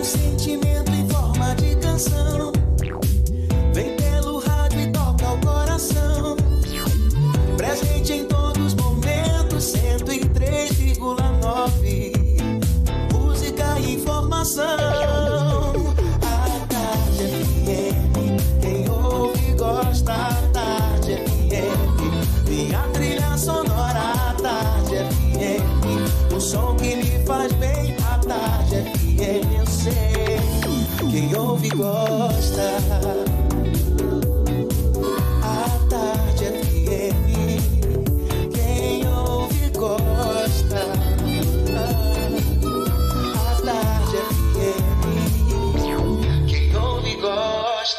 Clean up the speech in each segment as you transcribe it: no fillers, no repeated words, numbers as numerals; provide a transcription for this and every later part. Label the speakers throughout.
Speaker 1: sentimento em forma de canção. Vem pelo rádio e toca o coração. Presente em todos os momentos, 103,9. Música e informação. A Tarde FM, quem ouve gosta. A Tarde FM, minha trilha sonora. A Tarde FM, o som que me faz bem. A Tarde FM, eu sei, quem ouve gosta. A Tarde FM, quem ouve gosta. A Tarde FM, quem ouve gosta.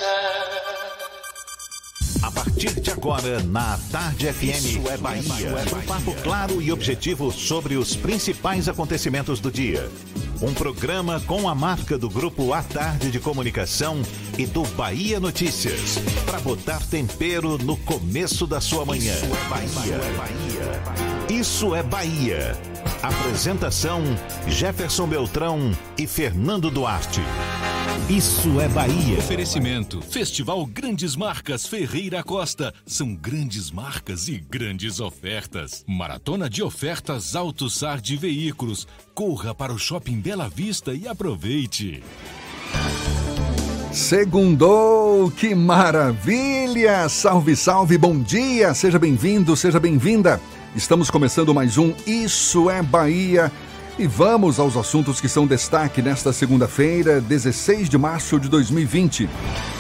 Speaker 2: A partir de agora, na Tarde FM, Isso é Bahia. Um papo claro e objetivo sobre os principais acontecimentos do dia. Um programa com a marca do Grupo A Tarde de Comunicação e do Bahia Notícias, para botar tempero no começo da sua manhã. Isso é Bahia. Isso é Bahia. Apresentação: Jefferson Beltrão e Fernando Duarte. Isso é Bahia.
Speaker 3: Oferecimento: Festival Grandes Marcas Ferreira Costa. São grandes marcas e grandes ofertas. Maratona de ofertas Auto Sar de Veículos. Corra para o Shopping Bela Vista e aproveite.
Speaker 4: Segundou, que maravilha! Salve, salve, bom dia! Seja bem-vindo, seja bem-vinda. Estamos começando mais um Isso é Bahia. E vamos aos assuntos que são destaque nesta segunda-feira, 16 de março de 2020.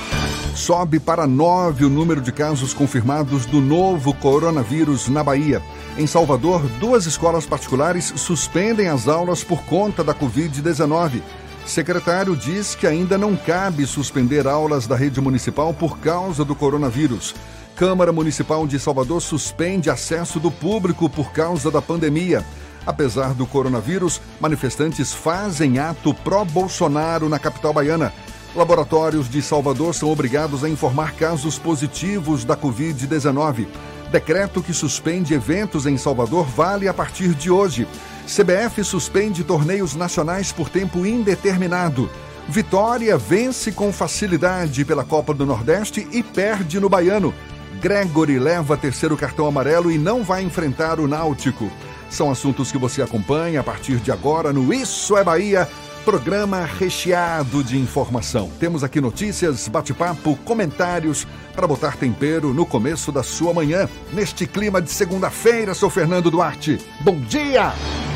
Speaker 4: Sobe para 9 o número de casos confirmados do novo coronavírus na Bahia. Em Salvador, 2 escolas particulares suspendem as aulas por conta da Covid-19. Secretário diz que ainda não cabe suspender aulas da rede municipal por causa do coronavírus. Câmara Municipal de Salvador suspende acesso do público por causa da pandemia. Apesar do coronavírus, manifestantes fazem ato pró-Bolsonaro na capital baiana. Laboratórios de Salvador são obrigados a informar casos positivos da Covid-19. Decreto que suspende eventos em Salvador vale a partir de hoje. CBF suspende torneios nacionais por tempo indeterminado. Vitória vence com facilidade pela Copa do Nordeste e perde no Baiano. Gregory leva terceiro cartão amarelo e não vai enfrentar o Náutico. São assuntos que você acompanha a partir de agora no Isso é Bahia, programa recheado de informação. Temos aqui notícias, bate-papo, comentários para botar tempero no começo da sua manhã. Neste clima de segunda-feira, sou Fernando Duarte. Bom dia!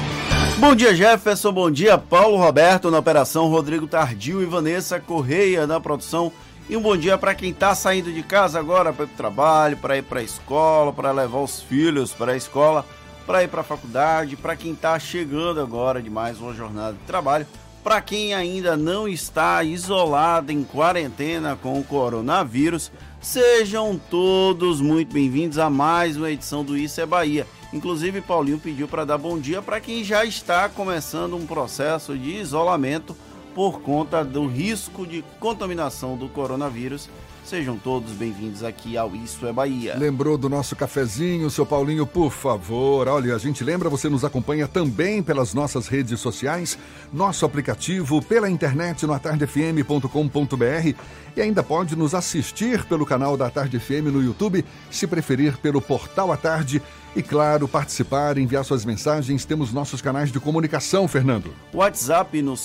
Speaker 5: Bom dia, Jefferson. Bom dia, Paulo Roberto na operação, Rodrigo Tardio e Vanessa Correia na produção. E um bom dia para quem está saindo de casa agora para ir para o trabalho, para ir para a escola, para levar os filhos para a escola, para ir para a faculdade, para quem está chegando agora de mais uma jornada de trabalho, para quem ainda não está isolado em quarentena com o coronavírus. Sejam todos muito bem-vindos a mais uma edição do Isso é Bahia. Inclusive, Paulinho pediu para dar bom dia para quem já está começando um processo de isolamento por conta do risco de contaminação do coronavírus. Sejam todos bem-vindos aqui ao Isso é Bahia.
Speaker 4: Lembrou do nosso cafezinho, seu Paulinho, por favor? Olha, a gente lembra, você nos acompanha também pelas nossas redes sociais, nosso aplicativo, pela internet no atardefm.com.br e ainda pode nos assistir pelo canal da Tarde FM no YouTube, se preferir pelo Portal à Tarde. E claro, participar, enviar suas mensagens. Temos nossos canais de comunicação, Fernando.
Speaker 5: WhatsApp no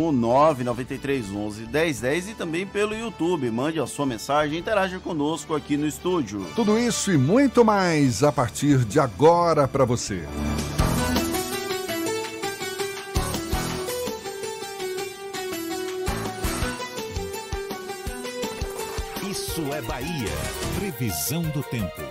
Speaker 5: 71993111010 e também pelo YouTube. Mande a sua mensagem e interaja conosco aqui no estúdio.
Speaker 4: Tudo isso e muito mais a partir de agora para você.
Speaker 2: Isso é Bahia. Previsão do tempo.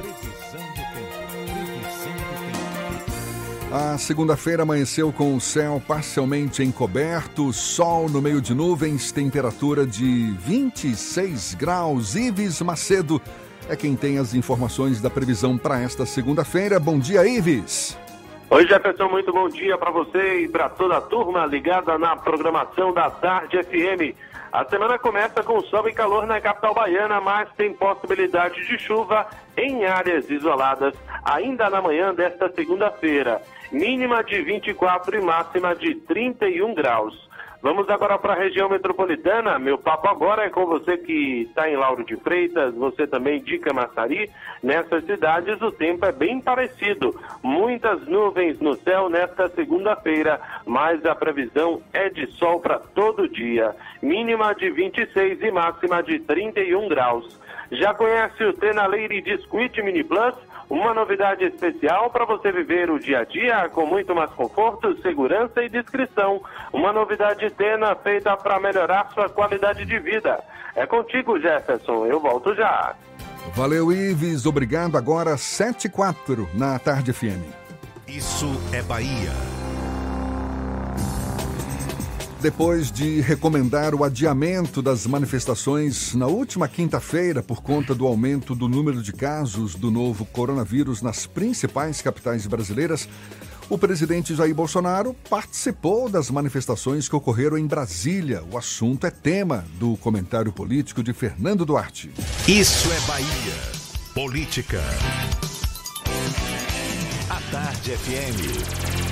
Speaker 4: A segunda-feira amanheceu com o céu parcialmente encoberto, sol no meio de nuvens, temperatura de 26 graus. Ives Macedo é quem tem as informações da previsão para esta segunda-feira. Bom dia, Ives.
Speaker 6: Oi, Jefferson, muito bom dia para você e para toda a turma ligada na programação da Tarde FM. A semana começa com sol e calor na capital baiana, mas tem possibilidade de chuva em áreas isoladas ainda na manhã desta segunda-feira. Mínima de 24 e máxima de 31 graus. Vamos agora para a região metropolitana. Meu papo agora é com você que está em Lauro de Freitas, você também de Camaçari. Nessas cidades o tempo é bem parecido. Muitas nuvens no céu nesta segunda-feira, mas a previsão é de sol para todo dia. Mínima de 26 e máxima de 31 graus. Já conhece o Tena Lady Disquit Mini Plus? Uma novidade especial para você viver o dia a dia com muito mais conforto, segurança e discrição. Uma novidade Tena feita para melhorar sua qualidade de vida. É contigo, Jefferson. Eu volto já.
Speaker 4: Valeu, Ives. Obrigado. Agora 7h04 na Tarde FM.
Speaker 2: Isso é Bahia.
Speaker 4: Depois de recomendar o adiamento das manifestações na última quinta-feira por conta do aumento do número de casos do novo coronavírus nas principais capitais brasileiras, o presidente Jair Bolsonaro participou das manifestações que ocorreram em Brasília. O assunto é tema do comentário político de Fernando Duarte.
Speaker 2: Isso é Bahia. Política. A Tarde FM.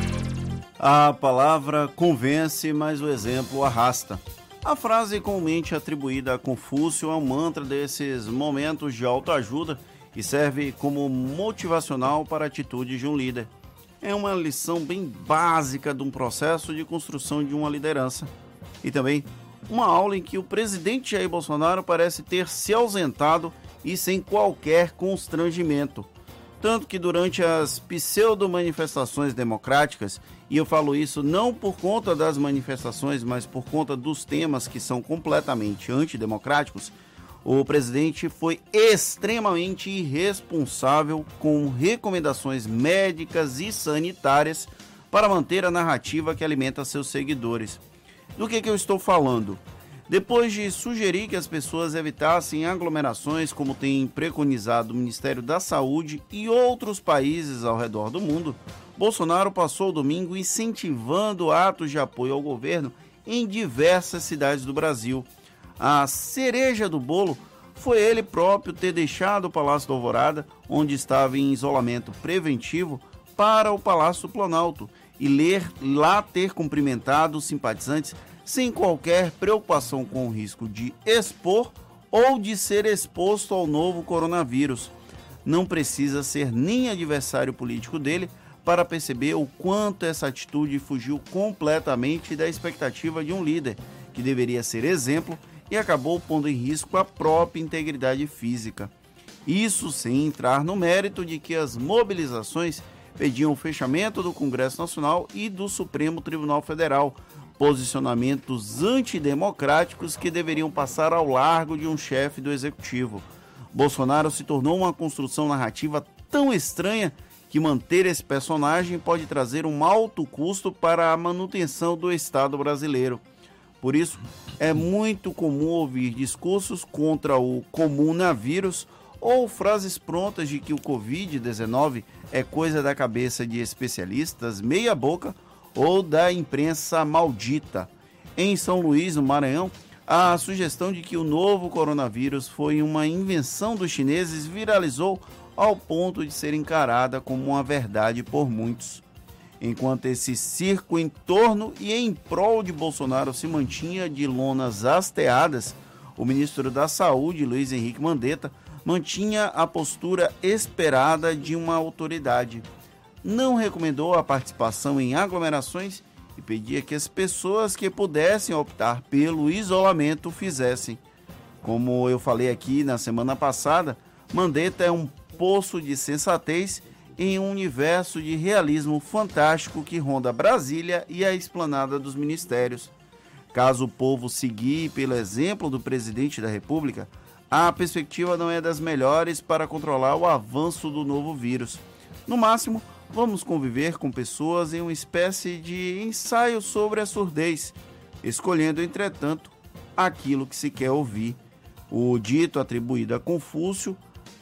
Speaker 5: A palavra convence, mas o exemplo arrasta. A frase comumente atribuída a Confúcio é um mantra desses momentos de autoajuda e serve como motivacional para a atitude de um líder. É uma lição bem básica de um processo de construção de uma liderança. E também uma aula em que o presidente Jair Bolsonaro parece ter se ausentado e sem qualquer constrangimento. Tanto que durante as pseudo-manifestações democráticas, e eu falo isso não por conta das manifestações, mas por conta dos temas que são completamente antidemocráticos, o presidente foi extremamente irresponsável com recomendações médicas e sanitárias para manter a narrativa que alimenta seus seguidores. Do que eu estou falando? Depois de sugerir que as pessoas evitassem aglomerações, como tem preconizado o Ministério da Saúde e outros países ao redor do mundo, Bolsonaro passou o domingo incentivando atos de apoio ao governo em diversas cidades do Brasil. A cereja do bolo foi ele próprio ter deixado o Palácio da Alvorada, onde estava em isolamento preventivo, para o Palácio do Planalto e lá ter cumprimentado os simpatizantes sem qualquer preocupação com o risco de expor ou de ser exposto ao novo coronavírus. Não precisa ser nem adversário político dele para perceber o quanto essa atitude fugiu completamente da expectativa de um líder, que deveria ser exemplo e acabou pondo em risco a própria integridade física. Isso sem entrar no mérito de que as mobilizações pediam o fechamento do Congresso Nacional e do Supremo Tribunal Federal, posicionamentos antidemocráticos que deveriam passar ao largo de um chefe do executivo. Bolsonaro se tornou uma construção narrativa tão estranha que manter esse personagem pode trazer um alto custo para a manutenção do Estado brasileiro. Por isso, é muito comum ouvir discursos contra o comunavírus ou frases prontas de que o Covid-19 é coisa da cabeça de especialistas meia-boca ou da imprensa maldita. Em São Luís, no Maranhão, a sugestão de que o novo coronavírus foi uma invenção dos chineses viralizou ao ponto de ser encarada como uma verdade por muitos. Enquanto esse circo em torno e em prol de Bolsonaro se mantinha de lonas hasteadas, o ministro da Saúde, Luiz Henrique Mandetta, mantinha a postura esperada de uma autoridade. Não recomendou a participação em aglomerações e pedia que as pessoas que pudessem optar pelo isolamento fizessem. Como eu falei aqui na semana passada, Mandetta é um poço de sensatez em um universo de realismo fantástico que ronda Brasília e a esplanada dos ministérios. Caso o povo seguir pelo exemplo do presidente da República, a perspectiva não é das melhores para controlar o avanço do novo vírus. No máximo, vamos conviver com pessoas em uma espécie de ensaio sobre a surdez, escolhendo, entretanto, aquilo que se quer ouvir. O dito atribuído a Confúcio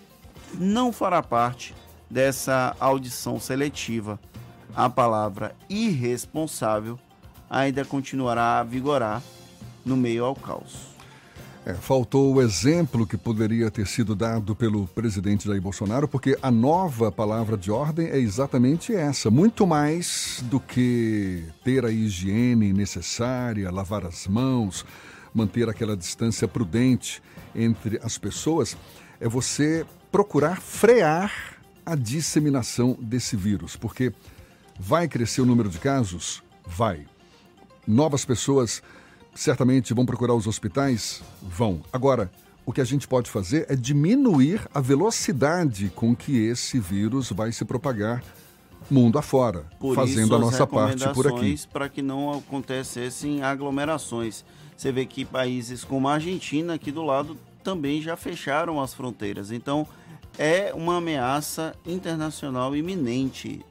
Speaker 5: não fará parte dessa audição seletiva. A palavra irresponsável ainda continuará a vigorar no meio ao caos.
Speaker 4: Faltou o exemplo que poderia ter sido dado pelo presidente Jair Bolsonaro, porque a nova palavra de ordem é exatamente essa. Muito mais do que ter a higiene necessária, lavar as mãos, manter aquela distância prudente entre as pessoas, é você procurar frear a disseminação desse vírus, porque vai crescer o número de casos? Vai. Novas pessoas certamente vão procurar os hospitais? Vão. Agora, o que a gente pode fazer é diminuir a velocidade com que esse vírus vai se propagar mundo afora, fazendo a nossa parte por aqui.
Speaker 5: Para que não acontecessem aglomerações. Você vê que países como a Argentina, aqui do lado, também já fecharam as fronteiras. Então, é uma ameaça internacional iminente.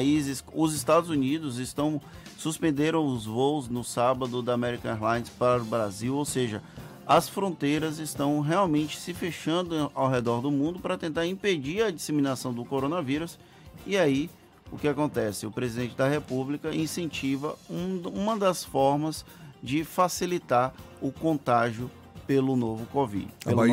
Speaker 5: Os Estados Unidos suspenderam os voos no sábado da American Airlines para o Brasil, ou seja, as fronteiras estão realmente se fechando ao redor do mundo para tentar impedir a disseminação do coronavírus. E aí, o que acontece? O presidente da República incentiva uma das formas de facilitar o contágio pelo novo Covid,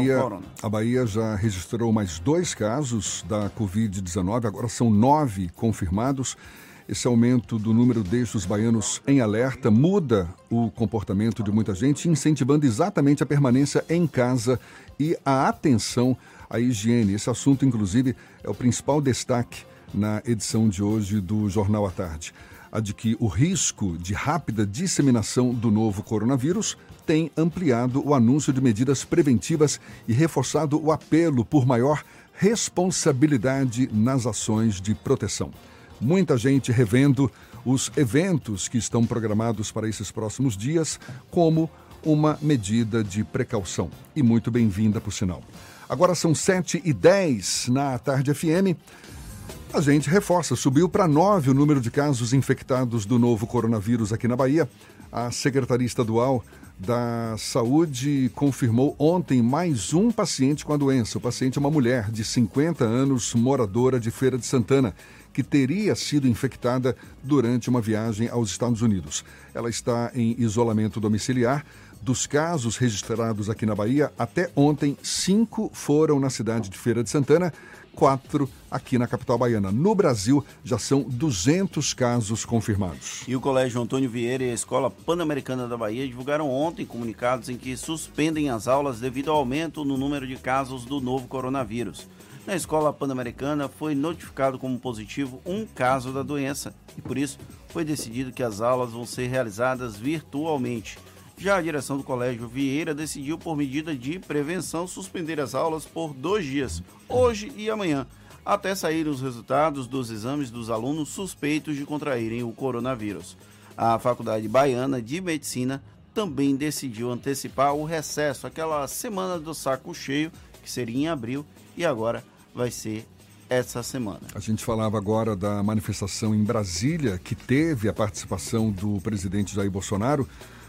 Speaker 4: A Bahia já registrou mais 2 casos da Covid-19, agora são 9 confirmados. Esse aumento do número deixa os baianos em alerta, muda o comportamento de muita gente, incentivando exatamente a permanência em casa e a atenção à higiene. Esse assunto, inclusive, é o principal destaque na edição de hoje do Jornal à Tarde. A de que o risco de rápida disseminação do novo coronavírus tem ampliado o anúncio de medidas preventivas e reforçado o apelo por maior responsabilidade nas ações de proteção. Muita gente revendo os eventos que estão programados para esses próximos dias como uma medida de precaução. E muito bem-vinda, por sinal. Agora são 7h10 na Tarde FM. A gente reforça, subiu para 9 o número de casos infectados do novo coronavírus aqui na Bahia. A Secretaria Estadual da Saúde confirmou ontem mais um paciente com a doença. O paciente é uma mulher de 50 anos, moradora de Feira de Santana, que teria sido infectada durante uma viagem aos Estados Unidos. Ela está em isolamento domiciliar. Dos casos registrados aqui na Bahia, até ontem, 5 foram na cidade de Feira de Santana, 4 aqui na capital baiana. No Brasil, já são 200 casos confirmados.
Speaker 5: E o Colégio Antônio Vieira e a Escola Pan-Americana da Bahia divulgaram ontem comunicados em que suspendem as aulas devido ao aumento no número de casos do novo coronavírus. Na Escola Pan-Americana foi notificado como positivo um caso da doença e, por isso, foi decidido que as aulas vão ser realizadas virtualmente. Já a direção do Colégio Vieira decidiu, por medida de prevenção, suspender as aulas por 2 dias, hoje e amanhã, até saírem os resultados dos exames dos alunos suspeitos de contraírem o coronavírus. A Faculdade Baiana de Medicina também decidiu antecipar o recesso, aquela semana do saco cheio, que seria em abril, e agora vai ser essa semana.
Speaker 4: A gente falava agora da manifestação em Brasília, que teve a participação do presidente Jair Bolsonaro.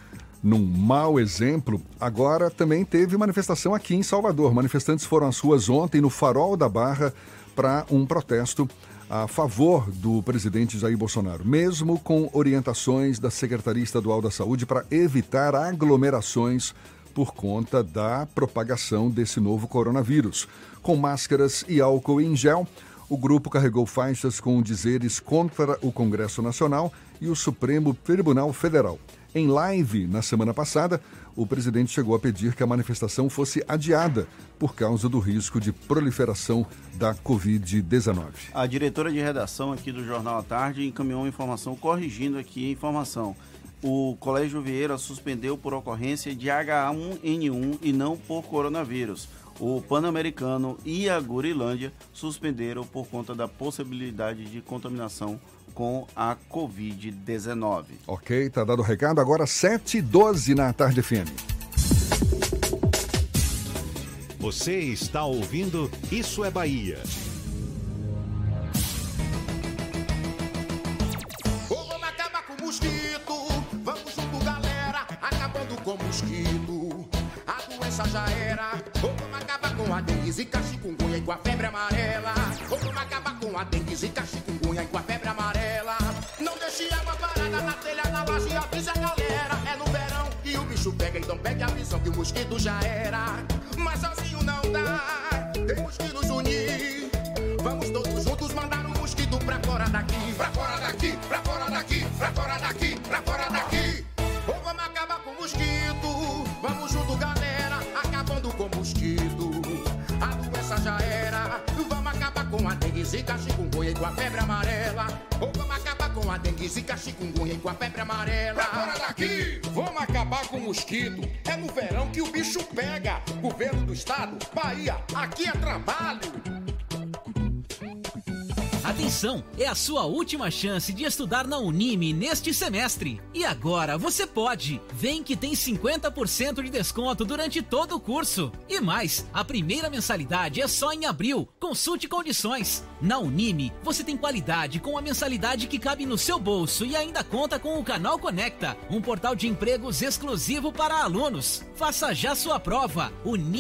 Speaker 4: Num mau exemplo, agora também teve manifestação aqui em Salvador. Manifestantes foram às ruas ontem no Farol da Barra para um protesto a favor do presidente Jair Bolsonaro, mesmo com orientações da Secretaria Estadual da Saúde para evitar aglomerações por conta da propagação desse novo coronavírus. Com máscaras e álcool em gel, o grupo carregou faixas com dizeres contra o Congresso Nacional e o Supremo Tribunal Federal. Em live, na semana passada, o presidente chegou a pedir que a manifestação fosse adiada por causa do risco de proliferação da Covid-19.
Speaker 5: A diretora de redação aqui do Jornal à Tarde encaminhou uma informação corrigindo aqui a informação. O Colégio Vieira suspendeu por ocorrência de H1N1 e não por coronavírus. O Pan-Americano e a Gurilândia suspenderam por conta da possibilidade de contaminação com a Covid-19.
Speaker 4: Ok, tá dado o recado. Agora 7h12 na Tarde FM.
Speaker 2: Você está ouvindo Isso é Bahia.
Speaker 7: Vamos acabar com o mosquito. Vamos junto, galera. Acabando com o mosquito. A doença já era. Vamos acabar com a dengue, zika, chikungunya e com a febre amarela. Vamos acabar com a dengue, zika, chikungunya e com a febre amarela. Não deixe água parada na telha, na laje, avisa a galera. É no verão e o bicho pega, então pegue a visão que o mosquito já era. Mas sozinho não dá, temos que nos unir. Vamos todos juntos mandar um mosquito pra fora daqui. Pra fora daqui, pra fora daqui, pra fora daqui, pra fora daqui. Ou vamos acabar com o mosquito. Vamos junto, galera, acabando com o mosquito. A doença já era. Vamos acabar com a dengue, zika, chikungunya e com a febre amarela. Ou vamos acabar com a dengue, zika, chikungunya e com a febre amarela. Pra fora daqui! Vamos acabar com o mosquito. É no verão que o bicho pega. Governo do estado, Bahia, aqui é trabalho.
Speaker 8: Atenção, é a sua última chance de estudar na Unime neste semestre. E agora você pode. Vem que tem 50% de desconto durante todo o curso. E mais, a primeira mensalidade é só em abril. Consulte condições. Na Unime, você tem qualidade com a mensalidade que cabe no seu bolso e ainda conta com o Canal Conecta, um portal de empregos exclusivo para alunos. Faça já sua prova.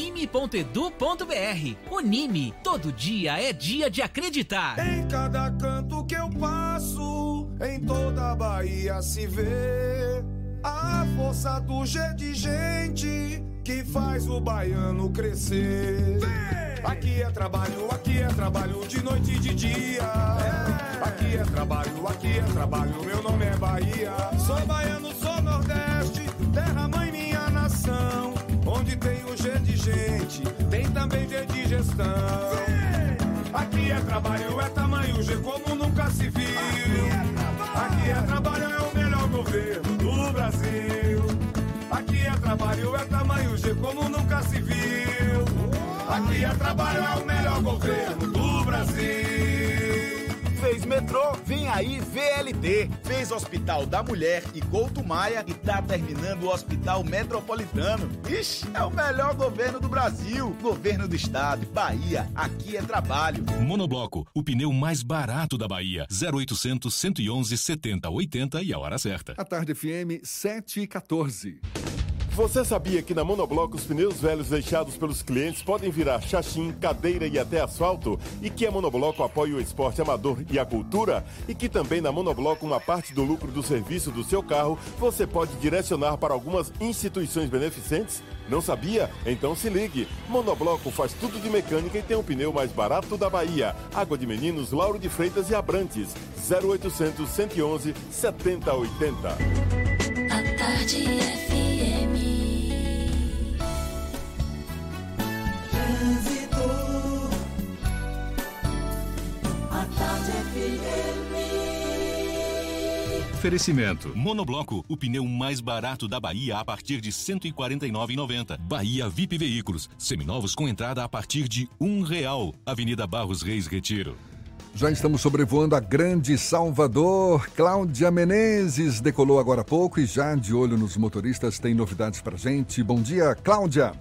Speaker 8: unime.edu.br. Unime, todo dia é dia de acreditar.
Speaker 9: Em cada canto que eu passo, em toda a Bahia se vê a força do G de gente que faz o baiano crescer. Aqui é trabalho de noite e de dia. Aqui é trabalho, meu nome é Bahia. Sou baiano, sou Nordeste, terra mãe minha nação. Onde tem o G de gente, tem também G de gestão. Aqui é trabalho, é tamanho G como nunca se viu. Aqui é trabalho, é o melhor governo do Brasil. Aqui é trabalho, é tamanho G como nunca se viu. Aqui é trabalho, é o melhor governo do Brasil.
Speaker 10: Fez metrô, vem aí VLT. Fez Hospital da Mulher e Couto Maia e tá terminando o Hospital Metropolitano. Ixi, é o melhor governo do Brasil. Governo do Estado, Bahia, aqui é trabalho.
Speaker 3: Monobloco, o pneu mais barato da Bahia. 0800 111 70 80 e a hora certa.
Speaker 4: A Tarde FM 7h14.
Speaker 11: Você sabia que na Monobloco os pneus velhos deixados pelos clientes podem virar chachim, cadeira e até asfalto? E que a Monobloco apoia o esporte amador e a cultura? E que também na Monobloco uma parte do lucro do serviço do seu carro você pode direcionar para algumas instituições beneficentes? Não sabia? Então se ligue. Monobloco faz tudo de mecânica e tem o pneu mais barato da Bahia. Água de Meninos, Lauro de Freitas e Abrantes. 0800 111 7080.
Speaker 12: A Tarde FM.
Speaker 3: Oferecimento. Monobloco, o pneu mais barato da Bahia a partir de R$ 149,90. Bahia VIP Veículos, seminovos com entrada a partir de R$1. Avenida Barros Reis Retiro.
Speaker 4: Já estamos sobrevoando a grande Salvador. Cláudia Menezes decolou agora há pouco e já de olho nos motoristas tem novidades pra gente. Bom dia, Cláudia.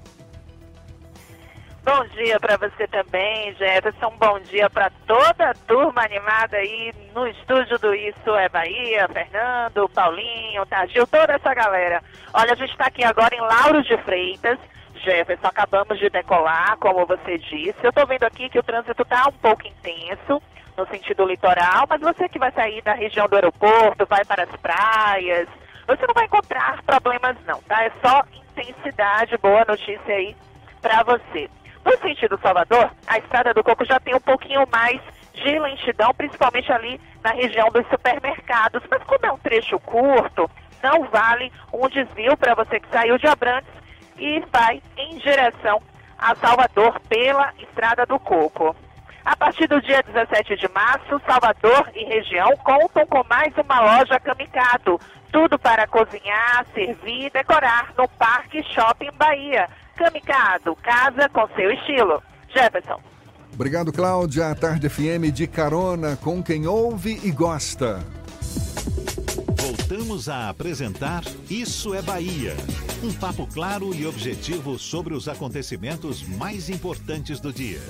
Speaker 13: Bom dia para você também, Jefferson. Bom dia para toda a turma animada aí no estúdio do Isso é Bahia, Fernando, Paulinho, Tadil, toda essa galera. Olha, a gente está aqui agora em Lauro de Freitas. Jefferson, acabamos de decolar, como você disse. Eu estou vendo aqui que o trânsito está um pouco intenso no sentido litoral, mas você que vai sair da região do aeroporto, vai para as praias, você não vai encontrar problemas não, tá? É só intensidade, boa notícia aí para você. No sentido Salvador, a Estrada do Coco já tem um pouquinho mais de lentidão, principalmente ali na região dos supermercados. Mas como é um trecho curto, não vale um desvio para você que saiu de Abrantes e vai em direção a Salvador pela Estrada do Coco. A partir do dia 17 de março, Salvador e região contam com mais uma loja Camicado. Tudo para cozinhar, servir e decorar no Parque Shopping Bahia. Camicado, casa com seu estilo. Jefferson.
Speaker 4: Obrigado, Cláudia. A Tarde FM de carona com quem ouve e gosta.
Speaker 2: Voltamos a apresentar Isso é Bahia. Um papo claro e objetivo sobre os acontecimentos mais importantes do dia.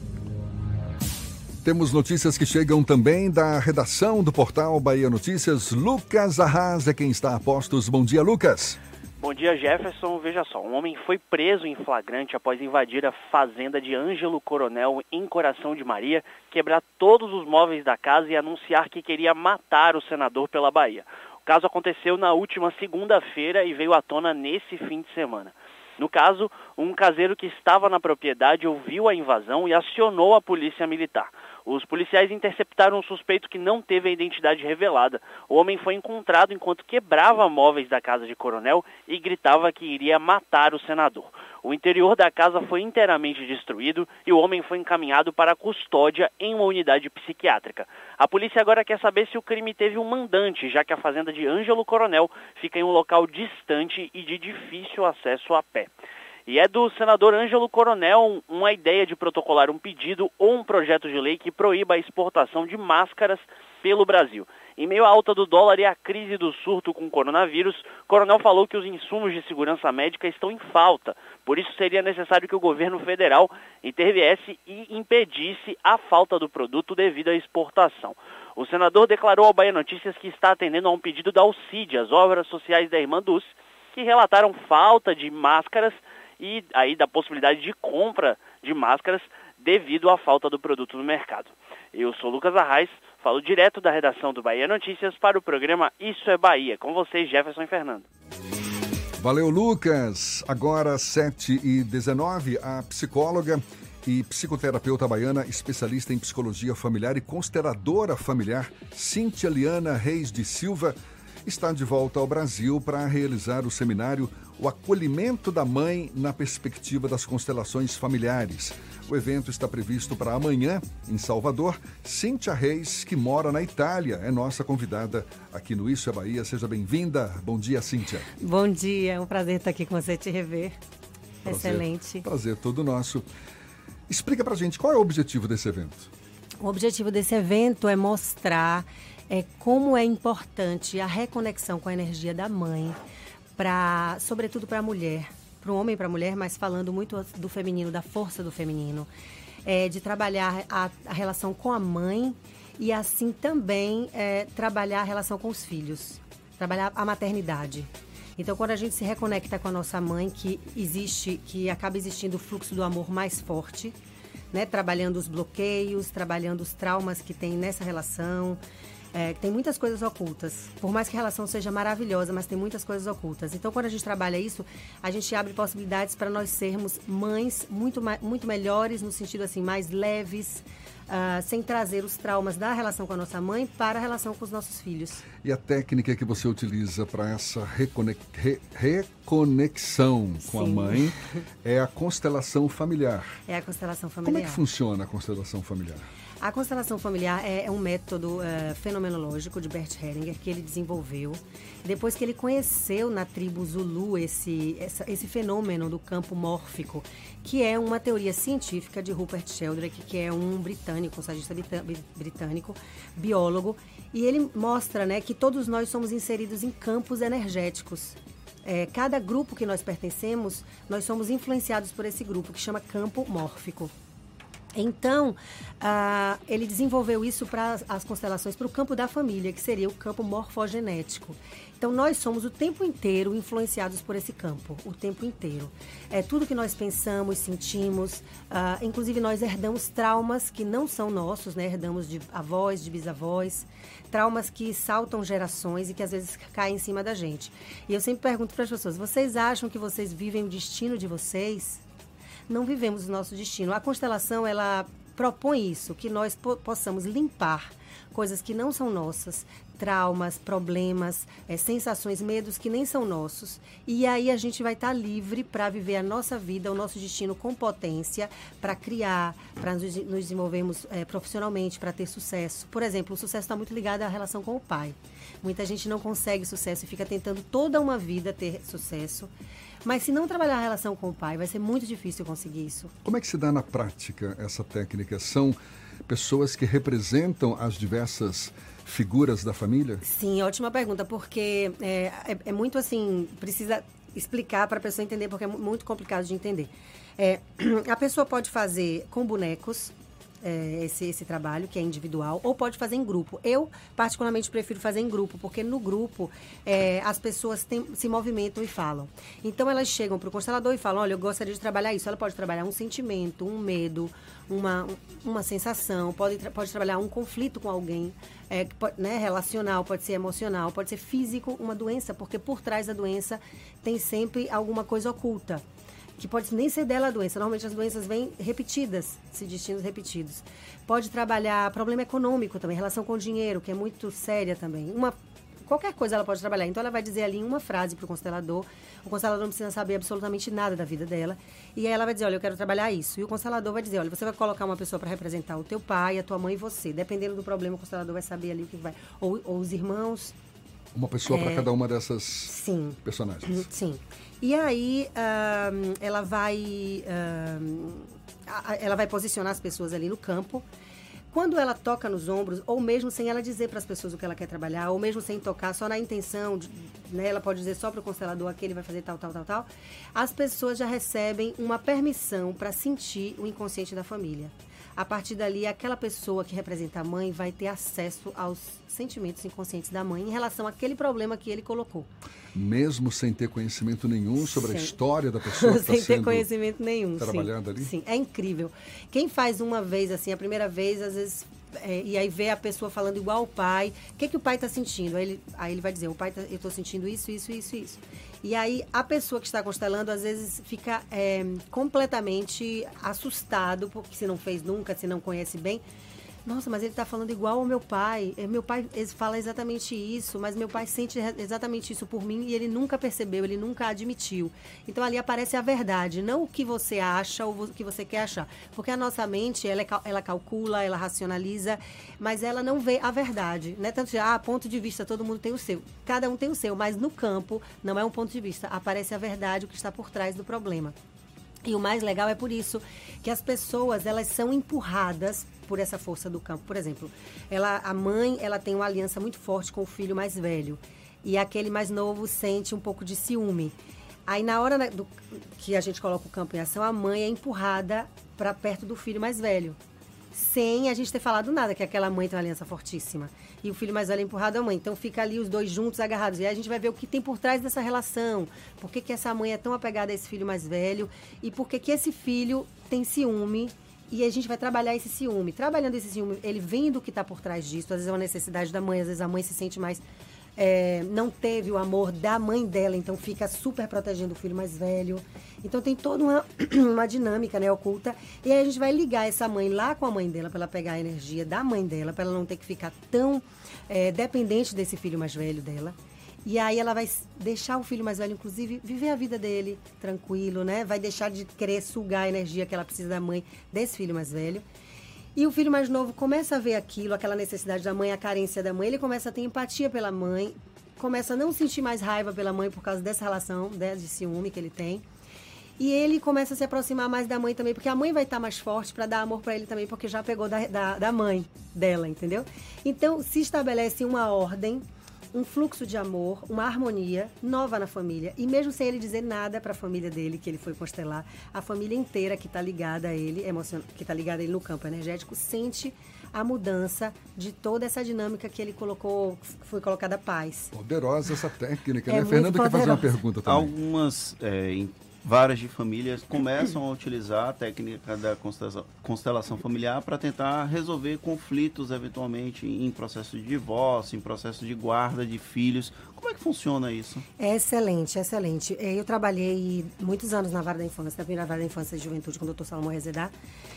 Speaker 4: Temos notícias que chegam também da redação do portal Bahia Notícias. Lucas Arras é quem está a postos. Bom dia, Lucas.
Speaker 14: Bom dia, Jefferson. Veja só, um homem foi preso em flagrante após invadir a fazenda de Ângelo Coronel, em Coração de Maria, quebrar todos os móveis da casa e anunciar que queria matar o senador pela Bahia. O caso aconteceu na última segunda-feira e veio à tona nesse fim de semana. No caso, um caseiro que estava na propriedade ouviu a invasão e acionou a polícia militar. Os policiais interceptaram um suspeito que não teve a identidade revelada. O homem foi encontrado enquanto quebrava móveis da casa de Coronel e gritava que iria matar o senador. O interior da casa foi inteiramente destruído e o homem foi encaminhado para a custódia em uma unidade psiquiátrica. A polícia agora quer saber se o crime teve um mandante, já que a fazenda de Ângelo Coronel fica em um local distante e de difícil acesso a pé. E é do senador Ângelo Coronel uma ideia de protocolar um pedido ou um projeto de lei que proíba a exportação de máscaras pelo Brasil. Em meio à alta do dólar e à crise do surto com o coronavírus, Coronel falou que os insumos de segurança médica estão em falta. Por isso seria necessário que o governo federal interviesse e impedisse a falta do produto devido à exportação. O senador declarou ao Bahia Notícias que está atendendo a um pedido da Alcide, as obras sociais da Irmã Dulce, que relataram falta de máscaras e aí da possibilidade de compra de máscaras devido à falta do produto no mercado. Eu sou Lucas Arraes, falo direto da redação do Bahia Notícias para o programa Isso é Bahia. Com vocês, Jefferson e Fernando.
Speaker 4: Valeu, Lucas. Agora, 7h19, a psicóloga e psicoterapeuta baiana, especialista em psicologia familiar e consteladora familiar, Cíntia Liana Reis de Silva, está de volta ao Brasil para realizar o seminário O Acolhimento da Mãe na Perspectiva das Constelações Familiares. O evento está previsto para amanhã, em Salvador. Cíntia Reis, que mora na Itália, é nossa convidada aqui no Isso é Bahia. Seja bem-vinda. Bom dia, Cíntia.
Speaker 15: Bom dia, é um prazer estar aqui com você, te rever.
Speaker 4: Prazer,
Speaker 15: excelente.
Speaker 4: Prazer todo nosso. Explica pra gente, qual é o objetivo desse evento?
Speaker 15: O objetivo desse evento é mostrar como é importante a reconexão com a energia da mãe, sobretudo para a mulher, para o homem e para a mulher, mas falando muito do feminino, da força do feminino, de trabalhar a relação com a mãe e assim também trabalhar a relação com os filhos, trabalhar a maternidade. Então, quando a gente se reconecta com a nossa mãe, que acaba existindo o fluxo do amor mais forte, né? Trabalhando os bloqueios, trabalhando os traumas que tem nessa relação. Tem muitas coisas ocultas. Por mais que a relação seja maravilhosa, mas tem muitas coisas ocultas. Então, quando a gente trabalha isso, a gente abre possibilidades para nós sermos mães muito melhores, no sentido assim, mais leves, sem trazer os traumas da relação com a nossa mãe para a relação com os nossos filhos.
Speaker 4: E a técnica que você utiliza para essa reconexão com a mãe é a constelação familiar.
Speaker 15: É a constelação familiar.
Speaker 4: Como é que funciona a constelação familiar?
Speaker 15: A constelação familiar é um método fenomenológico de Bert Hellinger que ele desenvolveu. Depois que ele conheceu na tribo Zulu esse fenômeno do campo mórfico, que é uma teoria científica de Rupert Sheldrake, que é um britânico, um sagista britânico, biólogo, e ele mostra, né, que todos nós somos inseridos em campos energéticos. Cada grupo que nós pertencemos, nós somos influenciados por esse grupo, que chama campo mórfico. Então, ele desenvolveu isso para as constelações, para o campo da família, que seria o campo morfogenético. Então, nós somos o tempo inteiro influenciados por esse campo, o tempo inteiro. Tudo que nós pensamos, sentimos, inclusive nós herdamos traumas que não são nossos, né? Herdamos de avós, de bisavós, traumas que saltam gerações e que às vezes caem em cima da gente. E eu sempre pergunto para as pessoas, vocês acham que vocês vivem o destino de vocês? Não vivemos o nosso destino. A constelação, ela propõe isso, que nós possamos limpar coisas que não são nossas, traumas, problemas, sensações, medos que nem são nossos. E aí a gente vai estar livre para viver a nossa vida, o nosso destino com potência, para criar, para nos desenvolvermos profissionalmente, para ter sucesso. Por exemplo, o sucesso está muito ligado à relação com o pai. Muita gente não consegue sucesso e fica tentando toda uma vida ter sucesso. Mas se não trabalhar a relação com o pai, vai ser muito difícil conseguir isso. Como é que se dá na prática essa técnica? São pessoas que representam as diversas figuras da família? Sim, ótima pergunta, porque é muito assim, precisa explicar para a pessoa entender, porque é muito complicado de entender. A pessoa pode fazer com bonecos, esse trabalho, que é individual, ou pode fazer em grupo. Eu, particularmente, prefiro fazer em grupo, porque no grupo as pessoas se movimentam e falam. Então, elas chegam para o constelador e falam, olha, eu gostaria de trabalhar isso. Ela pode trabalhar um sentimento, um medo, uma sensação, pode trabalhar um conflito com alguém, né, relacional, pode ser emocional, pode ser físico, uma doença, porque por trás da doença tem sempre alguma coisa oculta. que pode nem ser dela a doença. Normalmente as doenças vêm repetidas, se destinos repetidos. Pode trabalhar problema econômico também, relação com o dinheiro, que é muito séria também. Qualquer coisa ela pode trabalhar. Então, ela vai dizer ali uma frase para o constelador. O constelador não precisa saber absolutamente nada da vida dela. E aí ela vai dizer, olha, eu quero trabalhar isso. E o constelador vai dizer, olha, você vai colocar uma pessoa para representar o teu pai, a tua mãe e você. Dependendo do problema, o constelador vai saber ali o que vai. Ou os irmãos.
Speaker 4: Uma pessoa para cada uma dessas personagens.
Speaker 15: Sim. E aí, ela vai posicionar as pessoas ali no campo. Quando ela toca nos ombros, ou mesmo sem ela dizer para as pessoas o que ela quer trabalhar, ou mesmo sem tocar, só na intenção, né, ela pode dizer só para o constelador, aqui ele vai fazer tal, as pessoas já recebem uma permissão para sentir o inconsciente da família. A partir dali, aquela pessoa que representa a mãe vai ter acesso aos sentimentos inconscientes da mãe em relação àquele problema que ele colocou.
Speaker 4: Mesmo sem ter conhecimento nenhum sobre a história da pessoa que está sendo
Speaker 15: sem ter conhecimento nenhum,
Speaker 4: trabalhada ali?
Speaker 15: Sim, é incrível. Quem faz uma vez, assim, a primeira vez, às vezes... e aí vê a pessoa falando igual ao pai. O que o pai está sentindo? Aí ele vai dizer, eu estou sentindo isso. E aí a pessoa que está constelando, às vezes, fica completamente assustado, porque se não fez nunca, se não conhece bem. Nossa, mas ele está falando igual ao meu pai. Meu pai fala exatamente isso, mas meu pai sente exatamente isso por mim e ele nunca percebeu, ele nunca admitiu. Então ali aparece a verdade, não o que você acha ou o que você quer achar. Porque a nossa mente, ela calcula, ela racionaliza, mas ela não vê a verdade. Não é tanto ponto de vista, todo mundo tem o seu. Cada um tem o seu, mas no campo não é um ponto de vista. Aparece a verdade, o que está por trás do problema. E o mais legal é por isso que as pessoas, elas são empurradas por essa força do campo. Por exemplo, a mãe, ela tem uma aliança muito forte com o filho mais velho. E aquele mais novo sente um pouco de ciúme. Aí, na hora que a gente coloca o campo em ação, a mãe é empurrada para perto do filho mais velho. Sem a gente ter falado nada, que aquela mãe tem uma aliança fortíssima. E o filho mais velho é empurrado à mãe. Então, fica ali os dois juntos, agarrados. E aí a gente vai ver o que tem por trás dessa relação. Por que essa mãe é tão apegada a esse filho mais velho. E por que esse filho tem ciúme. E a gente vai trabalhar esse ciúme. Trabalhando esse ciúme, ele vendo o que está por trás disso. Às vezes é uma necessidade da mãe, às vezes a mãe se sente mais... não teve o amor da mãe dela, então fica super protegendo o filho mais velho. Então tem toda uma dinâmica, né, oculta. E aí a gente vai ligar essa mãe lá com a mãe dela, para ela pegar a energia da mãe dela, para ela não ter que ficar tão dependente desse filho mais velho dela. E aí ela vai deixar o filho mais velho, inclusive, viver a vida dele tranquilo, né? Vai deixar de querer sugar a energia que ela precisa da mãe desse filho mais velho. E o filho mais novo começa a ver aquilo, aquela necessidade da mãe, a carência da mãe. Ele começa a ter empatia pela mãe, começa a não sentir mais raiva pela mãe por causa dessa relação de ciúme que ele tem. E ele começa a se aproximar mais da mãe também, porque a mãe vai estar mais forte para dar amor para ele também, porque já pegou da mãe dela, entendeu? Então, se estabelece uma ordem, um fluxo de amor, uma harmonia nova na família. E mesmo sem ele dizer nada para a família dele, que ele foi constelar, a família inteira que está ligada a ele, que está ligada a ele no campo energético, sente a mudança de toda essa dinâmica que ele colocou, foi colocada a paz.
Speaker 4: Poderosa essa técnica, né? Fernando quer fazer uma pergunta também.
Speaker 5: Algumas, várias de famílias começam a utilizar a técnica da constelação familiar para tentar resolver conflitos, eventualmente, em processo de divórcio, em processo de guarda de filhos. Como é que funciona isso?
Speaker 15: É excelente, excelente. Eu trabalhei muitos anos na Vara da Infância, na primeira Vara da Infância e Juventude, com o Dr. Salomão Rezedá.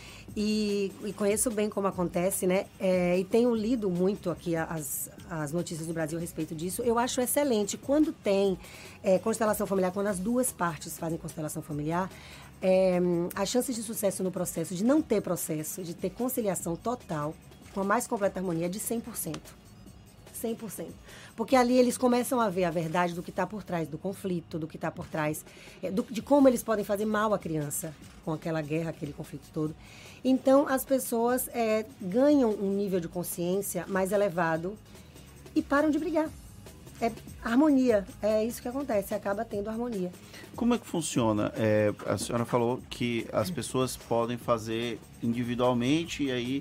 Speaker 15: E conheço bem como acontece, né? E tenho lido muito aqui as notícias do Brasil a respeito disso. Eu acho excelente quando tem constelação familiar, quando as duas partes fazem constelação familiar, as chances de sucesso no processo, de não ter processo, de ter conciliação total, com a mais completa harmonia, é de 100%. 100%. Porque ali eles começam a ver a verdade do que está por trás do conflito, do que está por trás, de como eles podem fazer mal à criança com aquela guerra, aquele conflito todo. Então, as pessoas ganham um nível de consciência mais elevado e param de brigar. É harmonia, é isso que acontece, acaba tendo harmonia.
Speaker 5: Como é que funciona? A senhora falou que as pessoas podem fazer individualmente e aí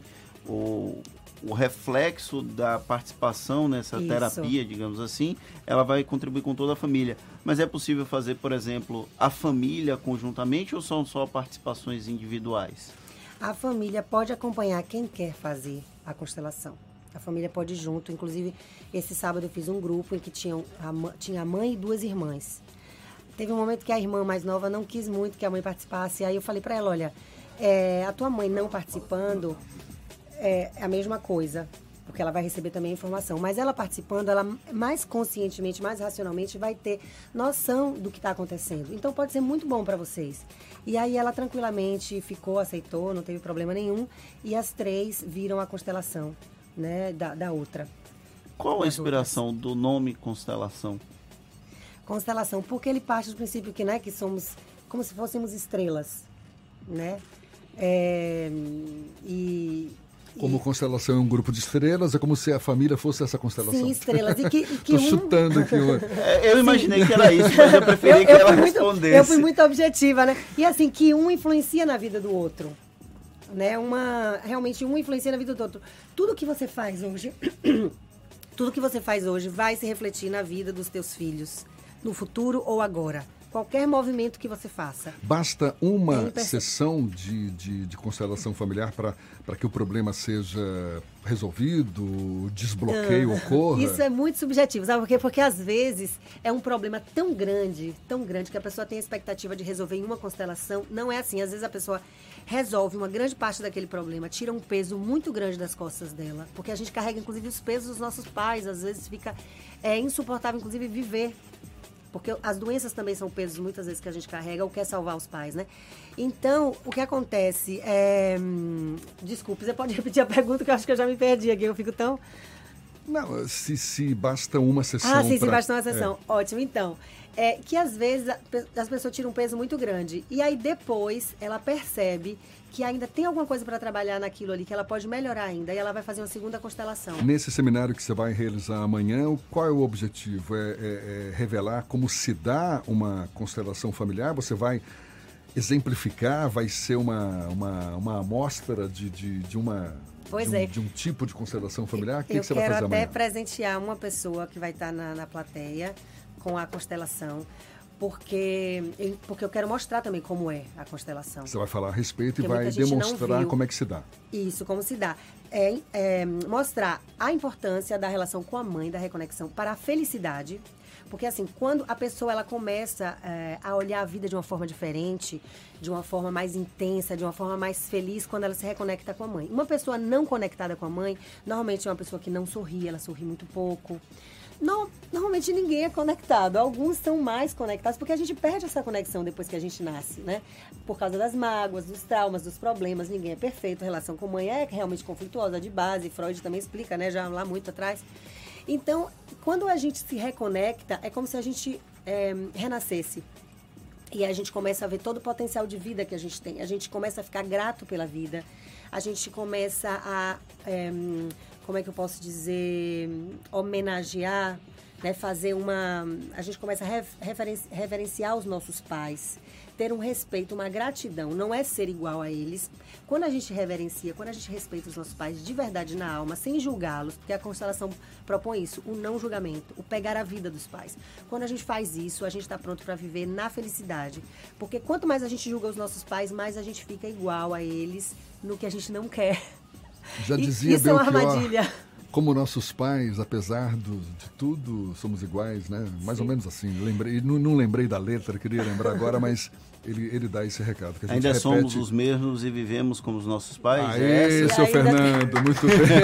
Speaker 5: o reflexo da participação nessa terapia, digamos assim, ela vai contribuir com toda a família. Mas é possível fazer, por exemplo, a família conjuntamente ou são só participações individuais?
Speaker 15: A família pode acompanhar quem quer fazer a constelação. A família pode ir junto. Inclusive, esse sábado eu fiz um grupo em que tinha a mãe e duas irmãs. Teve um momento que a irmã mais nova não quis muito que a mãe participasse. Aí eu falei para ela, olha, a tua mãe não participando é a mesma coisa, porque ela vai receber também a informação. Mas ela participando, ela mais conscientemente, mais racionalmente vai ter noção do que está acontecendo. Então pode ser muito bom para vocês. E aí ela tranquilamente ficou, aceitou, não teve problema nenhum. E as 3 viram a constelação, né, da outra.
Speaker 5: Qual a inspiração do nome constelação?
Speaker 15: Constelação, porque ele parte do princípio que, né, que somos como se fôssemos estrelas, né?
Speaker 4: Como constelação é um grupo de estrelas, é como se a família fosse essa constelação.
Speaker 15: Sim, estrelas. E que
Speaker 4: Tô chutando aqui.
Speaker 5: Eu imaginei que era isso, mas eu preferi que ela respondesse.
Speaker 15: Eu fui muito objetiva, né? E assim, que um influencia na vida do outro. Né? Realmente, um influencia na vida do outro. Tudo que você faz hoje vai se refletir na vida dos teus filhos, no futuro ou agora. Qualquer movimento que você faça.
Speaker 4: Basta uma sessão de constelação familiar para que o problema seja resolvido, o desbloqueio ocorra?
Speaker 15: Isso é muito subjetivo, sabe por quê? Porque às vezes é um problema tão grande, que a pessoa tem a expectativa de resolver em uma constelação. Não é assim. Às vezes a pessoa resolve uma grande parte daquele problema, tira um peso muito grande das costas dela, porque a gente carrega, inclusive, os pesos dos nossos pais. Às vezes fica insuportável, inclusive, viver. Porque as doenças também são pesos, muitas vezes, que a gente carrega ou quer salvar os pais, né? Então, o que acontece Desculpe, você pode repetir a pergunta, que eu acho que eu já me perdi aqui, eu fico tão...
Speaker 4: Não, se basta uma sessão...
Speaker 15: se basta uma sessão. Ótimo, então. Que às vezes as pessoas tiram um peso muito grande. E aí depois ela percebe que ainda tem alguma coisa para trabalhar naquilo ali, que ela pode melhorar ainda, e ela vai fazer uma segunda constelação. Nesse
Speaker 4: seminário que você vai realizar amanhã, qual é o objetivo? É revelar como se dá uma constelação familiar? Você vai exemplificar? Vai ser uma amostra de um tipo de constelação familiar? O que você vai fazer amanhã? Eu quero até
Speaker 15: presentear uma pessoa que vai estar na plateia com a constelação, porque eu quero mostrar também como é a constelação.
Speaker 4: Você vai falar a respeito e vai demonstrar como é que se dá.
Speaker 15: Isso, como se dá. Mostrar a importância da relação com a mãe, da reconexão para a felicidade. Porque assim, quando a pessoa ela começa a olhar a vida de uma forma diferente, de uma forma mais intensa, de uma forma mais feliz, quando ela se reconecta com a mãe. Uma pessoa não conectada com a mãe, normalmente é uma pessoa que não sorri, ela sorri muito pouco. Normalmente ninguém é conectado. Alguns são mais conectados porque a gente perde essa conexão depois que a gente nasce, né? Por causa das mágoas, dos traumas, dos problemas. Ninguém é perfeito. A relação com a mãe é realmente conflituosa, de base. Freud também explica, né? Já lá muito atrás. Então, quando a gente se reconecta, é como se a gente renascesse. E a gente começa a ver todo o potencial de vida que a gente tem. A gente começa a ficar grato pela vida. A gente começa a... como é que eu posso dizer, homenagear, né, a gente começa a reverenciar os nossos pais, ter um respeito, uma gratidão, não é ser igual a eles. Quando a gente reverencia, quando a gente respeita os nossos pais de verdade na alma, sem julgá-los, porque a constelação propõe isso, o não julgamento, o pegar a vida dos pais. Quando a gente faz isso, a gente está pronto para viver na felicidade. Porque quanto mais a gente julga os nossos pais, mais a gente fica igual a eles no que a gente não quer.
Speaker 4: Já dizia
Speaker 15: isso é uma armadilha.
Speaker 4: Como nossos pais, apesar de tudo, somos iguais, né? Mais ou menos assim. Não lembrei da letra, queria lembrar agora, mas ele dá esse recado. Que a gente
Speaker 5: ainda somos os mesmos e vivemos como os nossos pais?
Speaker 4: Aê, seu Fernando, muito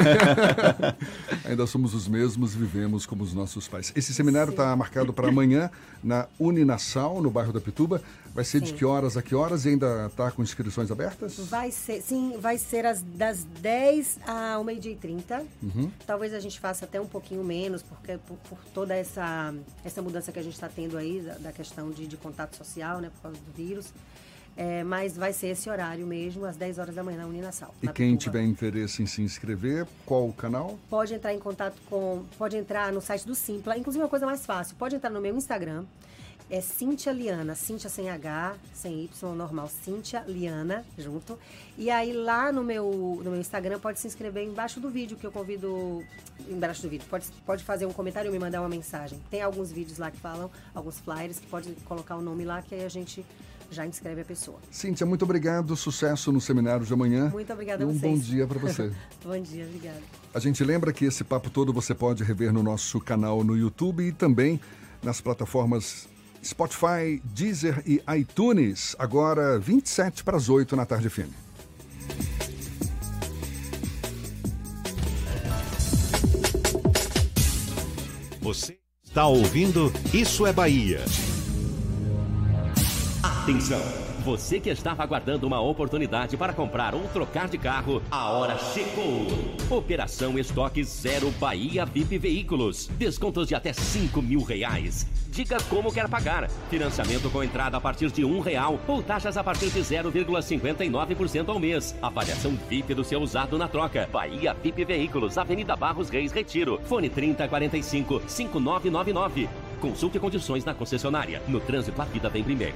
Speaker 4: bem. Ainda somos os mesmos e vivemos como os nossos pais. Esse seminário está marcado para amanhã na Uninassal, no bairro da Pituba. Vai ser de que horas a que horas e ainda está com inscrições abertas?
Speaker 15: Vai ser das 10 ao meio-dia e 30. Talvez a gente faça até um pouquinho menos, porque por toda essa mudança que a gente está tendo aí, da questão de contato social, né, por causa do vírus. Mas vai ser esse horário mesmo, às 10 horas da manhã na Uninassal.
Speaker 4: E quem tiver interesse em se inscrever, qual o canal?
Speaker 15: Pode entrar em contato pode entrar no site do Simpla, inclusive uma coisa mais fácil, pode entrar no meu Instagram, é Cíntia Liana, Cíntia sem H, sem Y, normal, Cíntia Liana, junto. E aí lá no meu Instagram pode se inscrever embaixo do vídeo, que eu convido, embaixo do vídeo, pode fazer um comentário ou me mandar uma mensagem. Tem alguns vídeos lá que falam, alguns flyers, que pode colocar o nome lá, que aí a gente já inscreve a pessoa.
Speaker 4: Cíntia, muito obrigado, sucesso no seminário de amanhã.
Speaker 15: Muito obrigada a vocês.
Speaker 4: Um bom dia para você.
Speaker 15: Bom dia, obrigada.
Speaker 4: A gente lembra que esse papo todo você pode rever no nosso canal no YouTube e também nas plataformas Spotify, Deezer e iTunes. Agora 27 para as 8 na Tarde FM.
Speaker 2: Você está ouvindo Isso é Bahia.
Speaker 16: Atenção! Você que estava aguardando uma oportunidade para comprar ou trocar de carro, a hora chegou! Operação Estoque Zero Bahia VIP Veículos. Descontos de até R$5.000. Diga como quer pagar. Financiamento com entrada a partir de R$1 ou taxas a partir de 0,59% ao mês. Avaliação VIP do seu usado na troca. Bahia VIP Veículos, Avenida Barros Reis, Retiro. Fone 3045-5999. Consulte condições na concessionária. No trânsito, a vida vem primeiro.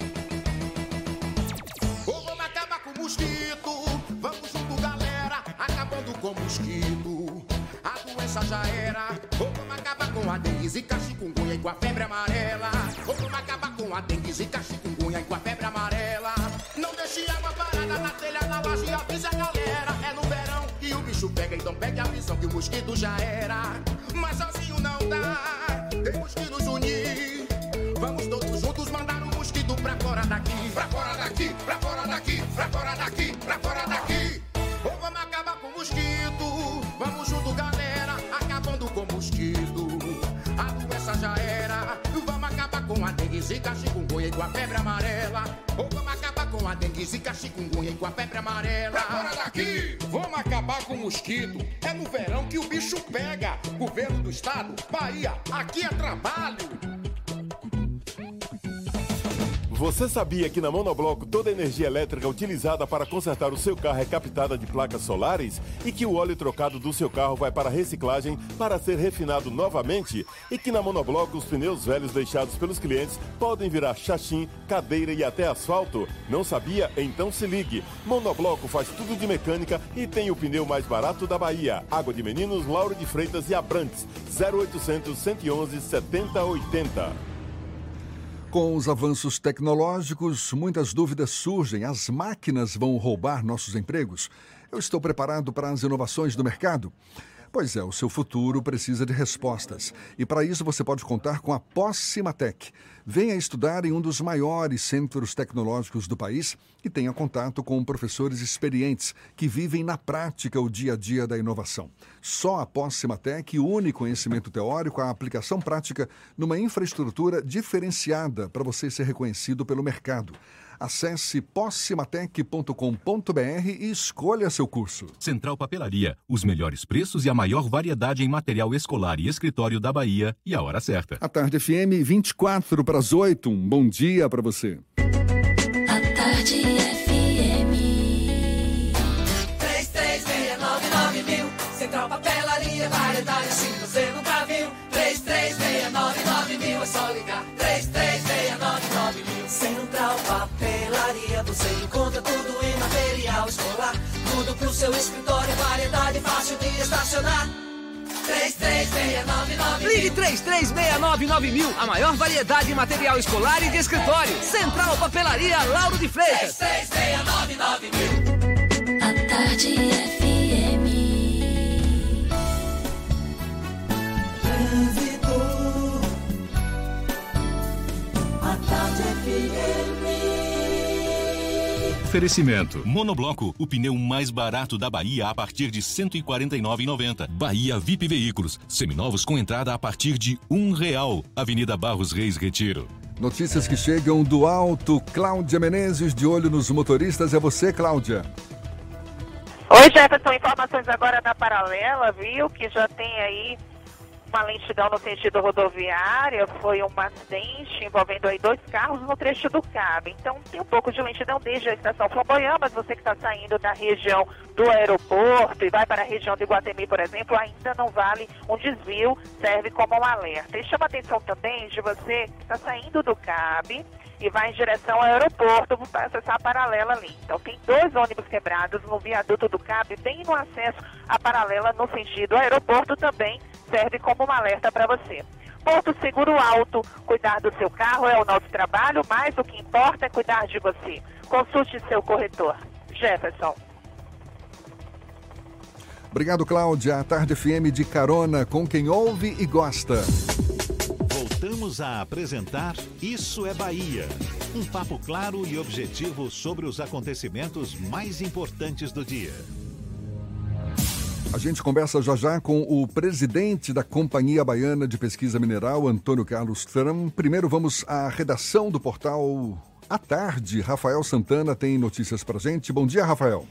Speaker 7: Vamos acabar com o mosquito. Vamos junto, galera. Acabando com o mosquito. A doença já era. Vamos acabar com a dengue, zika, chikungunya e com a febre amarela. Vamos acabar com a dengue, zika, chikungunya e com a febre amarela. Não deixe água parada na telha, na laje e avisa a galera. É no verão que o bicho pega, então pegue a visão que o mosquito já era. Mas sozinho não dá, temos que nos unir. Vamos todos juntos mandar o mosquito pra fora daqui. Pra fora daqui, pra fora daqui, pra fora daqui, pra fora daqui. Ou vamos acabar com o mosquito. Vamos junto, galera, acabando com o mosquito. A doença já era. Vamos acabar com a dengue, zika, chikungunya e com a febre amarela. Ou vamos acabar com a dengue, zika, chikungunya e com a febre amarela. Pra fora daqui, vamos acabar com o mosquito. É no verão que o bicho pega. Governo do estado, Bahia, aqui é trabalho.
Speaker 11: Você sabia que na Monobloco toda a energia elétrica utilizada para consertar o seu carro é captada de placas solares? E que o óleo trocado do seu carro vai para reciclagem para ser refinado novamente? E que na Monobloco os pneus velhos deixados pelos clientes podem virar chachim, cadeira e até asfalto? Não sabia? Então se ligue. Monobloco faz tudo de mecânica e tem o pneu mais barato da Bahia. Água de Meninos, Lauro de Freitas e Abrantes. 0800 111 7080.
Speaker 4: Com os avanços tecnológicos, muitas dúvidas surgem. As máquinas vão roubar nossos empregos? Eu estou preparado para as inovações do mercado? Pois é, o seu futuro precisa de respostas. E para isso você pode contar com a Pós-Cimatec. Venha estudar em um dos maiores centros tecnológicos do país e tenha contato com professores experientes que vivem na prática o dia a dia da inovação. Só a Pós-Cimatec une conhecimento teórico à aplicação prática numa infraestrutura diferenciada para você ser reconhecido pelo mercado. Acesse poscimatec.com.br e escolha seu curso.
Speaker 3: Central Papelaria, os melhores preços e a maior variedade em material escolar e escritório da Bahia e a hora certa.
Speaker 4: A Tarde FM, 24 para as 8. Um bom dia para você.
Speaker 12: A Tarde FM.
Speaker 17: 33699000. Central Papelaria, variedade assim você nunca viu. 33699000. É só ligar. 33699000. Central Papelaria, você encontra tudo em material escolar. Tudo pro seu escritório, variedade fácil de estacionar. 33699000.
Speaker 8: Ligue 33699000. A maior variedade em material escolar e de escritório. Central Papelaria, Lauro de Freitas.
Speaker 12: 33699000. A Tarde FM.
Speaker 17: A Tarde FM.
Speaker 3: Oferecimento. Monobloco, o pneu mais barato da Bahia a partir de R$ 149,90. Bahia VIP Veículos, seminovos com entrada a partir de R$1. Avenida Barros Reis, Retiro.
Speaker 4: Notícias que chegam do alto. Cláudia Menezes, de olho nos motoristas. É você, Cláudia.
Speaker 13: Oi, Jefferson, informações agora da Paralela, viu? Que já tem aí uma lentidão no sentido rodoviário. Foi um acidente envolvendo aí 2 carros no trecho do CAB. Então tem um pouco de lentidão desde a estação Flamboyant, mas você que está saindo da região do aeroporto e vai para a região de Iguatemi, por exemplo, ainda não vale um desvio, serve como um alerta. E chama a atenção também de você que está saindo do CAB e vai em direção ao aeroporto para acessar a Paralela ali. Então tem 2 ônibus quebrados no viaduto do CAB, bem no acesso à Paralela no sentido aeroporto, também serve como um alerta para você. Porto Seguro Alto, cuidar do seu carro é o nosso trabalho, mas o que importa é cuidar de você. Consulte seu corretor. Jefferson.
Speaker 4: Obrigado, Cláudia. A Tarde FM de carona com quem ouve e gosta.
Speaker 2: Voltamos a apresentar Isso é Bahia. Um papo claro e objetivo sobre os acontecimentos mais importantes do dia.
Speaker 4: A gente conversa já já com o presidente da Companhia Baiana de Pesquisa Mineral, Antônio Carlos Tram. Primeiro vamos à redação do portal À Tarde. Rafael Santana tem notícias pra gente. Bom dia, Rafael.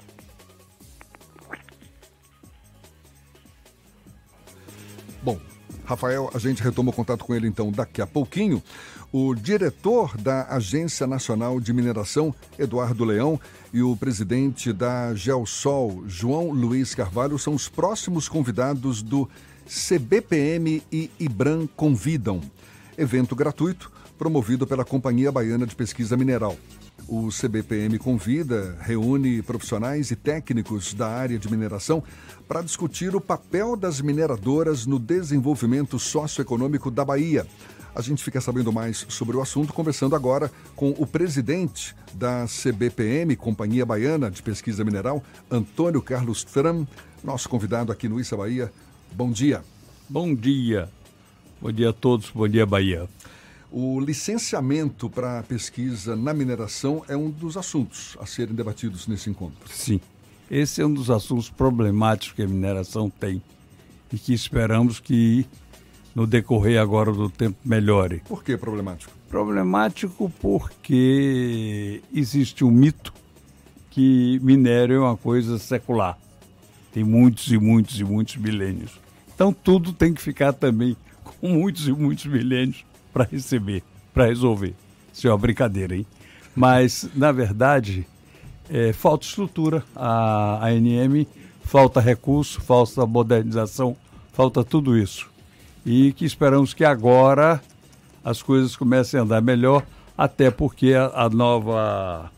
Speaker 4: Bom, Rafael, a gente retoma o contato com ele então daqui a pouquinho. O diretor da Agência Nacional de Mineração, Eduardo Leão, e o presidente da Geosol, João Luiz Carvalho, são os próximos convidados do CBPM e IBRAM Convidam, evento gratuito promovido pela Companhia Baiana de Pesquisa Mineral. O CBPM Convida reúne profissionais e técnicos da área de mineração para discutir o papel das mineradoras no desenvolvimento socioeconômico da Bahia. A gente fica sabendo mais sobre o assunto conversando agora com o presidente da CBPM, Companhia Baiana de Pesquisa Mineral, Antônio Carlos Tram, nosso convidado aqui no Isso é Bahia. Bom dia.
Speaker 18: Bom dia. Bom dia a todos. Bom dia, Bahia.
Speaker 4: O licenciamento para pesquisa na mineração é um dos assuntos a serem debatidos nesse encontro.
Speaker 18: Sim. Esse é um dos assuntos problemáticos que a mineração tem e que esperamos que no decorrer agora do tempo melhore.
Speaker 4: Por que problemático?
Speaker 18: Problemático porque existe um mito que minério é uma coisa secular. Tem muitos e muitos e muitos milênios. Então tudo tem que ficar também com muitos e muitos milênios para receber, para resolver. Isso é uma brincadeira, hein? Mas, na verdade, falta estrutura. A ANM, falta recurso, falta modernização, falta tudo isso. E que esperamos que agora as coisas comecem a andar melhor, até porque a nova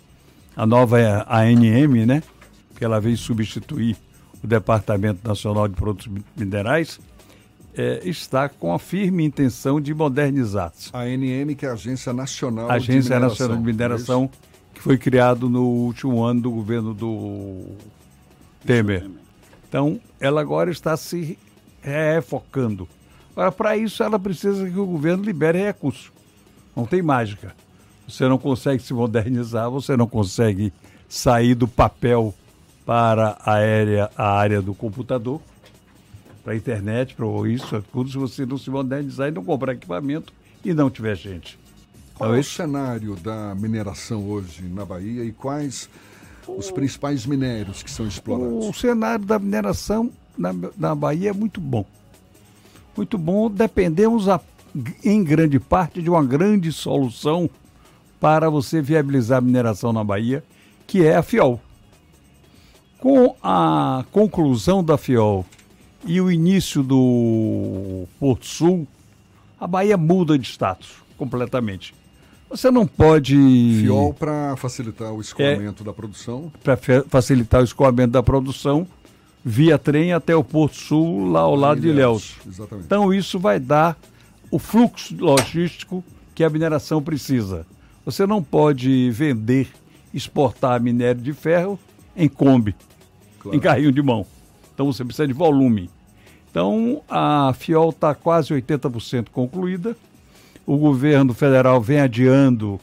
Speaker 18: ANM, né, que ela veio substituir o Departamento Nacional de Produtos Minerais, está com a firme intenção de modernizar-se.
Speaker 4: A ANM, que é a Agência Nacional
Speaker 18: de Mineração, que foi criado no último ano do governo do Temer. Então, ela agora está se refocando. Agora, para isso, ela precisa que o governo libere recursos. Não tem mágica. Você não consegue se modernizar, você não consegue sair do papel para a área do computador, para a internet, para isso, tudo, se você não se modernizar e não comprar equipamento e não tiver gente.
Speaker 4: Qual é o cenário da mineração hoje na Bahia e quais os principais minérios que são explorados?
Speaker 18: O cenário da mineração na Bahia é muito bom. Muito bom, dependemos em grande parte de uma grande solução para você viabilizar a mineração na Bahia, que é a FIOL. Com a conclusão da FIOL e o início do Porto Sul, a Bahia muda de status completamente. Você não pode...
Speaker 4: FIOL para facilitar o escoamento da produção.
Speaker 18: Para facilitar o escoamento da produção, via trem até o Porto Sul, lá ao lado de Ilhéus.
Speaker 4: Exatamente.
Speaker 18: Então isso vai dar o fluxo logístico que a mineração precisa. Você não pode vender, exportar minério de ferro em Kombi, claro, em carrinho de mão. Então você precisa de volume. Então a FIOL está quase 80% concluída. O governo federal vem adiando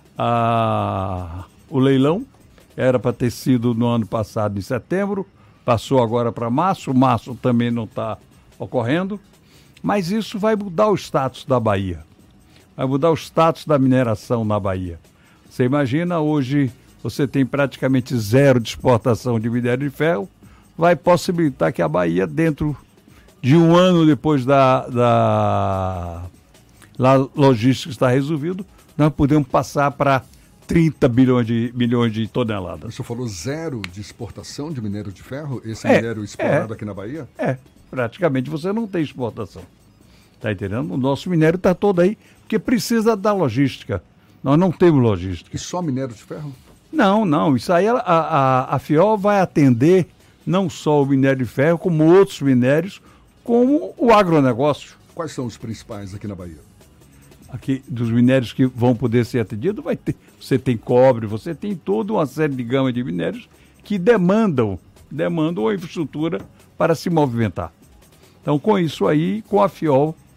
Speaker 18: o leilão. Era para ter sido no ano passado, em setembro. Passou agora para março. Março também não está ocorrendo. Mas isso vai mudar o status da Bahia. Vai mudar o status da mineração na Bahia. Você imagina, hoje você tem praticamente zero de exportação de minério de ferro. Vai possibilitar que a Bahia, dentro de um ano depois da logística estar resolvido, nós podemos passar para 30 milhões de toneladas.
Speaker 4: Você falou zero de exportação de minério de ferro? Esse minério explorado aqui na Bahia?
Speaker 18: Praticamente você não tem exportação. Está entendendo? O nosso minério está todo aí, porque precisa da logística. Nós não temos logística.
Speaker 4: E só minério de ferro?
Speaker 18: Não. Isso aí a FIOL vai atender não só o minério de ferro, como outros minérios, como o agronegócio.
Speaker 4: Quais são os principais aqui na Bahia?
Speaker 18: Aqui, dos minérios que vão poder ser atendidos, você tem cobre, você tem toda uma série de gama de minérios que demandam a infraestrutura para se movimentar. Então, com isso aí, com a FIOL,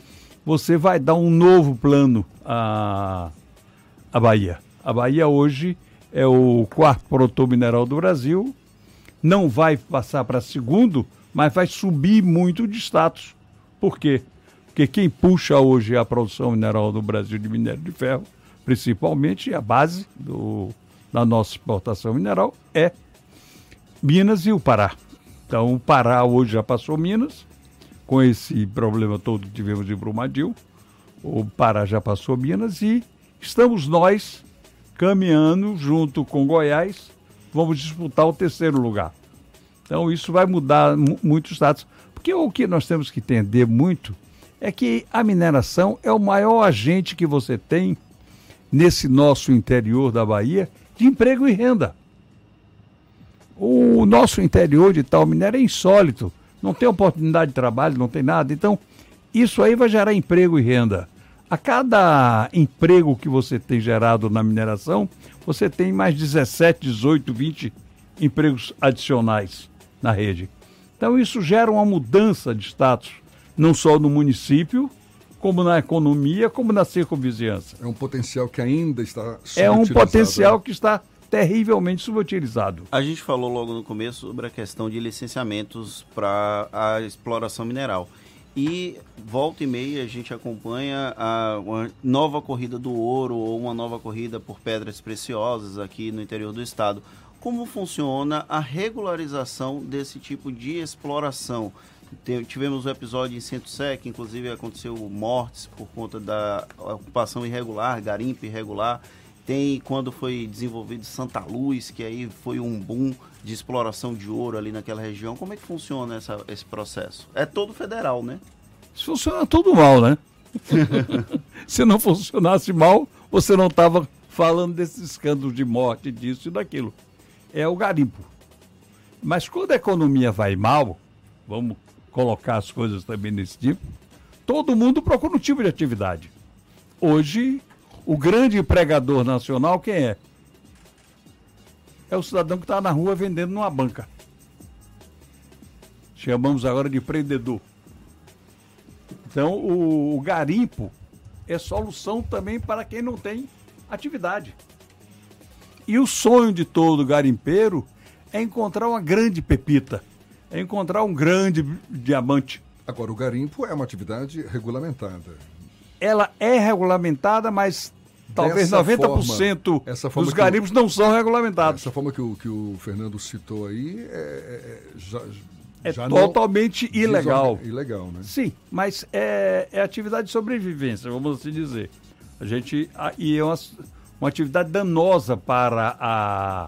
Speaker 18: você vai dar um novo plano à Bahia. A Bahia hoje é o 4º produtor mineral do Brasil, não vai passar para segundo, mas vai subir muito de status. Por quê? Porque quem puxa hoje a produção mineral do Brasil de minério de ferro, principalmente a base da nossa exportação mineral, é Minas e o Pará. Então o Pará hoje já passou Minas, com esse problema todo que tivemos em Brumadinho. O Pará já passou Minas e estamos nós caminhando junto com Goiás, vamos disputar o 3º lugar. Então isso vai mudar muito o status. Porque o que nós temos que entender muito é que a mineração é o maior agente que você tem nesse nosso interior da Bahia de emprego e renda. O nosso interior de tal minério é insólito. Não tem oportunidade de trabalho, não tem nada. Então, isso aí vai gerar emprego e renda. A cada emprego que você tem gerado na mineração, você tem mais 17, 18, 20 empregos adicionais na rede. Então, isso gera uma mudança de status, não só no município, como na economia, como na circunvizinhança.
Speaker 4: É um potencial que ainda está subutilizado.
Speaker 18: É um potencial que está terrivelmente subutilizado.
Speaker 5: A gente falou logo no começo sobre a questão de licenciamentos para a exploração mineral. E volta e meia a gente acompanha uma nova corrida do ouro ou uma nova corrida por pedras preciosas aqui no interior do estado. Como funciona a regularização desse tipo de exploração? Tivemos um episódio em Centro-Sé, que inclusive aconteceu mortes por conta da ocupação irregular, garimpo irregular. Tem quando foi desenvolvido Santa Luz, que aí foi um boom de exploração de ouro ali naquela região. Como é que funciona esse processo? É todo federal, né?
Speaker 18: Isso funciona tudo mal, né? Se não funcionasse mal, você não estava falando desses escândalos de morte, disso e daquilo. É o garimpo. Mas quando a economia vai mal, vamos colocar as coisas também nesse tipo, todo mundo procura um tipo de atividade. Hoje, o grande empregador nacional, quem é? É o cidadão que está na rua vendendo numa banca. Chamamos agora de empreendedor. Então, o garimpo é solução também para quem não tem atividade. E o sonho de todo garimpeiro é encontrar uma grande pepita, é encontrar um grande diamante.
Speaker 4: Agora, o garimpo é uma atividade regulamentada.
Speaker 18: Ela é regulamentada, mas talvez 90% dos garimpos não são regulamentados.
Speaker 4: Essa forma que o Fernando citou aí já
Speaker 18: totalmente ilegal.
Speaker 4: Ilegal, né?
Speaker 18: Sim, mas é atividade de sobrevivência, vamos assim dizer. E é uma atividade danosa para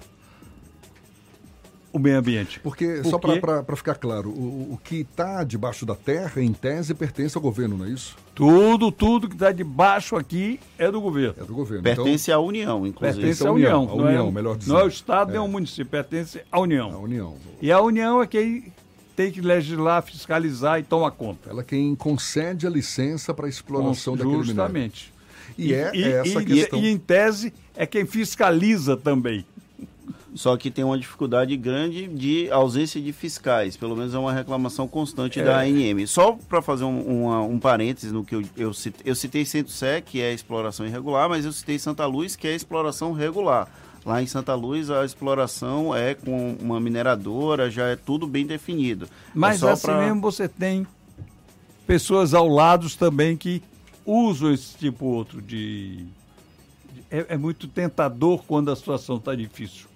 Speaker 18: o meio ambiente.
Speaker 4: Porque só para ficar claro, o que está debaixo da terra, em tese, pertence ao governo, não é isso?
Speaker 18: Tudo que está debaixo aqui é do governo.
Speaker 4: É do governo.
Speaker 5: Pertence à União, inclusive.
Speaker 18: Pertence à União.
Speaker 4: A União, melhor dizendo.
Speaker 18: Não é o Estado, nem o município, pertence à União.
Speaker 4: A União.
Speaker 18: E a União é quem tem que legislar, fiscalizar e tomar conta.
Speaker 4: Ela é quem concede a licença para a exploração daquele minério.
Speaker 18: Justamente.
Speaker 4: E essa questão.
Speaker 18: E em tese é quem fiscaliza também.
Speaker 5: Só que tem uma dificuldade grande de ausência de fiscais, pelo menos é uma reclamação constante da ANM. Só para fazer um parênteses no que eu citei Centro-Sé, que é a exploração irregular, mas eu citei Santa Luz, que é a exploração regular. Lá em Santa Luz a exploração é com uma mineradora, já é tudo bem definido.
Speaker 18: Mas assim mesmo você tem pessoas ao lado também que usam esse tipo outro de... É muito tentador quando a situação está difícil.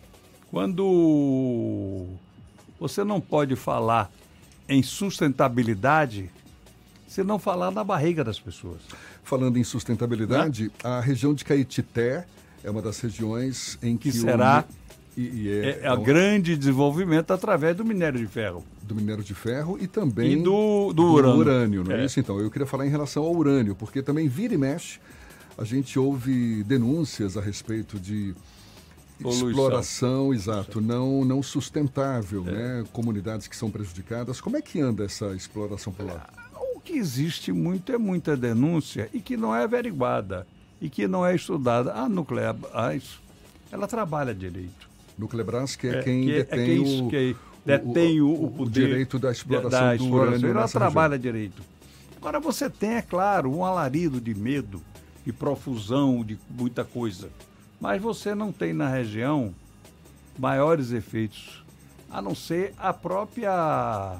Speaker 18: Quando você não pode falar em sustentabilidade, se não falar na barriga das pessoas.
Speaker 4: Falando em sustentabilidade, a região de Caetité é uma das regiões em que
Speaker 18: será grande desenvolvimento através do minério de ferro.
Speaker 4: Do minério de ferro e também
Speaker 18: do urânio.
Speaker 4: Não é isso? Então, eu queria falar em relação ao urânio, porque também vira e mexe, a gente ouve denúncias a respeito de poluição. Exploração, exato, não sustentável, né? Comunidades que são prejudicadas. Como é que anda essa exploração por lá?
Speaker 18: O que existe muito é muita denúncia e que não é averiguada e que não é estudada. A Nucleabras, ela trabalha direito.
Speaker 4: Nucleabras, que é quem detém
Speaker 18: detém o poder
Speaker 4: direito da exploração do urânio.
Speaker 18: Ela trabalha direito. Agora você tem, é claro, um alarido de medo, de profusão, de muita coisa. Mas você não tem na região maiores efeitos, a não ser a própria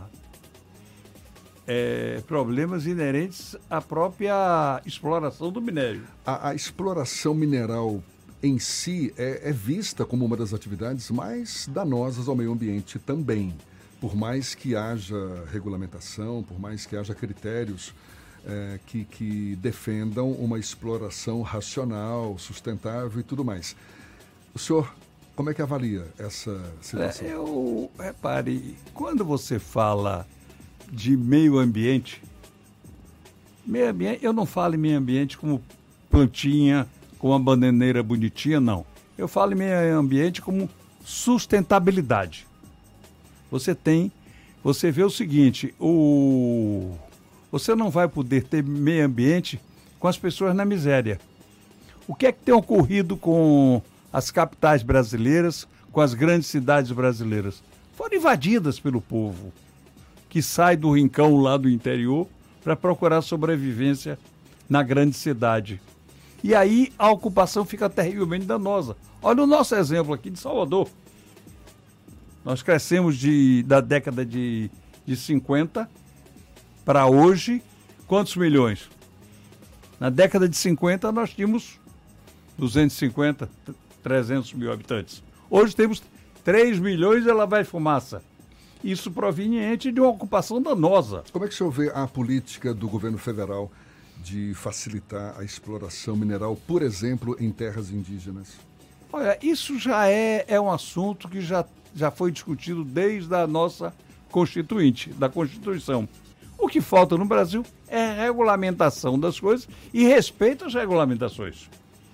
Speaker 18: problemas inerentes à própria exploração do minério.
Speaker 4: A exploração mineral em si é vista como uma das atividades mais danosas ao meio ambiente também. Por mais que haja regulamentação, por mais que haja critérios que defendam uma exploração racional, sustentável e tudo mais. O senhor, como é que avalia essa situação?
Speaker 18: Repare, quando você fala de meio ambiente, eu não falo em meio ambiente como plantinha, com uma bananeira bonitinha, não. Eu falo em meio ambiente como sustentabilidade. Você vê o seguinte, você não vai poder ter meio ambiente com as pessoas na miséria. O que é que tem ocorrido com as capitais brasileiras, com as grandes cidades brasileiras? Foram invadidas pelo povo, que sai do rincão lá do interior para procurar sobrevivência na grande cidade. E aí a ocupação fica terrivelmente danosa. Olha o nosso exemplo aqui de Salvador. Nós crescemos da década de 50 para hoje, quantos milhões? Na década de 50 nós tínhamos 250, 300 mil habitantes. Hoje temos 3 milhões e ela vai fumaça. Isso proveniente de uma ocupação danosa.
Speaker 4: Como é que o senhor vê a política do governo federal de facilitar a exploração mineral, por exemplo, em terras indígenas?
Speaker 18: Olha, isso já é um assunto que já foi discutido desde a nossa Constituinte, da Constituição. O que falta no Brasil é regulamentação das coisas e respeito às regulamentações.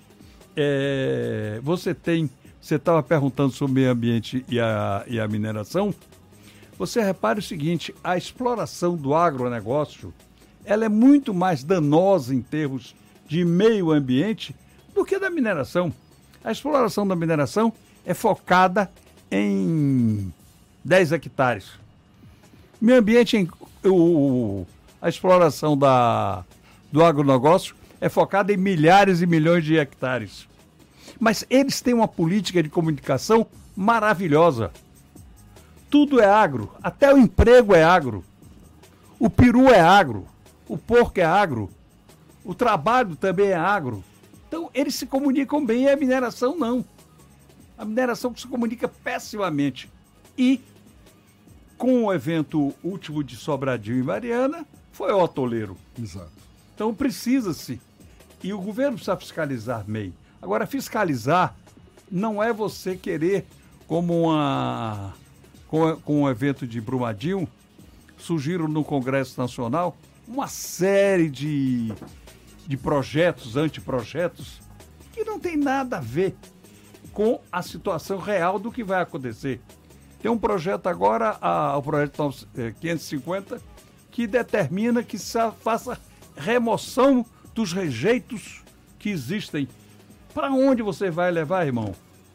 Speaker 18: Você estava perguntando sobre o meio ambiente e a mineração. Você repare o seguinte, a exploração do agronegócio, ela é muito mais danosa em termos de meio ambiente do que da mineração. A exploração da mineração é focada em 10 hectares. Meio ambiente, a exploração do agronegócio é focada em milhares e milhões de hectares. Mas eles têm uma política de comunicação maravilhosa. Tudo é agro, até o emprego é agro. O peru é agro, o porco é agro, o trabalho também é agro. Então, eles se comunicam bem e a mineração não. A mineração se comunica pessimamente. E, com o evento último de Sobradinho e Mariana, foi o atoleiro.
Speaker 4: Exato.
Speaker 18: Então, precisa-se. E o governo precisa fiscalizar MEI. Agora, fiscalizar não é você querer, como com o evento de Brumadinho, surgiram no Congresso Nacional uma série de projetos, anteprojetos, que não tem nada a ver com a situação real do que vai acontecer. Tem um projeto agora, o projeto 550, que determina que se faça remoção dos rejeitos que existem. Para onde você vai levar, irmão?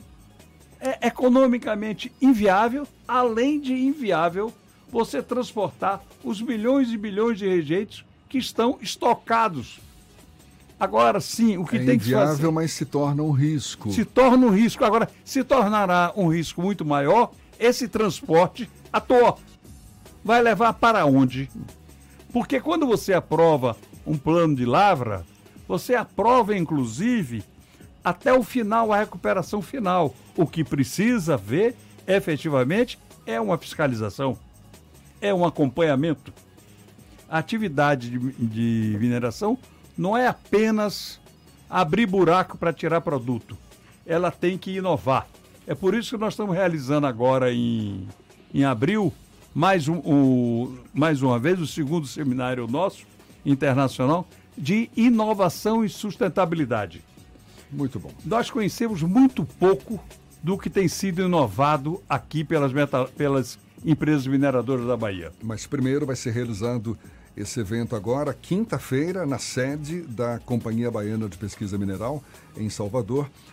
Speaker 18: É economicamente inviável, além de inviável, você transportar os milhões e bilhões de rejeitos que estão estocados. Agora sim, o que tem que se fazer... É
Speaker 4: inviável, mas se torna um risco.
Speaker 18: Se torna um risco. Agora, se tornará um risco muito maior, esse transporte à toa. Vai levar para onde? Porque quando você aprova um plano de lavra, você aprova, inclusive, até o final, a recuperação final. O que precisa ver, efetivamente, é uma fiscalização, é um acompanhamento. A atividade de mineração não é apenas abrir buraco para tirar produto. Ela tem que inovar. É por isso que nós estamos realizando agora, em abril, mais uma vez, o segundo seminário nosso, internacional, de inovação e sustentabilidade.
Speaker 4: Muito bom.
Speaker 18: Nós conhecemos muito pouco do que tem sido inovado aqui pelas empresas mineradoras da Bahia.
Speaker 4: Mas primeiro vai ser realizado esse evento agora, quinta-feira, na sede da Companhia Baiana de Pesquisa Mineral, em Salvador.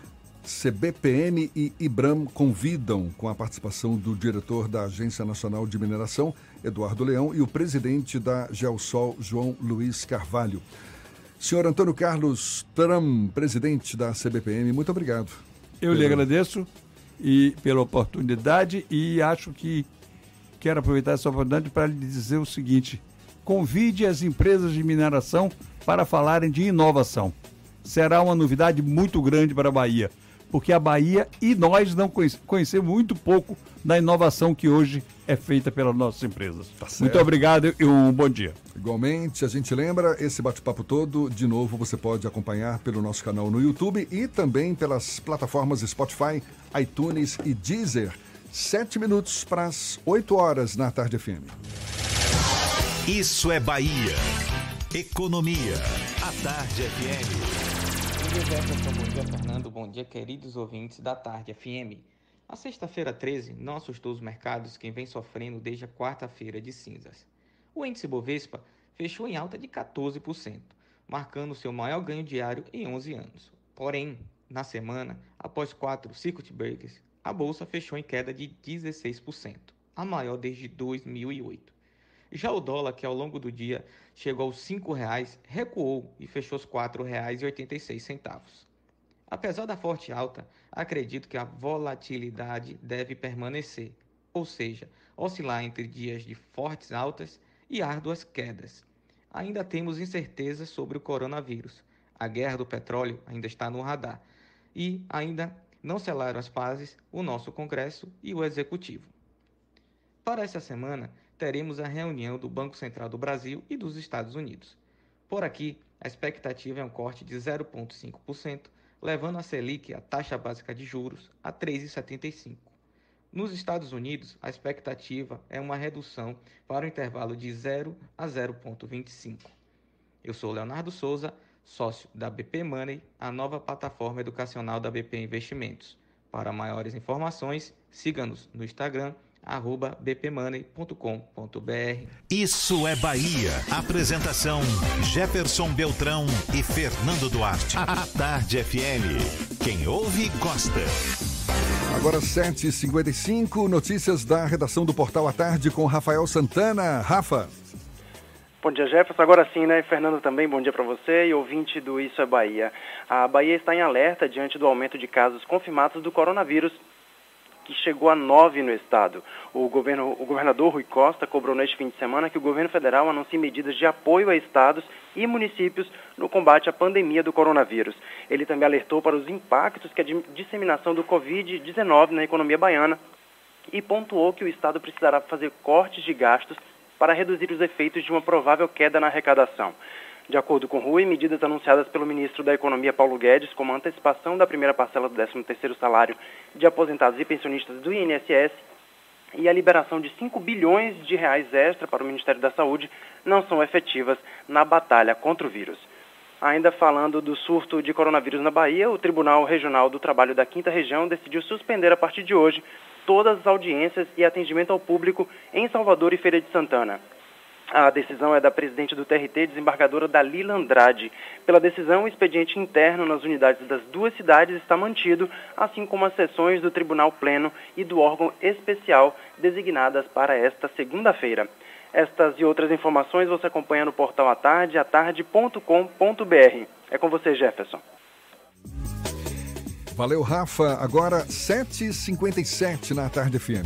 Speaker 4: CBPM e IBRAM convidam, com a participação do diretor da Agência Nacional de Mineração, Eduardo Leão, e o presidente da Geosol, João Luiz Carvalho. Senhor Antônio Carlos Tram, presidente da CBPM, muito obrigado.
Speaker 18: Eu lhe agradeço pela oportunidade e acho que quero aproveitar essa oportunidade para lhe dizer o seguinte: convide as empresas de mineração para falarem de inovação. Será uma novidade muito grande para a Bahia, porque a Bahia e nós não conhecemos muito pouco da inovação que hoje é feita pelas nossas empresas. Muito obrigado e um bom dia.
Speaker 4: Igualmente, a gente lembra, esse bate-papo todo, de novo, você pode acompanhar pelo nosso canal no YouTube e também pelas plataformas Spotify, iTunes e Deezer. 7 minutos para as 8 horas na Tarde FM.
Speaker 2: Isso é Bahia. Economia. A Tarde FM.
Speaker 19: Bom dia, Jefferson. Bom dia, Fernando. Bom dia, queridos ouvintes da Tarde FM. A sexta-feira 13 não assustou os mercados, quem vem sofrendo desde a quarta-feira de cinzas. O índice Bovespa fechou em alta de 14%, marcando seu maior ganho diário em 11 anos. Porém, na semana, após 4 circuit breakers, a bolsa fechou em queda de 16%, a maior desde 2008. Já o dólar, que ao longo do dia chegou aos R$ 5,00, recuou e fechou aos R$ 4,86. Apesar da forte alta, acredito que a volatilidade deve permanecer, ou seja, oscilar entre dias de fortes altas e árduas quedas. Ainda temos incertezas sobre o coronavírus. A guerra do petróleo ainda está no radar e ainda não selaram as pazes o nosso Congresso e o Executivo. Para essa semana, teremos a reunião do Banco Central do Brasil e dos Estados Unidos. Por aqui, a expectativa é um corte de 0,5%, levando a Selic, a taxa básica de juros, a 3,75%. Nos Estados Unidos, a expectativa é uma redução para o intervalo de 0 a 0,25%. Eu sou Leonardo Souza, sócio da BP Money, a nova plataforma educacional da BP Investimentos. Para maiores informações, siga-nos no Instagram, @bpmoney.com.br.
Speaker 2: Isso é Bahia. Apresentação: Jefferson Beltrão e Fernando Duarte. A Tarde FM. Quem ouve, gosta.
Speaker 4: Agora 7h55, notícias da redação do Portal à Tarde com Rafael Santana. Rafa.
Speaker 14: Bom dia, Jefferson. Agora sim, né? Fernando também, bom dia para você e ouvinte do Isso é Bahia. A Bahia está em alerta diante do aumento de casos confirmados do coronavírus, que chegou a 9 no estado. O governador Rui Costa cobrou neste fim de semana que o governo federal anuncie medidas de apoio a estados e municípios no combate à pandemia do coronavírus. Ele também alertou para os impactos que a disseminação do Covid-19 na economia baiana e pontuou que o estado precisará fazer cortes de gastos para reduzir os efeitos de uma provável queda na arrecadação. De acordo com Rui, medidas anunciadas pelo ministro da Economia, Paulo Guedes, como a antecipação da primeira parcela do 13º salário de aposentados e pensionistas do INSS e a liberação de 5 bilhões de reais extra para o Ministério da Saúde, não são efetivas na batalha contra o vírus. Ainda falando do surto de coronavírus na Bahia, o Tribunal Regional do Trabalho da 5ª Região decidiu suspender a partir de hoje todas as audiências e atendimento ao público em Salvador e Feira de Santana. A decisão é da presidente do TRT, desembargadora Dalila Andrade. Pela decisão, o expediente interno nas unidades das duas cidades está mantido, assim como as sessões do Tribunal Pleno e do órgão especial designadas para esta segunda-feira. Estas e outras informações você acompanha no portal atarde, atarde.com.br. É com você, Jefferson.
Speaker 4: Valeu, Rafa. Agora 7h57 na Tarde FM.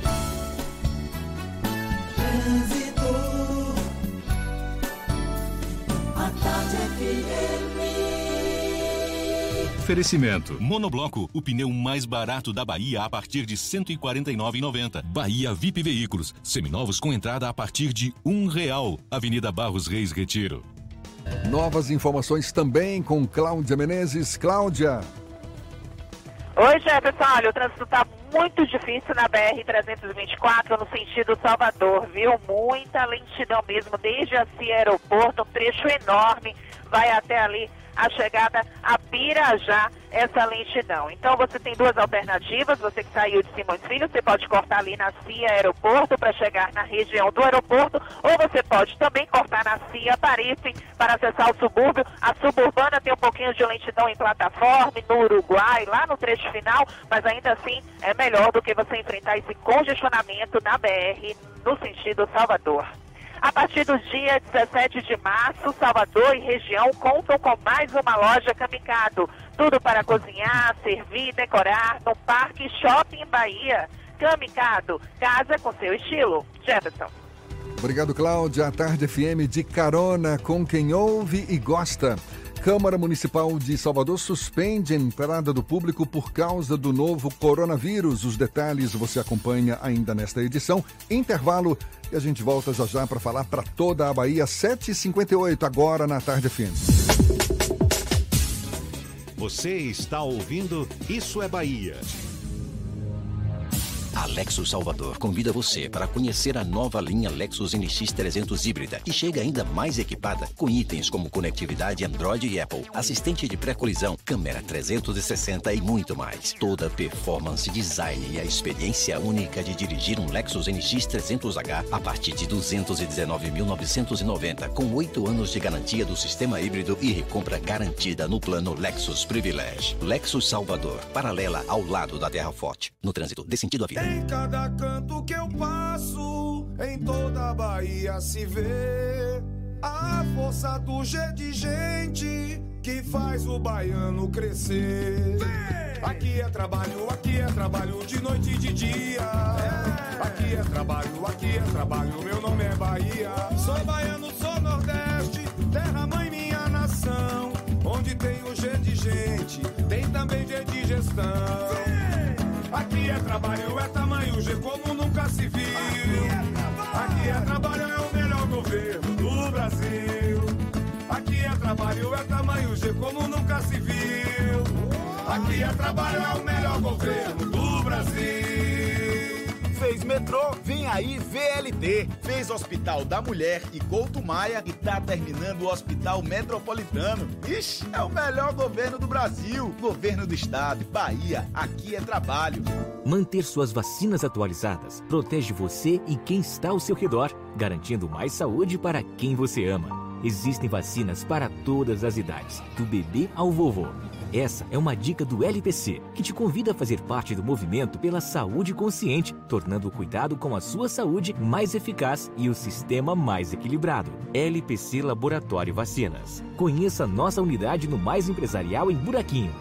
Speaker 3: Oferecimento. Monobloco, o pneu mais barato da Bahia a partir de R$ 149,90. Bahia VIP Veículos, seminovos com entrada a partir de R$1. Avenida Barros Reis, Retiro.
Speaker 4: Novas informações também com Cláudia Menezes. Cláudia.
Speaker 13: Oi, Jefferson. Olha, o trânsito está muito difícil na BR-324 no sentido Salvador, viu? Muita lentidão mesmo, desde a Aeroporto, um trecho enorme, vai até ali a chegada a Pirajá, essa lentidão. Então você tem duas alternativas, você que saiu de Simões Filho, você pode cortar ali na CIA Aeroporto para chegar na região do aeroporto, ou você pode também cortar na CIA Parife para acessar o subúrbio. A suburbana tem um pouquinho de lentidão em plataforma, no Uruguai, lá no trecho final, mas ainda assim é melhor do que você enfrentar esse congestionamento na BR no sentido Salvador. A partir do dia 17 de março, Salvador e região contam com mais uma loja Camicado. Tudo para cozinhar, servir, decorar no Parque Shopping Bahia. Camicado, casa com seu estilo. Jefferson.
Speaker 4: Obrigado, Cláudia. A Tarde FM de carona com quem ouve e gosta. Câmara Municipal de Salvador suspende a entrada do público por causa do novo coronavírus. Os detalhes você acompanha ainda nesta edição. Intervalo e a gente volta já já para falar para toda a Bahia. 7h58 agora na Tarde FM.
Speaker 2: Você está ouvindo Isso é Bahia.
Speaker 20: A Lexus Salvador convida você para conhecer a nova linha Lexus NX 300 híbrida, que chega ainda mais equipada com itens como conectividade Android e Apple, assistente de pré-colisão, câmera 360 e muito mais. Toda a performance, design e a experiência única de dirigir um Lexus NX 300H a partir de R$ 219.990, com 8 anos de garantia do sistema híbrido e recompra garantida no plano Lexus Privilege. Lexus Salvador, paralela ao lado da Terra Forte. No trânsito, dê sentido à vida.
Speaker 9: Em cada canto que eu passo, em toda a Bahia se vê a força do G de gente que faz o baiano crescer. Aqui é trabalho de noite e de dia. Aqui é trabalho, meu nome é Bahia. Sou baiano, sou Nordeste, terra mãe minha nação. Onde tem o G de gente, tem também G de gestão. Aqui é trabalho, é tamanho G como nunca se viu. Aqui é trabalho, é o melhor governo do Brasil. Aqui é trabalho, é tamanho G como nunca se viu. Aqui é trabalho, é o melhor governo do Brasil.
Speaker 10: Fez metrô, vem aí VLT. Fez Hospital da Mulher e Couto Maia e tá terminando o Hospital Metropolitano. Ixi, é o melhor governo do Brasil. Governo do Estado, Bahia, aqui é trabalho.
Speaker 21: Manter suas vacinas atualizadas protege você e quem está ao seu redor, garantindo mais saúde para quem você ama. Existem vacinas para todas as idades, do bebê ao vovô. Essa é uma dica do LPC, que te convida a fazer parte do movimento pela saúde consciente, tornando o cuidado com a sua saúde mais eficaz e o sistema mais equilibrado. LPC Laboratório Vacinas. Conheça nossa unidade no Mais Empresarial em Buraquinho,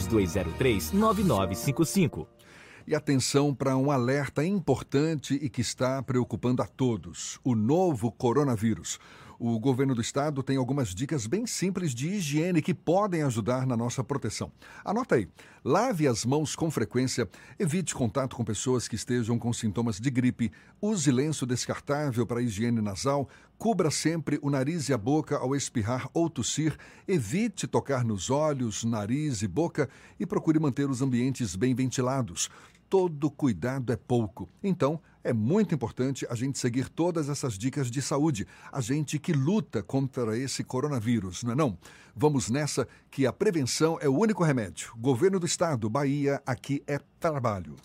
Speaker 21: 2203-9955.
Speaker 4: E atenção para um alerta importante e que está preocupando a todos: o novo coronavírus. O governo do estado tem algumas dicas bem simples de higiene que podem ajudar na nossa proteção. Anota aí: lave as mãos com frequência, evite contato com pessoas que estejam com sintomas de gripe, use lenço descartável para higiene nasal, cubra sempre o nariz e a boca ao espirrar ou tossir, evite tocar nos olhos, nariz e boca e procure manter os ambientes bem ventilados. Todo cuidado é pouco. Então, é muito importante a gente seguir todas essas dicas de saúde. A gente que luta contra esse coronavírus, não é não? Vamos nessa, que a prevenção é o único remédio. Governo do Estado, Bahia, aqui é trabalho.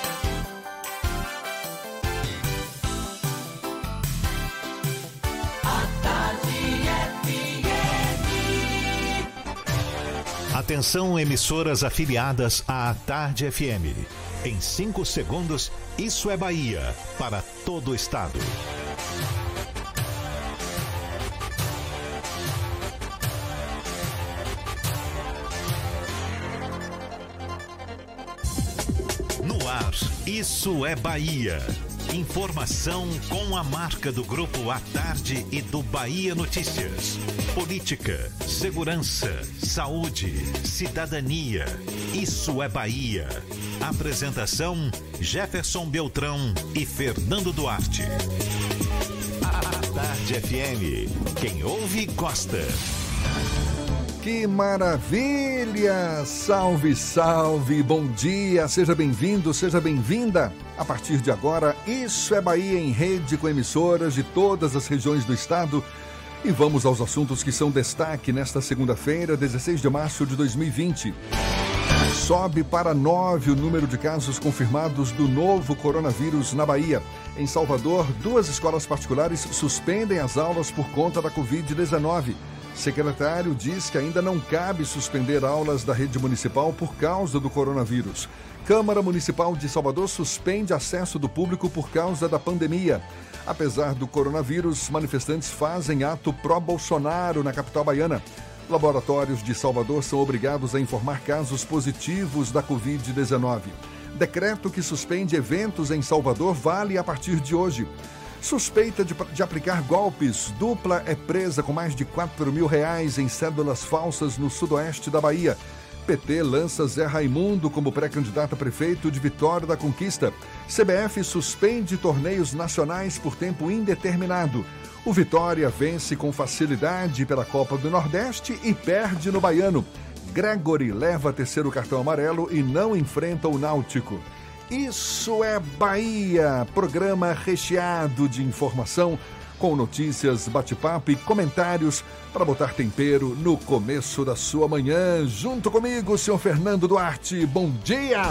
Speaker 2: Atenção, emissoras afiliadas à Tarde FM. Em 5 segundos, Isso é Bahia, para todo o estado. No ar, Isso é Bahia. Informação com a marca do Grupo à Tarde e do Bahia Notícias. Política, segurança, saúde, cidadania. Isso é Bahia. Apresentação: Jefferson Beltrão e Fernando Duarte. A Tarde FM. Quem ouve, gosta.
Speaker 4: Que maravilha! Salve, salve! Bom dia! Seja bem-vindo, seja bem-vinda! A partir de agora, Isso é Bahia em rede com emissoras de todas as regiões do estado. E vamos aos assuntos que são destaque nesta segunda-feira, 16 de março de 2020. Sobe para 9 o número de casos confirmados do novo coronavírus na Bahia. Em Salvador, 2 escolas particulares suspendem as aulas por conta da Covid-19. Secretário diz que ainda não cabe suspender aulas da rede municipal por causa do coronavírus. Câmara Municipal de Salvador suspende acesso do público por causa da pandemia. Apesar do coronavírus, manifestantes fazem ato pró-Bolsonaro na capital baiana. Laboratórios de Salvador são obrigados a informar casos positivos da Covid-19. Decreto que suspende eventos em Salvador vale a partir de hoje. Suspeita de aplicar golpes, dupla é presa com mais de R$4.000 em cédulas falsas no sudoeste da Bahia. PT lança Zé Raimundo como pré-candidato a prefeito de Vitória da Conquista. CBF suspende torneios nacionais por tempo indeterminado. O Vitória vence com facilidade pela Copa do Nordeste e perde no Baiano. Gregory leva terceiro cartão amarelo e não enfrenta o Náutico. Isso é Bahia, programa recheado de informação, com notícias, bate-papo e comentários para botar tempero no começo da sua manhã. Junto comigo, senhor Fernando Duarte. Bom dia!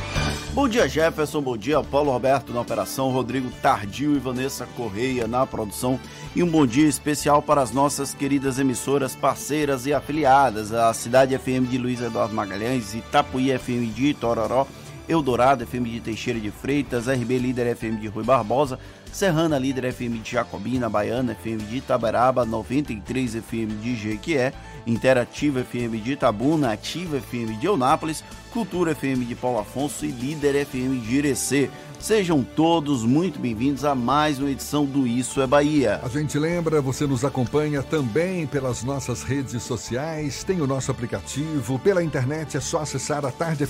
Speaker 5: Bom dia, Jefferson. Bom dia, Paulo Roberto na operação, Rodrigo Tardio e Vanessa Correia na produção. E um bom dia especial para as nossas queridas emissoras parceiras e afiliadas, a Cidade FM de Luiz Eduardo Magalhães, Itapuí FM de Itororó, Eldorado FM de Teixeira de Freitas, RB Líder FM de Rui Barbosa, Serrana Líder FM de Jacobina, Baiana FM de Itaberaba, 93 FM de Jequié, Interativa FM de Itabuna, Ativa FM de Eunápolis, Cultura FM de Paulo Afonso e Líder FM de Irecê. Sejam todos muito bem-vindos a mais uma edição do Isso é Bahia.
Speaker 4: A gente lembra, você nos acompanha também pelas nossas redes sociais, tem o nosso aplicativo, pela internet é só acessar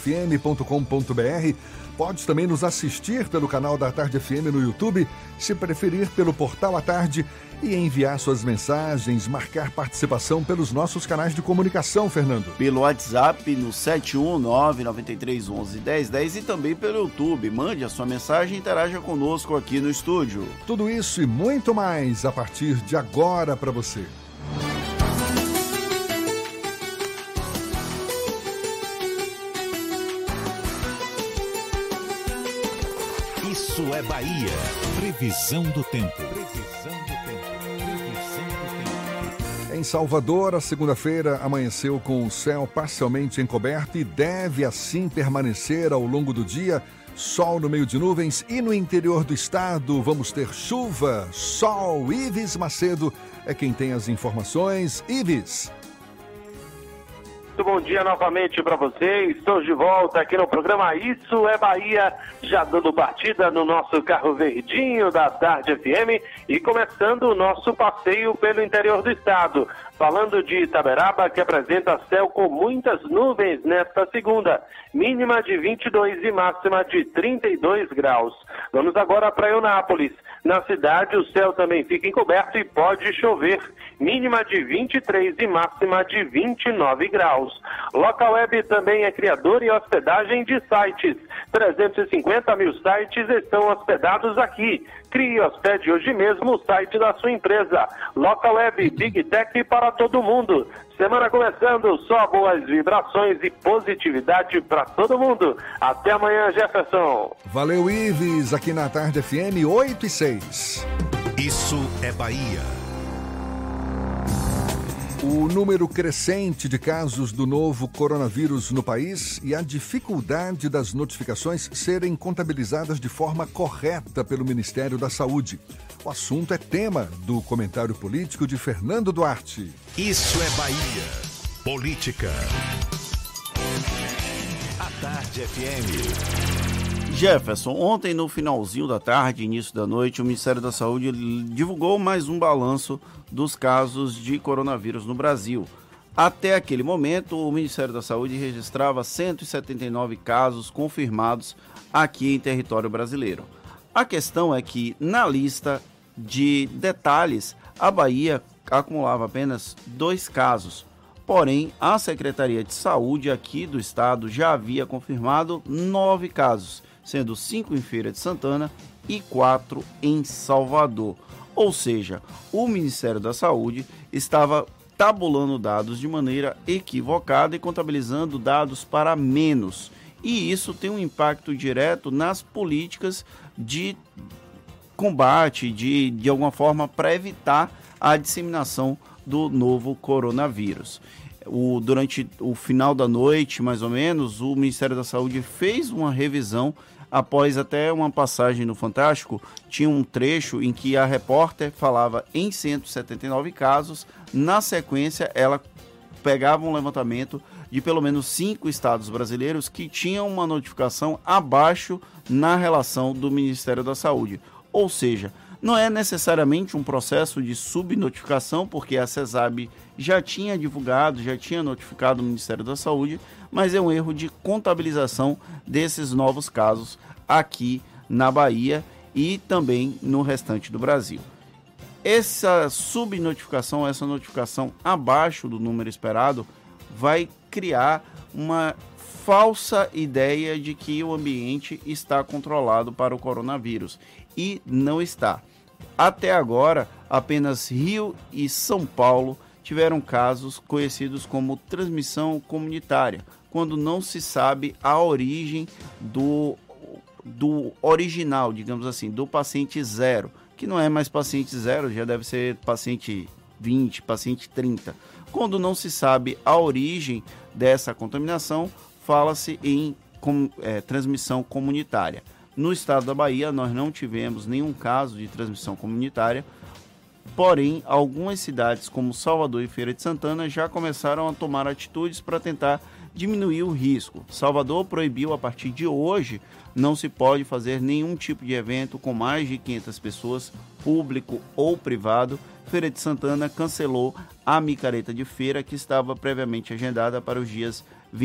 Speaker 4: atardefm.com.br. Pode também nos assistir pelo canal da Tarde FM no YouTube, se preferir pelo Portal à Tarde e enviar suas mensagens, marcar participação pelos nossos canais de comunicação, Fernando.
Speaker 5: Pelo WhatsApp no 71993111010 e também pelo YouTube. Mande a sua mensagem e interaja conosco aqui no estúdio.
Speaker 4: Tudo isso e muito mais a partir de agora para você.
Speaker 2: Isso é Bahia. Previsão do tempo.
Speaker 4: Em Salvador, a segunda-feira amanheceu com o céu parcialmente encoberto e deve assim permanecer ao longo do dia. Sol no meio de nuvens e no interior do estado vamos ter chuva, sol. Ives Macedo é quem tem as informações. Ives.
Speaker 6: Muito bom dia novamente para você. Estou de volta aqui no programa Isso é Bahia, já dando partida no nosso carro verdinho da Tarde FM e começando o nosso passeio pelo interior do estado. Falando de Itaberaba, que apresenta céu com muitas nuvens nesta segunda, mínima de 22 e máxima de 32 graus. Vamos agora para Eunápolis. Na cidade, o céu também fica encoberto e pode chover, mínima de 23 e máxima de 29 graus. Local Web também é criador e hospedagem de sites. 350 mil sites estão hospedados aqui. Crie e hospede hoje mesmo o site da sua empresa. Local Web, Big Tech para todo mundo. Semana começando, só boas vibrações e positividade para todo mundo. Até amanhã, Jefferson.
Speaker 4: Valeu, Ives, aqui na Tarde FM 8 e 6.
Speaker 2: Isso é Bahia.
Speaker 4: O número crescente de casos do novo coronavírus no país e a dificuldade das notificações serem contabilizadas de forma correta pelo Ministério da Saúde. O assunto é tema do comentário político de Fernando Duarte.
Speaker 2: Isso é Bahia. Política. A Tarde FM.
Speaker 5: Jefferson, ontem no finalzinho da tarde, início da noite, o Ministério da Saúde divulgou mais um balanço dos casos de coronavírus no Brasil. Até aquele momento, o Ministério da Saúde registrava 179 casos confirmados aqui em território brasileiro. A questão é que, na lista de detalhes, a Bahia acumulava apenas 2 casos. Porém, a Secretaria de Saúde aqui do estado já havia confirmado 9 casos, sendo 5 em Feira de Santana e 4 em Salvador. Ou seja, o Ministério da Saúde estava tabulando dados de maneira equivocada e contabilizando dados para menos. E isso tem um impacto direto nas políticas de combate, de alguma forma, para evitar a disseminação do novo coronavírus. Durante o final da noite, mais ou menos, o Ministério da Saúde fez uma revisão após até uma passagem no Fantástico. Tinha um trecho em que a repórter falava em 179 casos. Na sequência, ela pegava um levantamento de pelo menos 5 estados brasileiros que tinham uma notificação abaixo na relação do Ministério da Saúde. Ou seja, não é necessariamente um processo de subnotificação, porque a CESAB já tinha divulgado, já tinha notificado o Ministério da Saúde, mas é um erro de contabilização desses novos casos aqui na Bahia e também no restante do Brasil. Essa subnotificação, essa notificação abaixo do número esperado, vai criar uma falsa ideia de que o ambiente está controlado para o coronavírus, e não está. Até agora, apenas Rio e São Paulo tiveram casos conhecidos como transmissão comunitária, quando não se sabe a origem do original, digamos assim, do paciente zero, que não é mais paciente zero, já deve ser paciente 20, paciente 30. Quando não se sabe a origem dessa contaminação, fala-se em transmissão comunitária. No estado da Bahia, nós não tivemos nenhum caso de transmissão comunitária, porém, algumas cidades como Salvador e Feira de Santana já começaram a tomar atitudes para tentar diminuir o risco. Salvador proibiu a partir de hoje, não se pode fazer nenhum tipo de evento com mais de 500 pessoas, público ou privado. Feira de Santana cancelou a micareta de feira que estava previamente agendada para os dias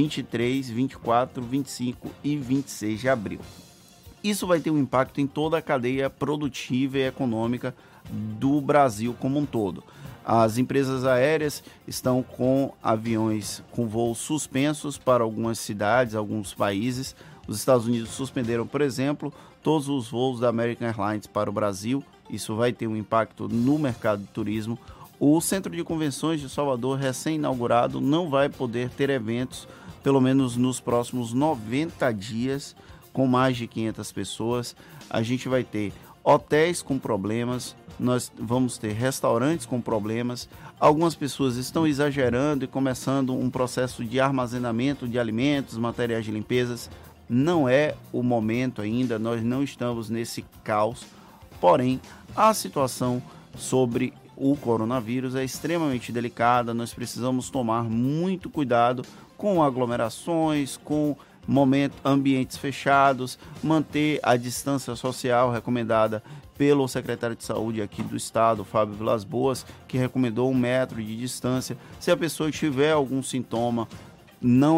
Speaker 5: 23, 24, 25 e 26 de abril. Isso vai ter um impacto em toda a cadeia produtiva e econômica do Brasil como um todo. As empresas aéreas estão com aviões com voos suspensos para algumas cidades, alguns países. Os Estados Unidos suspenderam, por exemplo, todos os voos da American Airlines para o Brasil. Isso vai ter um impacto no mercado de turismo. O Centro de Convenções de Salvador, recém-inaugurado, não vai poder ter eventos, pelo menos nos próximos 90 dias, com mais de 500 pessoas. A gente vai ter hotéis com problemas, nós vamos ter restaurantes com problemas. Algumas pessoas estão exagerando e começando um processo de armazenamento de alimentos, materiais de limpezas. Não é o momento ainda, nós não estamos nesse caos. Porém, a situação sobre o coronavírus é extremamente delicada, nós precisamos tomar muito cuidado com aglomerações, com ambientes fechados, manter a distância social recomendada pelo secretário de saúde aqui do estado, Fábio Vilas Boas, que recomendou 1 metro de distância. Se a pessoa tiver algum sintoma, não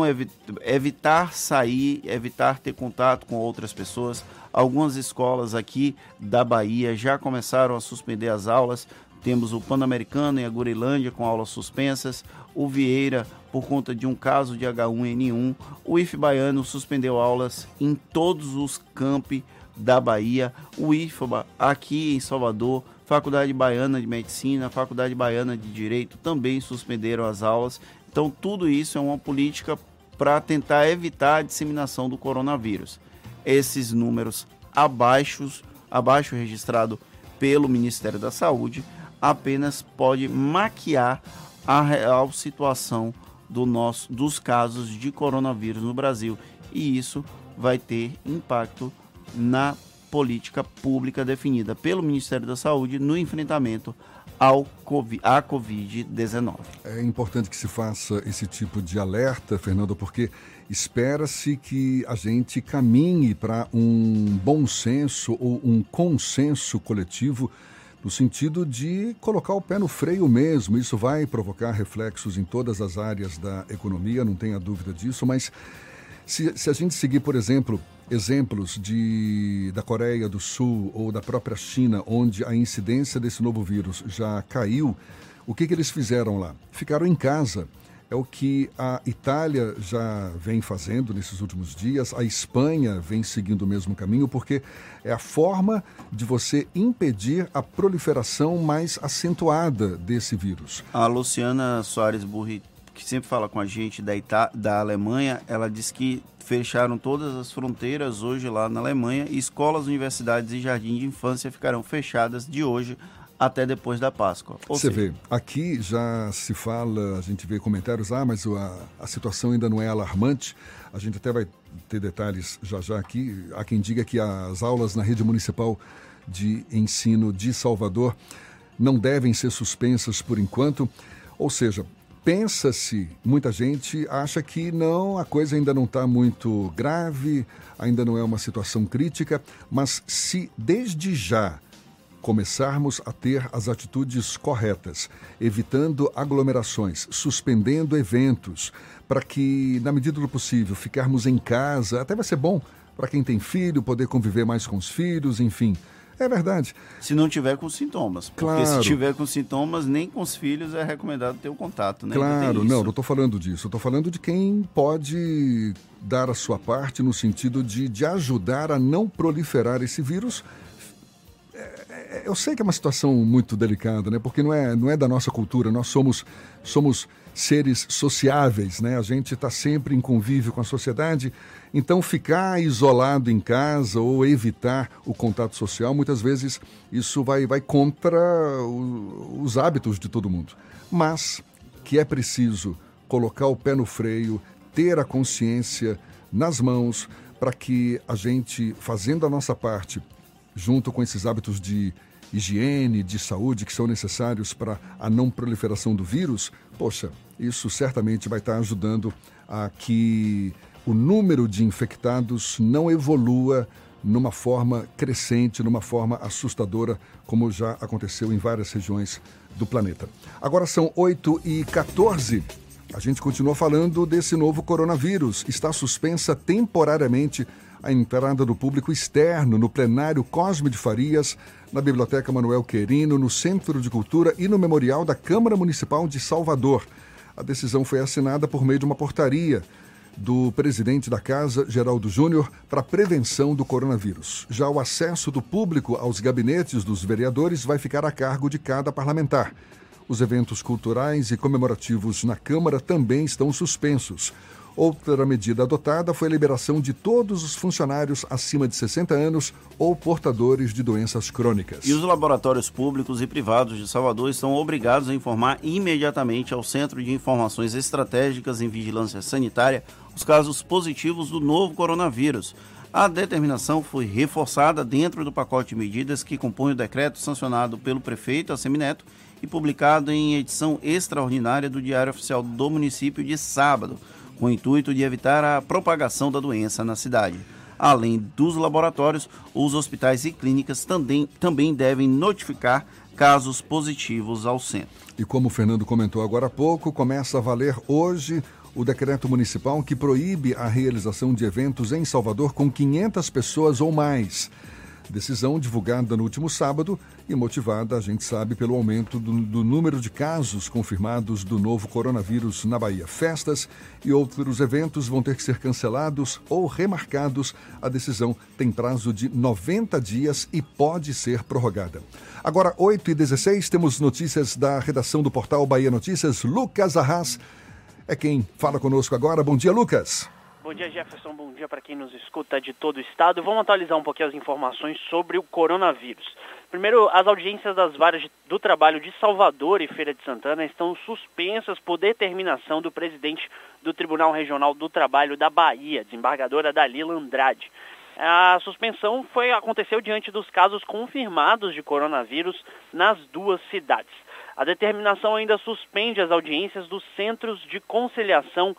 Speaker 5: evitar sair, evitar ter contato com outras pessoas. Algumas escolas aqui da Bahia já começaram a suspender as aulas. Temos o Pan-Americano e a Gurilândia com aulas suspensas, o Vieira por conta de um caso de H1N1, o IF Baiano suspendeu aulas em todos os campi da Bahia, o IFBA aqui em Salvador, Faculdade Baiana de Medicina, Faculdade Baiana de Direito também suspenderam as aulas. Então tudo isso é uma política para tentar evitar a disseminação do coronavírus. Esses números abaixo registrado pelo Ministério da Saúde apenas pode maquiar a real situação dos casos de coronavírus no Brasil, e isso vai ter impacto na política pública definida pelo Ministério da Saúde no enfrentamento à Covid-19.
Speaker 4: É importante que se faça esse tipo de alerta, Fernando, porque espera-se que a gente caminhe para um bom senso ou um consenso coletivo no sentido de colocar o pé no freio mesmo. Isso vai provocar reflexos em todas as áreas da economia, não tenha dúvida disso, mas se a gente seguir, por exemplo, exemplos da Coreia do Sul ou da própria China, onde a incidência desse novo vírus já caiu, o que eles fizeram lá? Ficaram em casa, é o que a Itália já vem fazendo nesses últimos dias, a Espanha vem seguindo o mesmo caminho, porque é a forma de você impedir a proliferação mais acentuada desse vírus.
Speaker 5: A Luciana Soares Burri, que sempre fala com a gente da Alemanha, ela diz que fecharam todas as fronteiras hoje lá na Alemanha e escolas, universidades e jardim de infância ficarão fechadas de hoje até depois da Páscoa.
Speaker 4: Você vê, aqui já se fala, a gente vê comentários, mas a situação ainda não é alarmante. A gente até vai ter detalhes já aqui. Há quem diga que as aulas na rede municipal de ensino de Salvador não devem ser suspensas por enquanto. Ou seja, pensa-se, muita gente acha que não, a coisa ainda não está muito grave, ainda não é uma situação crítica, mas se desde já começarmos a ter as atitudes corretas, evitando aglomerações, suspendendo eventos, para que, na medida do possível, ficarmos em casa, até vai ser bom para quem tem filho, poder conviver mais com os filhos, enfim. É verdade.
Speaker 5: Se não tiver com sintomas. Porque
Speaker 4: Claro.
Speaker 5: se tiver com sintomas, nem com os filhos é recomendado ter o contato, né?
Speaker 4: Claro, não estou falando disso. Estou falando de quem pode dar a sua parte no sentido de ajudar a não proliferar esse vírus. Eu sei que é uma situação muito delicada, né? Porque não é da nossa cultura. Nós somos seres sociáveis, né? A gente está sempre em convívio com a sociedade. Então, ficar isolado em casa ou evitar o contato social, muitas vezes isso vai contra os hábitos de todo mundo. Mas que é preciso colocar o pé no freio, ter a consciência nas mãos para que a gente, fazendo a nossa parte, junto com esses hábitos de higiene, de saúde que são necessários para a não proliferação do vírus, poxa, isso certamente vai estar ajudando a que o número de infectados não evolua numa forma crescente, numa forma assustadora, como já aconteceu em várias regiões do planeta. Agora são 8h14. A gente continua falando desse novo coronavírus. Está suspensa temporariamente a entrada do público externo no plenário Cosme de Farias, na Biblioteca Manuel Querino, no Centro de Cultura e no Memorial da Câmara Municipal de Salvador. A decisão foi assinada por meio de uma portaria do presidente da Casa, Geraldo Júnior, para a prevenção do coronavírus. Já o acesso do público aos gabinetes dos vereadores vai ficar a cargo de cada parlamentar. Os eventos culturais e comemorativos na Câmara também estão suspensos. Outra medida adotada foi a liberação de todos os funcionários acima de 60 anos ou portadores de doenças crônicas.
Speaker 5: E os laboratórios públicos e privados de Salvador estão obrigados a informar imediatamente ao Centro de Informações Estratégicas em Vigilância Sanitária os casos positivos do novo coronavírus. A determinação foi reforçada dentro do pacote de medidas que compõe o decreto sancionado pelo prefeito Assemineto e publicado em edição extraordinária do Diário Oficial do município de sábado, com o intuito de evitar a propagação da doença na cidade. Além dos laboratórios, os hospitais e clínicas também devem notificar casos positivos ao centro.
Speaker 4: E como o Fernando comentou agora há pouco, começa a valer hoje o decreto municipal que proíbe a realização de eventos em Salvador com 500 pessoas ou mais. Decisão divulgada no último sábado e motivada, a gente sabe, pelo aumento do número de casos confirmados do novo coronavírus na Bahia. Festas e outros eventos vão ter que ser cancelados ou remarcados. A decisão tem prazo de 90 dias e pode ser prorrogada. Agora, 8h16, temos notícias da redação do portal Bahia Notícias. Lucas Arras é quem fala conosco agora. Bom dia, Lucas.
Speaker 14: Bom dia, Jefferson. Bom dia para quem nos escuta de todo o estado. Vamos atualizar um pouquinho as informações sobre o coronavírus. Primeiro, as audiências das varas do trabalho de Salvador e Feira de Santana estão suspensas por determinação do presidente do Tribunal Regional do Trabalho da Bahia, desembargadora Dalila Andrade. A suspensão aconteceu diante dos casos confirmados de coronavírus nas duas cidades. A determinação ainda suspende as audiências dos centros de conciliação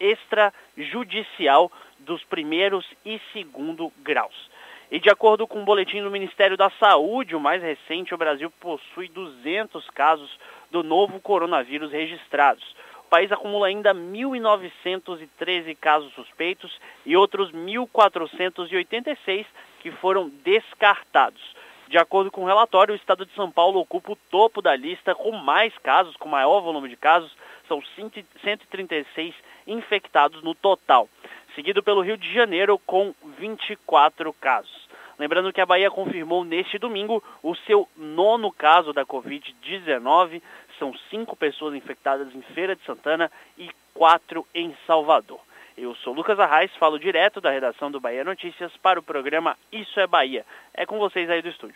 Speaker 14: extrajudicial dos primeiro e segundo graus. E de acordo com o boletim do Ministério da Saúde, o mais recente, o Brasil possui 200 casos do novo coronavírus registrados. O país acumula ainda 1.913 casos suspeitos e outros 1.486 que foram descartados. De acordo com o relatório, o estado de São Paulo ocupa o topo da lista com mais casos, com maior volume de casos, são 136 infectados no total, seguido pelo Rio de Janeiro com 24 casos. Lembrando que a Bahia confirmou neste domingo o seu 9º caso da Covid-19, são 5 pessoas infectadas em Feira de Santana e 4 em Salvador. Eu sou Lucas Arraes, falo direto da redação do Bahia Notícias para o programa Isso é Bahia. É com vocês aí do estúdio.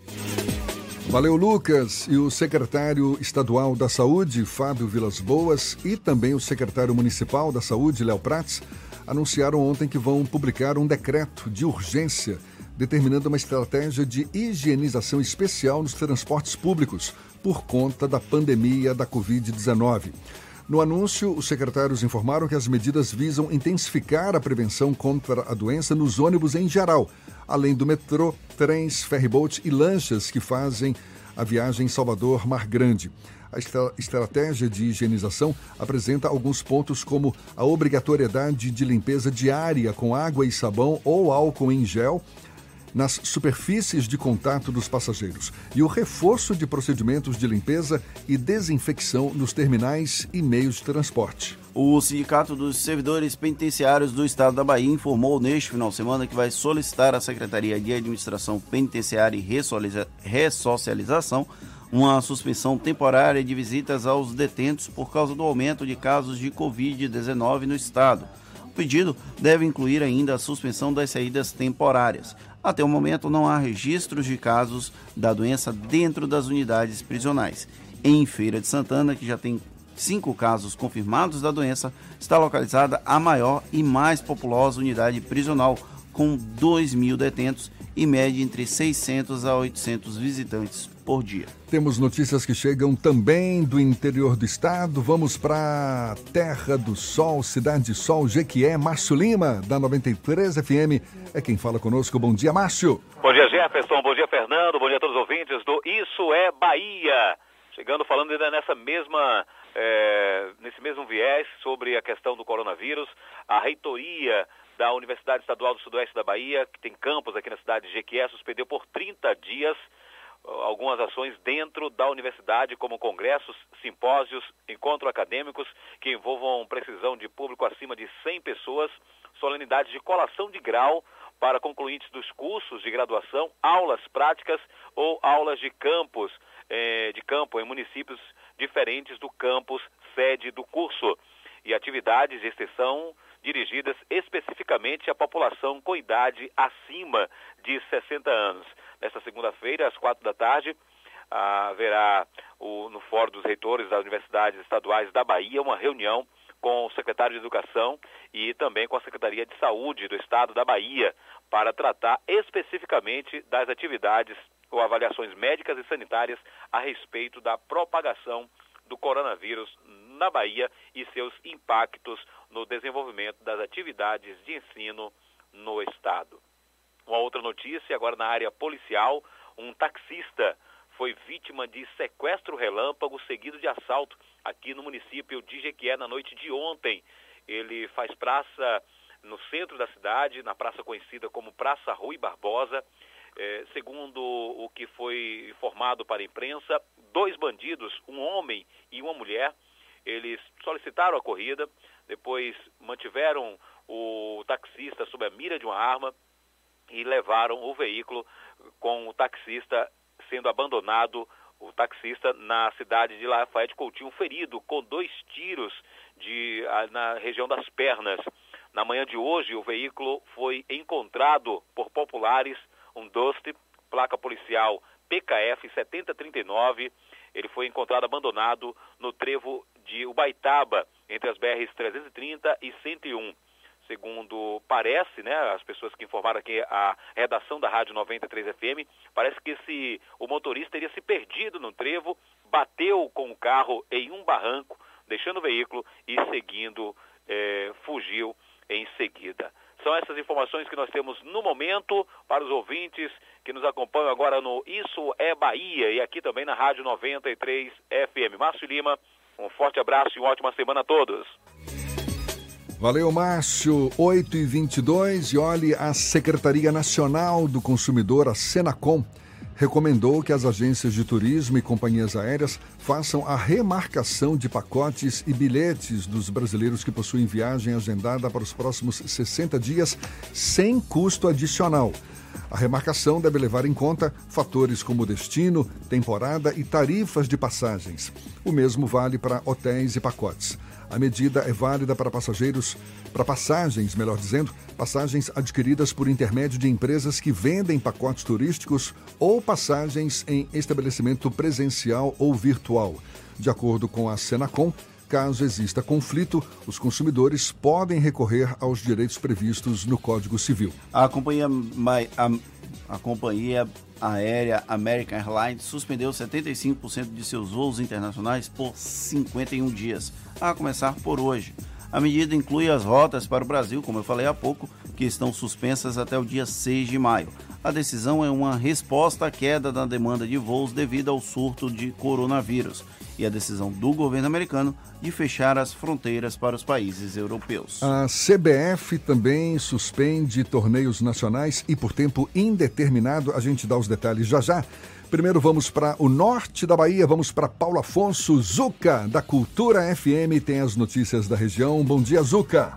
Speaker 4: Valeu, Lucas. E o secretário estadual da Saúde, Fábio Vilas Boas, e também o secretário municipal da Saúde, Léo Prats, anunciaram ontem que vão publicar um decreto de urgência determinando uma estratégia de higienização especial nos transportes públicos por conta da pandemia da Covid-19. No anúncio, os secretários informaram que as medidas visam intensificar a prevenção contra a doença nos ônibus em geral, além do metrô, trens, ferryboat e lanchas que fazem a viagem Salvador-Mar Grande. A estratégia de higienização apresenta alguns pontos como a obrigatoriedade de limpeza diária com água e sabão ou álcool em gel nas superfícies de contato dos passageiros e o reforço de procedimentos de limpeza e desinfecção nos terminais e meios de transporte.
Speaker 5: O Sindicato dos Servidores Penitenciários do Estado da Bahia informou neste final de semana que vai solicitar à Secretaria de Administração Penitenciária e Ressocialização uma suspensão temporária de visitas aos detentos por causa do aumento de casos de Covid-19 no Estado. O pedido deve incluir ainda a suspensão das saídas temporárias. Até o momento, não há registros de casos da doença dentro das unidades prisionais. Em Feira de Santana, que já tem 5 casos confirmados da doença, está localizada a maior e mais populosa unidade prisional, com 2.000 detentos e média entre 600 a 800 visitantes por dia.
Speaker 4: Temos notícias que chegam também do interior do estado. Vamos para Terra do Sol, Cidade Sol, Jequié. Márcio Lima, da 93 FM, é quem fala conosco. Bom dia, Márcio.
Speaker 1: Bom dia, Jefferson. Bom dia, Fernando. Bom dia a todos os ouvintes do Isso é Bahia. Chegando falando ainda nesse mesmo viés sobre a questão do coronavírus, a reitoria da Universidade Estadual do Sudoeste da Bahia, que tem campus aqui na cidade de Jequié, suspendeu por 30 dias algumas ações dentro da universidade, como congressos, simpósios, encontros acadêmicos que envolvam precisão de público acima de 100 pessoas, solenidades de colação de grau para concluintes dos cursos de graduação, aulas práticas ou aulas de campo em municípios diferentes do campus sede do curso, e atividades de extensão dirigidas especificamente à população com idade acima de 60 anos. Nesta segunda-feira, às 4 da tarde, haverá no Fórum dos Reitores das Universidades Estaduais da Bahia uma reunião com o secretário de Educação e também com a Secretaria de Saúde do Estado da Bahia para tratar especificamente das atividades ou avaliações médicas e sanitárias a respeito da propagação do coronavírus na Bahia e seus impactos no desenvolvimento das atividades de ensino no Estado. Uma outra notícia, agora na área policial, um taxista foi vítima de sequestro relâmpago seguido de assalto aqui no município de Jequié na noite de ontem. Ele faz praça no centro da cidade, na praça conhecida como Praça Rui Barbosa. Segundo o que foi informado para a imprensa, 2 bandidos, um homem e uma mulher, eles solicitaram a corrida, depois mantiveram o taxista sob a mira de uma arma e levaram o veículo com o taxista sendo abandonado, o taxista na cidade de Lafayette Coutinho, ferido com 2 tiros na região das pernas. Na manhã de hoje, o veículo foi encontrado por populares, um Dust, placa policial PKF 7039. Ele foi encontrado abandonado no trevo de Ubaitaba, entre as BRs 330 e 101. Segundo parece, as pessoas que informaram aqui a redação da Rádio 93 FM, parece que o motorista teria se perdido no trevo, bateu com o carro em um barranco, deixando o veículo e fugiu em seguida. São essas informações que nós temos no momento para os ouvintes que nos acompanham agora no Isso é Bahia e aqui também na Rádio 93 FM. Márcio Lima, um forte abraço e uma ótima semana a todos.
Speaker 4: Valeu, Márcio. 8h22 e olhe, a Secretaria Nacional do Consumidor, a Senacom, recomendou que as agências de turismo e companhias aéreas façam a remarcação de pacotes e bilhetes dos brasileiros que possuem viagem agendada para os próximos 60 dias sem custo adicional. A remarcação deve levar em conta fatores como destino, temporada e tarifas de passagens. O mesmo vale para hotéis e pacotes. A medida é válida para passagens adquiridas por intermédio de empresas que vendem pacotes turísticos ou passagens em estabelecimento presencial ou virtual. De acordo com a Senacom, caso exista conflito, os consumidores podem recorrer aos direitos previstos no Código Civil.
Speaker 5: A companhia aérea American Airlines suspendeu 75% de seus voos internacionais por 51 dias, a começar por hoje. A medida inclui as rotas para o Brasil, como eu falei há pouco, que estão suspensas até o dia 6 de maio. A decisão é uma resposta à queda da demanda de voos devido ao surto de coronavírus e a decisão do governo americano de fechar as fronteiras para os países europeus.
Speaker 4: A CBF também suspende torneios nacionais e por tempo indeterminado. A gente dá os detalhes já já. Primeiro vamos para o norte da Bahia, vamos para Paulo Afonso. Zuca, da Cultura FM, tem as notícias da região. Bom dia, Zuca.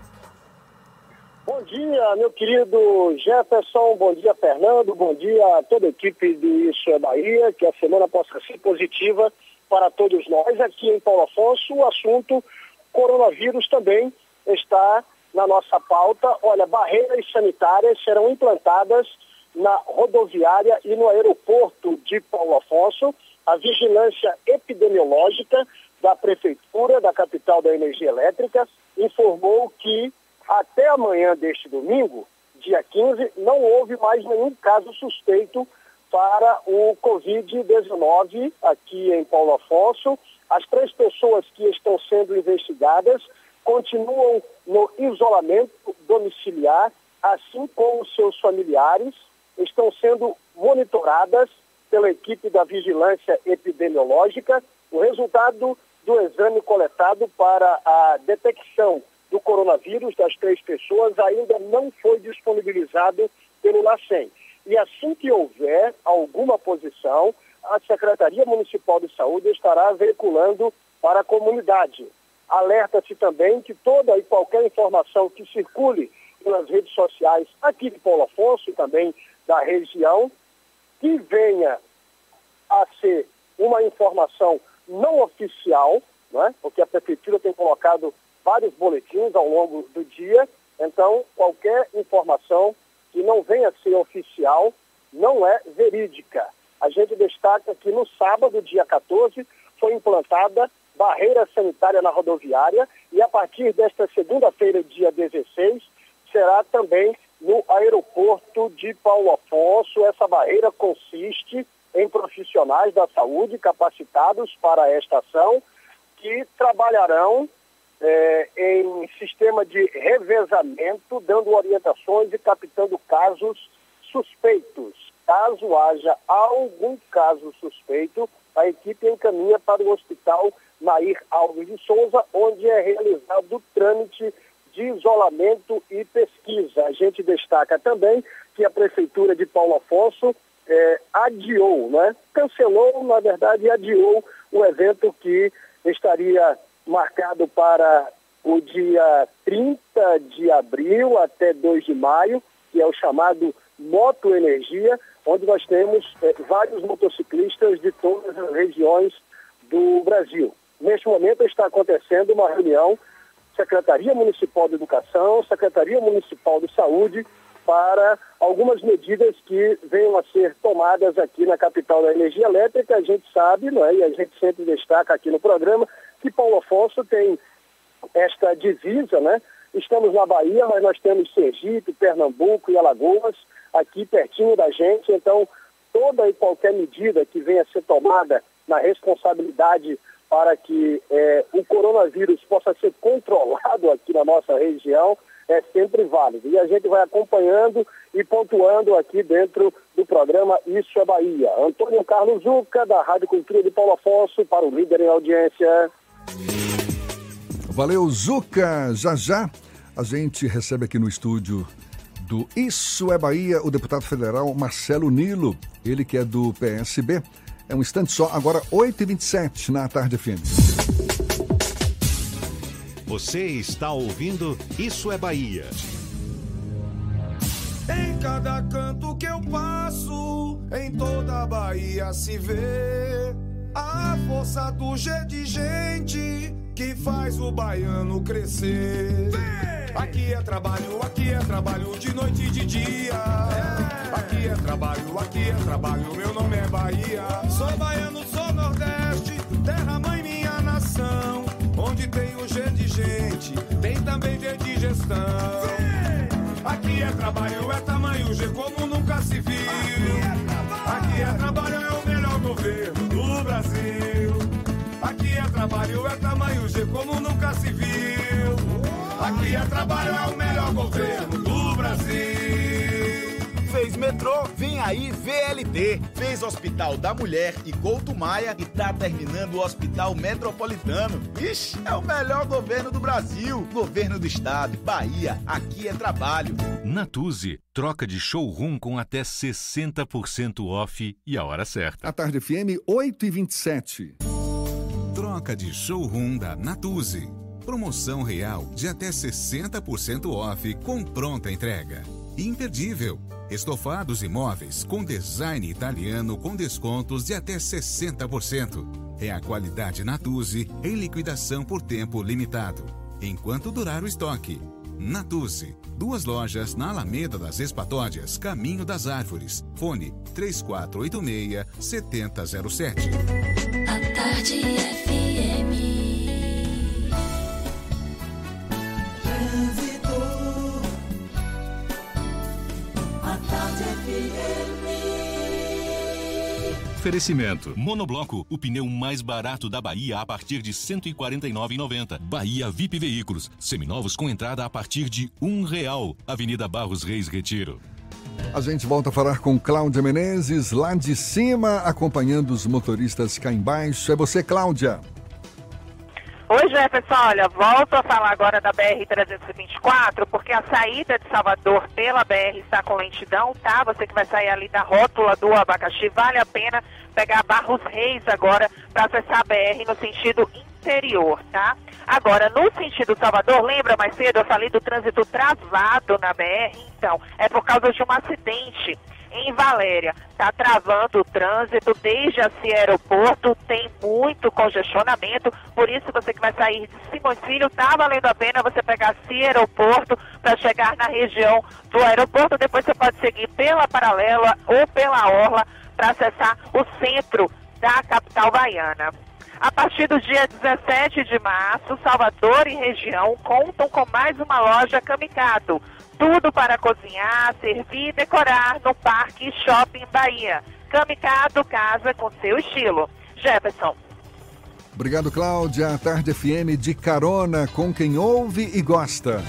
Speaker 15: Bom dia, meu querido Jefferson, bom dia, Fernando, bom dia a toda a equipe do Isso é Bahia, que a semana possa ser positiva para todos nós. Aqui em Paulo Afonso, o assunto coronavírus também está na nossa pauta. Olha, barreiras sanitárias serão implantadas na rodoviária e no aeroporto de Paulo Afonso. A vigilância epidemiológica da Prefeitura da capital da Energia Elétrica informou que até amanhã deste domingo, dia 15, não houve mais nenhum caso suspeito para o Covid-19 aqui em Paulo Afonso. As 3 pessoas que estão sendo investigadas continuam no isolamento domiciliar, assim como seus familiares estão sendo monitoradas pela equipe da vigilância epidemiológica. O resultado do exame coletado para a detecção do coronavírus das 3 pessoas ainda não foi disponibilizado pelo LACEN. E assim que houver alguma posição, a Secretaria Municipal de Saúde estará veiculando para a comunidade. Alerta-se também que toda e qualquer informação que circule nas redes sociais aqui de Paulo Afonso e também da região, que venha a ser uma informação não oficial, né? Porque a Prefeitura tem colocado vários boletins ao longo do dia, então qualquer informação que não venha a ser oficial não é verídica. A gente destaca que no sábado, dia 14, foi implantada barreira sanitária na rodoviária e a partir desta segunda-feira, dia 16, será também no aeroporto de Paulo Afonso. Essa barreira consiste em profissionais da saúde capacitados para esta ação que trabalharão em sistema de revezamento, dando orientações e captando casos suspeitos. Caso haja algum caso suspeito, a equipe encaminha para o Hospital Nair Alves de Souza, onde é realizado o trâmite de isolamento e pesquisa. A gente destaca também que a Prefeitura de Paulo Afonso adiou, né? Cancelou, na verdade, adiou o evento que estaria marcado para o dia 30 de abril até 2 de maio, que é o chamado Moto Energia, onde nós temos vários motociclistas de todas as regiões do Brasil. Neste momento está acontecendo uma reunião Secretaria Municipal de Educação, Secretaria Municipal de Saúde, para algumas medidas que venham a ser tomadas aqui na capital da energia elétrica. A gente sabe, não é? E a gente sempre destaca aqui no programa, que Paulo Afonso tem esta divisa, né? Estamos na Bahia, mas nós temos Sergipe, Pernambuco e Alagoas aqui pertinho da gente. Então, toda e qualquer medida que venha a ser tomada na responsabilidade para que o coronavírus possa ser controlado aqui na nossa região é sempre válido. E a gente vai acompanhando e pontuando aqui dentro do programa Isso é Bahia. Antônio Carlos Zuca, da Rádio Cultura de Paulo Afonso, para o líder em audiência.
Speaker 4: Valeu, Zuca. Já já a gente recebe aqui no estúdio do Isso é Bahia, o deputado federal Marcelo Nilo, ele que é do PSB. É um instante só, agora 8h27 na Tarde FM.
Speaker 2: Você está ouvindo Isso é Bahia.
Speaker 9: Em cada canto que eu passo, em toda a Bahia se vê a força do G de gente que faz o baiano crescer. Aqui é trabalho de noite e de dia. Aqui é trabalho, meu nome é Bahia. Sou baiano, sou Nordeste, terra mãe minha nação. Onde tem o G de gente, tem também G de gestão. Aqui é trabalho, é tamanho G como nunca se viu. Aqui é trabalho, é o melhor governo do Brasil. Aqui é trabalho, é tamanho G como nunca se viu. Aqui é trabalho, é o melhor governo do Brasil.
Speaker 10: Fez metrô, vem aí VLT. Fez Hospital da Mulher e Couto Maia e tá terminando o Hospital Metropolitano. Ixi, é o melhor governo do Brasil. Governo do Estado, Bahia, aqui é trabalho.
Speaker 3: Natuzzi, troca de showroom com até 60% off e a hora certa.
Speaker 4: A Tarde FM, 8h27.
Speaker 16: Troca de showroom da Natuzzi. Promoção real de até 60% off com pronta entrega. Imperdível. Estofados e móveis com design italiano com descontos de até 60%. É a qualidade Natuzzi em liquidação por tempo limitado. Enquanto durar o estoque. Natuzzi. 2 lojas na Alameda das Espatódias, Caminho das Árvores. Fone 3486-7007.
Speaker 12: A Tarde FM.
Speaker 3: Oferecimento. Monobloco, o pneu mais barato da Bahia a partir de R$ 149,90. Bahia VIP Veículos, seminovos com entrada a partir de R$1. Avenida Barros Reis, Retiro.
Speaker 4: A gente volta a falar com Cláudia Menezes, lá de cima, acompanhando os motoristas cá embaixo. É você, Cláudia.
Speaker 13: Oi, Jefferson, olha, volto a falar agora da BR-324, porque a saída de Salvador pela BR está com lentidão, tá? Você que vai sair ali da rótula do Abacaxi, vale a pena pegar Barros Reis agora para acessar a BR no sentido interior, tá? Agora, no sentido Salvador, lembra mais cedo eu falei do trânsito travado na BR? Então, é por causa de um acidente em Valéria. Está travando o trânsito desde a Aeroporto, tem muito congestionamento, por isso você que vai sair de Simões Filho, está valendo a pena você pegar a Aeroporto para chegar na região do aeroporto, depois você pode seguir pela Paralela ou pela Orla para acessar o centro da capital baiana. A partir do dia 17 de março, Salvador e região contam com mais uma loja Camicado. Tudo para cozinhar, servir e decorar no Parque Shopping Bahia. Camicado, casa com seu estilo. Jefferson.
Speaker 4: Obrigado, Cláudia. A Tarde FM de carona com quem ouve e gosta.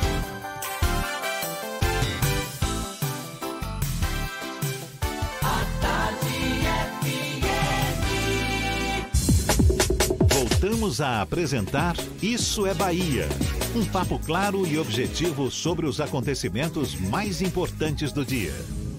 Speaker 2: Voltamos a apresentar Isso é Bahia. Um papo claro e objetivo sobre os acontecimentos mais importantes do dia.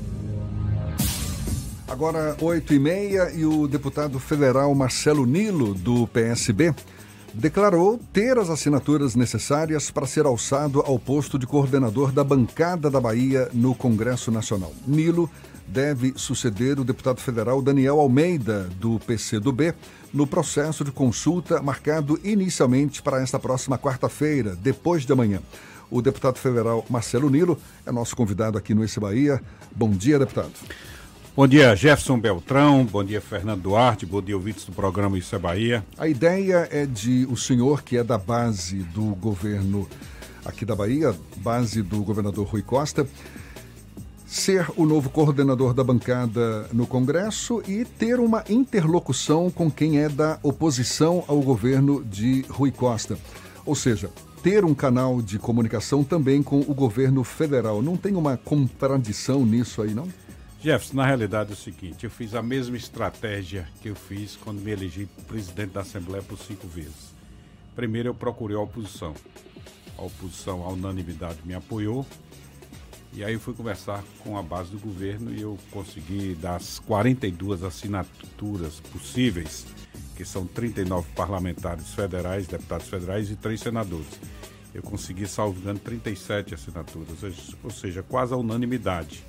Speaker 4: Agora 8h30 e o deputado federal Marcelo Nilo, do PSB, declarou ter as assinaturas necessárias para ser alçado ao posto de coordenador da bancada da Bahia no Congresso Nacional. Nilo deve suceder o deputado federal Daniel Almeida, do PCdoB, no processo de consulta marcado inicialmente para esta próxima quarta-feira, depois de amanhã. O deputado federal Marcelo Nilo é nosso convidado aqui no Isso Bahia. Bom dia, deputado.
Speaker 22: Bom dia, Jefferson Beltrão. Bom dia, Fernando Duarte. Bom dia, ouvintes do programa Isso é Bahia.
Speaker 4: A ideia é de o senhor, que é da base do governo aqui da Bahia, base do governador Rui Costa, ser o novo coordenador da bancada no Congresso e ter uma interlocução com quem é da oposição ao governo de Rui Costa. Ou seja, ter um canal de comunicação também com o governo federal. Não tem uma contradição nisso aí, não?
Speaker 22: Jefferson, na realidade é o seguinte, eu fiz a mesma estratégia que eu fiz quando me elegi presidente da Assembleia por 5 vezes. Primeiro eu procurei a oposição. A oposição, à unanimidade, me apoiou. E aí eu fui conversar com a base do governo e eu consegui, das 42 assinaturas possíveis, que são 39 parlamentares federais, deputados federais e 3 senadores. Eu consegui, salvo engano, 37 assinaturas, ou seja, quase a unanimidade.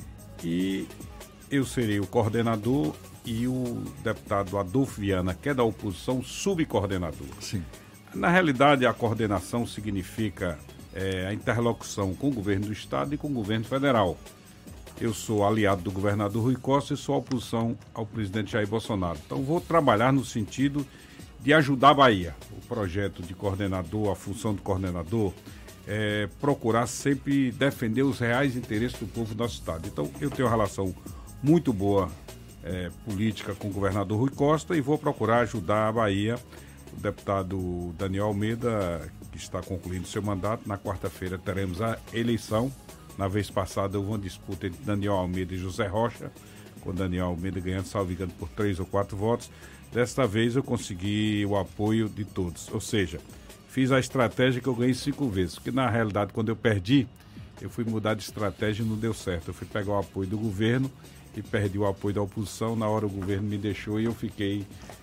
Speaker 22: E eu serei o coordenador e o deputado Adolfo Viana, que é da oposição, subcoordenador.
Speaker 4: Sim.
Speaker 22: Na realidade, a coordenação significa a interlocução com o governo do Estado e com o governo federal. Eu sou aliado do governador Rui Costa e sou a oposição ao presidente Jair Bolsonaro. Então, vou trabalhar no sentido de ajudar a Bahia. O projeto de coordenador, a função do coordenador, é procurar sempre defender os reais interesses do povo do nosso Estado. Então, eu tenho uma relação muito boa política com o governador Rui Costa e vou procurar ajudar a Bahia. O deputado Daniel Almeida, que está concluindo seu mandato, na quarta-feira teremos a eleição. Na vez passada houve uma disputa entre Daniel Almeida e José Rocha, com Daniel Almeida ganhando, salvo engano, por 3 ou 4 votos. Desta vez eu consegui o apoio de todos, ou seja, fiz a estratégia que eu ganhei 5 vezes, porque na realidade quando eu perdi, eu fui mudar de estratégia e não deu certo. Eu fui pegar o apoio do governo e perdi o apoio da oposição. Na hora o governo me deixou e eu fiquei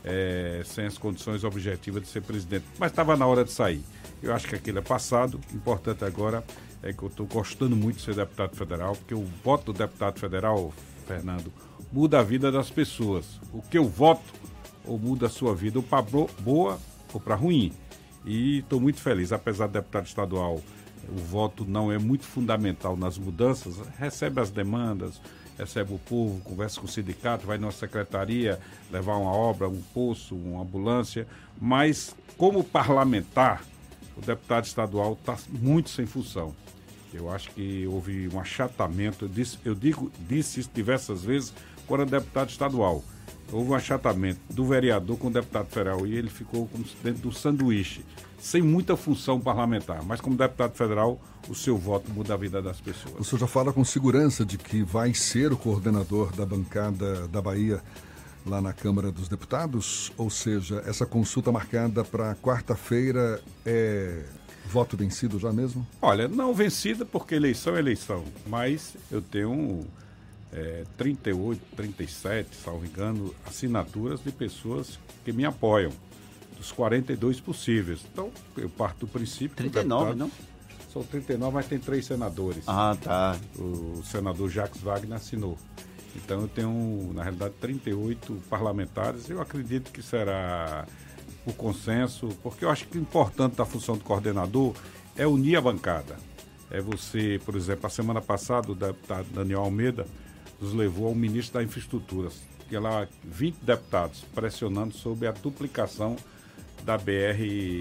Speaker 22: sem as condições objetivas de ser presidente. Mas estava na hora de sair. Eu acho que aquilo é passado. O importante agora é que eu estou gostando muito de ser deputado federal, porque o voto do deputado federal, Fernando, muda a vida das pessoas. O que eu voto ou muda a sua vida, ou para boa ou para ruim. E estou muito feliz, apesar do deputado estadual, o voto não é muito fundamental nas mudanças, recebe as demandas, recebe o povo, conversa com o sindicato, vai numa secretaria levar uma obra, um poço, uma ambulância, mas como parlamentar, o deputado estadual está muito sem função. Eu acho que houve um achatamento, eu disse isso diversas vezes quando era deputado estadual. Houve um achatamento do vereador com o deputado federal e ele ficou como dentro do sanduíche, sem muita função parlamentar. Mas como deputado federal, o seu voto muda a vida das pessoas.
Speaker 4: O senhor já fala com segurança de que vai ser o coordenador da bancada da Bahia lá na Câmara dos Deputados? Ou seja, essa consulta marcada para quarta-feira é voto vencido já mesmo?
Speaker 22: Olha, não vencida porque eleição é eleição, mas eu tenho 38, 37, salvo engano, assinaturas de pessoas que me apoiam, dos 42 possíveis. Então, eu parto do princípio...
Speaker 5: 39, não?
Speaker 22: São 39, mas tem 3 senadores.
Speaker 5: Ah, tá.
Speaker 22: O senador Jacques Wagner assinou. Então, eu tenho, na realidade, 38 parlamentares. Eu acredito que será o consenso, porque eu acho que o importante da função do coordenador é unir a bancada. É você, por exemplo, a semana passada, o deputado Daniel Almeida nos levou ao ministro da Infraestrutura, que lá 20 deputados pressionando sobre a duplicação da BR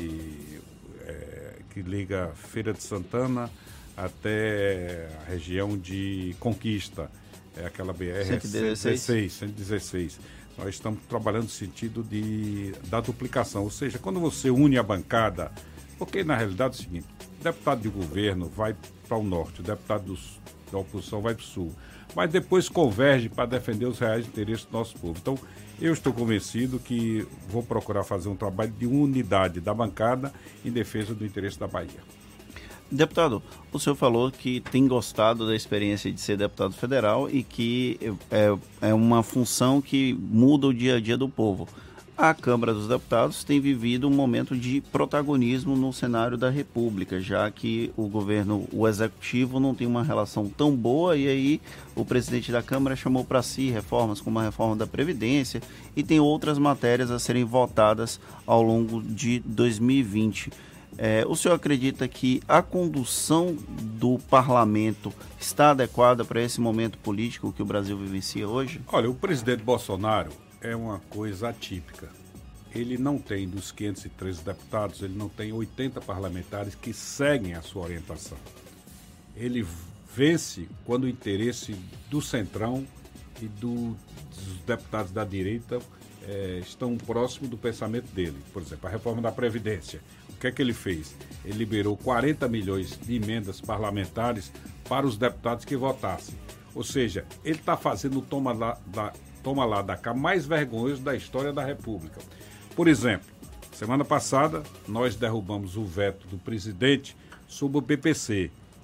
Speaker 22: que liga Feira de Santana até a região de Conquista, aquela BR 116. Nós estamos trabalhando no sentido da duplicação, ou seja, quando você une a bancada, porque na realidade é o seguinte, o deputado de governo vai para o norte, o deputado da oposição vai para o sul, mas depois converge para defender os reais interesses do nosso povo. Então, eu estou convencido que vou procurar fazer um trabalho de unidade da bancada em defesa do interesse da Bahia.
Speaker 5: Deputado, o senhor falou que tem gostado da experiência de ser deputado federal e que é uma função que muda o dia a dia do povo. A Câmara dos Deputados tem vivido um momento de protagonismo no cenário da República, já que o Executivo não tem uma relação tão boa e aí o presidente da Câmara chamou para si reformas como a reforma da Previdência e tem outras matérias a serem votadas ao longo de 2020. O senhor acredita que a condução do parlamento está adequada para esse momento político que o Brasil vivencia hoje?
Speaker 22: Olha, o presidente Bolsonaro é uma coisa atípica. Ele não tem, dos 513 deputados, ele não tem 80 parlamentares que seguem a sua orientação. Ele vence quando o interesse do Centrão e dos deputados da direita estão próximos do pensamento dele. Por exemplo, a reforma da Previdência. O que é que ele fez? Ele liberou 40 milhões de emendas parlamentares para os deputados que votassem. Ou seja, ele está fazendo o toma lá da cá mais vergonhoso da história da República. Por exemplo, semana passada nós derrubamos o veto do presidente sobre o PPC.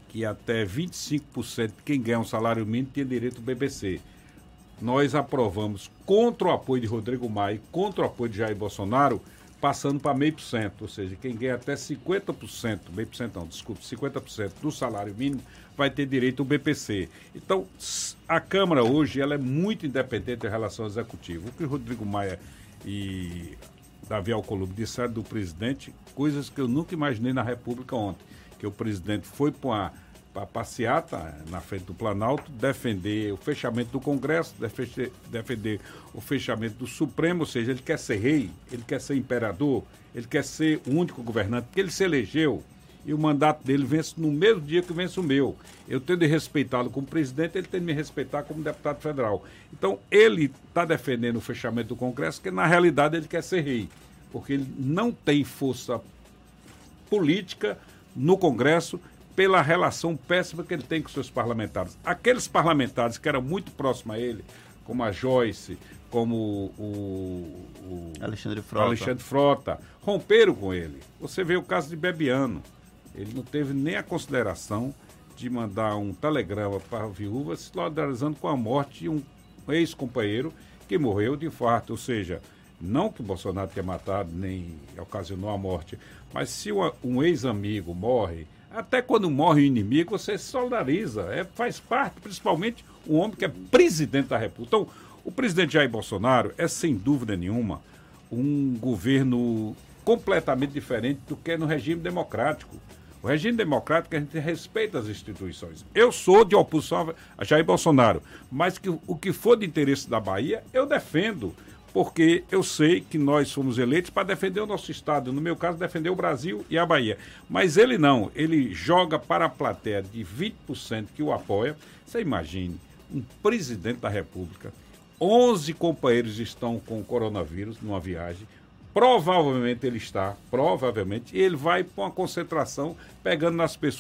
Speaker 22: que até 25% de quem ganha um salário mínimo tinha direito ao BBC. Nós aprovamos contra o apoio de Rodrigo Maia, contra o apoio de Jair Bolsonaro, passando para 0,5%, ou seja, quem ganha até 50%, 50% do salário mínimo vai ter direito ao BPC. Então, a Câmara hoje ela é muito independente em relação ao Executivo. O que o Rodrigo Maia e Davi Alcolumbre disseram do presidente, coisas que eu nunca imaginei na República ontem, que o presidente foi para a passeata na frente do Planalto, defender o fechamento do Congresso, defender o fechamento do Supremo, ou seja, ele quer ser rei, ele quer ser imperador, ele quer ser o único governante, porque ele se elegeu e o mandato dele vence no mesmo dia que vence o meu. Eu tenho de respeitá-lo como presidente, ele tem de me respeitar como deputado federal. Então, ele está defendendo o fechamento do Congresso, que na realidade ele quer ser rei, porque ele não tem força política no Congresso, pela relação péssima que ele tem com seus parlamentares. Aqueles parlamentares que eram muito próximos a ele, como a Joyce, como o
Speaker 5: Alexandre
Speaker 22: Frota, romperam com ele. Você vê o caso de Bebiano. Ele não teve nem a consideração de mandar um telegrama para a viúva se solidarizando com a morte de um ex-companheiro que morreu de infarto. Ou seja, não que o Bolsonaro tenha matado nem ocasionou a morte, mas se um ex-amigo morre, até quando morre o inimigo, você se solidariza. Faz parte, principalmente, um homem que é presidente da República. Então, o presidente Jair Bolsonaro é, sem dúvida nenhuma, um governo completamente diferente do que é no regime democrático. O regime democrático, a gente respeita as instituições. Eu sou de oposição a Jair Bolsonaro, mas o que for de interesse da Bahia, eu defendo. Porque eu sei que nós fomos eleitos para defender o nosso Estado, no meu caso, defender o Brasil e a Bahia. Mas ele não, ele joga para a plateia de 20% que o apoia. Você imagine, um presidente da República, 11 companheiros estão com coronavírus numa viagem, provavelmente e ele vai para uma concentração, pegando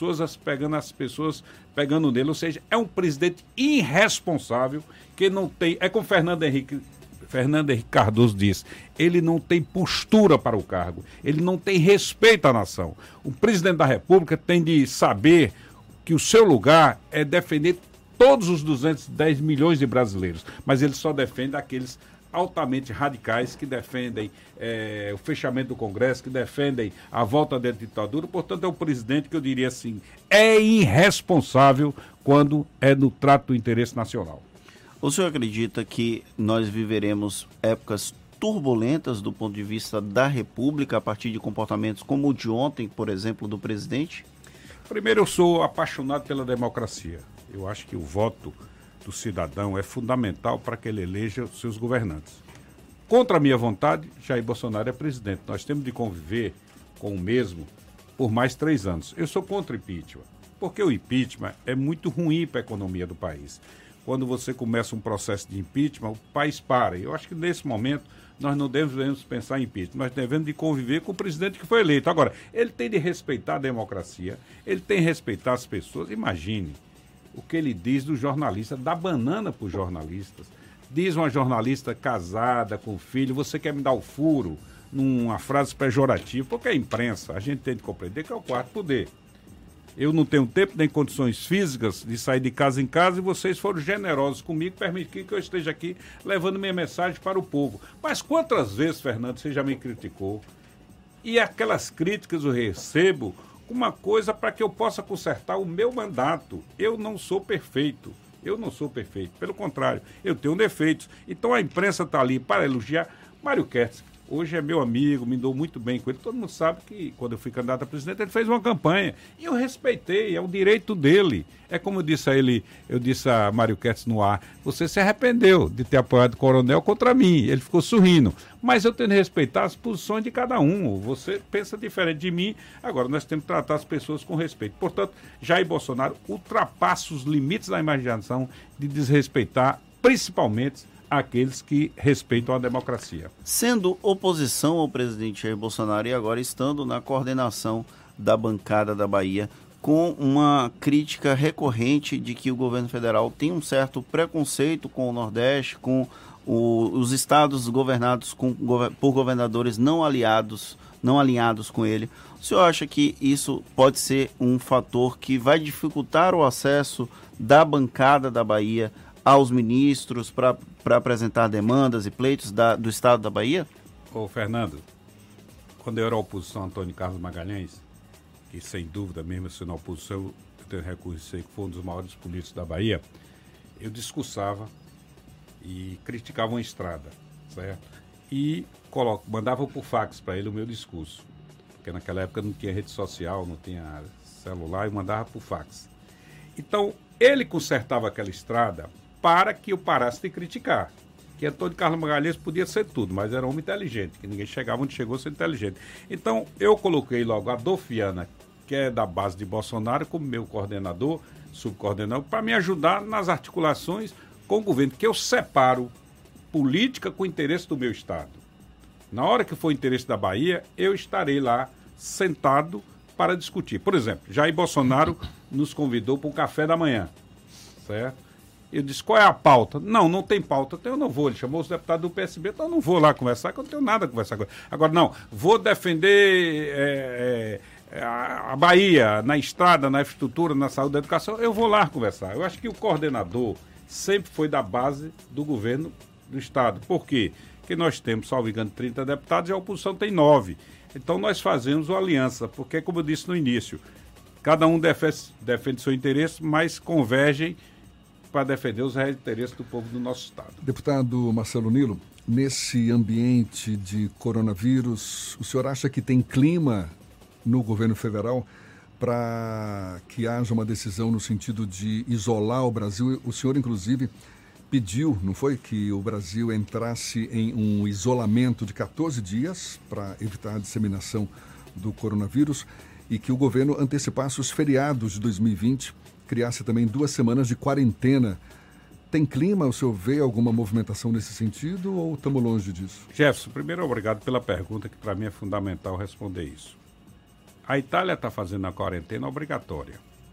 Speaker 22: nele, ou seja, é um presidente irresponsável, que não tem, é como Fernando Henrique Cardoso diz, ele não tem postura para o cargo, ele não tem respeito à nação. O presidente da República tem de saber que o seu lugar é defender todos os 210 milhões de brasileiros, mas ele só defende aqueles altamente radicais que defendem o fechamento do Congresso, que defendem a volta da ditadura. Portanto, é um presidente que eu diria assim, é irresponsável quando é no trato do interesse nacional.
Speaker 5: O senhor acredita que nós viveremos épocas turbulentas do ponto de vista da República a partir de comportamentos como o de ontem, por exemplo, do presidente?
Speaker 22: Primeiro, eu sou apaixonado pela democracia. Eu acho que o voto do cidadão é fundamental para que ele eleja os seus governantes. Contra a minha vontade, Jair Bolsonaro é presidente. Nós temos de conviver com o mesmo por mais 3 anos. Eu sou contra o impeachment, porque o impeachment é muito ruim para a economia do país. Quando você começa um processo de impeachment, o país para. Eu acho que nesse momento nós não devemos pensar em impeachment, nós devemos de conviver com o presidente que foi eleito. Agora, ele tem de respeitar a democracia, ele tem de respeitar as pessoas. Imagine o que ele diz do jornalista, dá banana para os jornalistas. Diz uma jornalista casada, com filho, você quer me dar o furo, numa frase pejorativa, porque a imprensa, a gente tem de compreender que é o quarto poder. Eu não tenho tempo nem condições físicas de sair de casa em casa e vocês foram generosos comigo, permitindo que eu esteja aqui levando minha mensagem para o povo. Mas quantas vezes, Fernando, você já me criticou? E aquelas críticas eu recebo com uma coisa para que eu possa consertar o meu mandato. Eu não sou perfeito. Pelo contrário, eu tenho defeitos. Então a imprensa está ali para elogiar. Mário Kertz, hoje é meu amigo, me dou muito bem com ele. Todo mundo sabe que quando eu fui candidato a presidente, ele fez uma campanha. E eu respeitei, é o direito dele. É como eu disse a Mário Kertz no ar, você se arrependeu de ter apoiado o coronel contra mim. Ele ficou sorrindo. Mas eu tenho que respeitar as posições de cada um. Você pensa diferente de mim. Agora, nós temos que tratar as pessoas com respeito. Portanto, Jair Bolsonaro ultrapassa os limites da imaginação de desrespeitar, principalmente, aqueles que respeitam a democracia.
Speaker 5: Sendo oposição ao presidente Jair Bolsonaro e agora estando na coordenação da bancada da Bahia, com uma crítica recorrente de que o governo federal tem um certo preconceito com o Nordeste, com os estados governados por governadores não alinhados com ele. O senhor acha que isso pode ser um fator que vai dificultar o acesso da bancada da Bahia aos ministros para apresentar demandas e pleitos do estado da Bahia?
Speaker 22: Ô, Fernando, quando eu era oposição, Antônio Carlos Magalhães, que sem dúvida, mesmo sendo oposição, eu tenho reconhecer que foi um dos maiores políticos da Bahia, eu discursava e criticava uma estrada, certo? E mandava por fax para ele o meu discurso, porque naquela época não tinha rede social, não tinha celular, e mandava por fax. Então, ele consertava aquela estrada para que eu parasse de criticar. Que Antônio Carlos Magalhães podia ser tudo, mas era um homem inteligente, que ninguém chegava onde chegou sendo inteligente. Então, eu coloquei logo a Adolfiana, que é da base de Bolsonaro, como meu coordenador, subcoordenador, para me ajudar nas articulações com o governo, que eu separo política com o interesse do meu estado. Na hora que for o interesse da Bahia, eu estarei lá sentado para discutir. Por exemplo, Jair Bolsonaro nos convidou para um café da manhã, certo? Eu disse, qual é a pauta? Não tem pauta, então eu não vou. Ele chamou os deputados do PSB, então eu não vou lá conversar, que eu não tenho nada a conversar com ele. Agora, não, vou defender a Bahia na estrada, na infraestrutura, na saúde, na educação, eu vou lá conversar. Eu acho que o coordenador sempre foi da base do governo do estado. Por quê? Porque nós temos, salvo engano, 30 deputados e a oposição tem 9. Então nós fazemos uma aliança, porque, como eu disse no início, cada um defende seu interesse, mas convergem para defender os reais interesses do povo do nosso estado.
Speaker 4: Deputado Marcelo Nilo, nesse ambiente de coronavírus, o senhor acha que tem clima no governo federal para que haja uma decisão no sentido de isolar o Brasil? O senhor, inclusive, pediu, não foi, que o Brasil entrasse em um isolamento de 14 dias para evitar a disseminação do coronavírus e que o governo antecipasse os feriados de 2020, criasse também 2 semanas de quarentena. Tem clima? O senhor vê alguma movimentação nesse sentido ou estamos longe disso?
Speaker 22: Jefferson, primeiro, obrigado pela pergunta, que para mim é fundamental responder isso. A Itália está fazendo a quarentena obrigatória.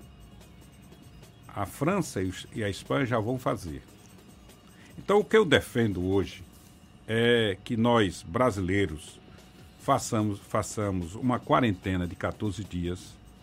Speaker 22: A França e a Espanha já vão fazer. Então, o que eu defendo hoje é que nós, brasileiros, façamos uma quarentena de 14 dias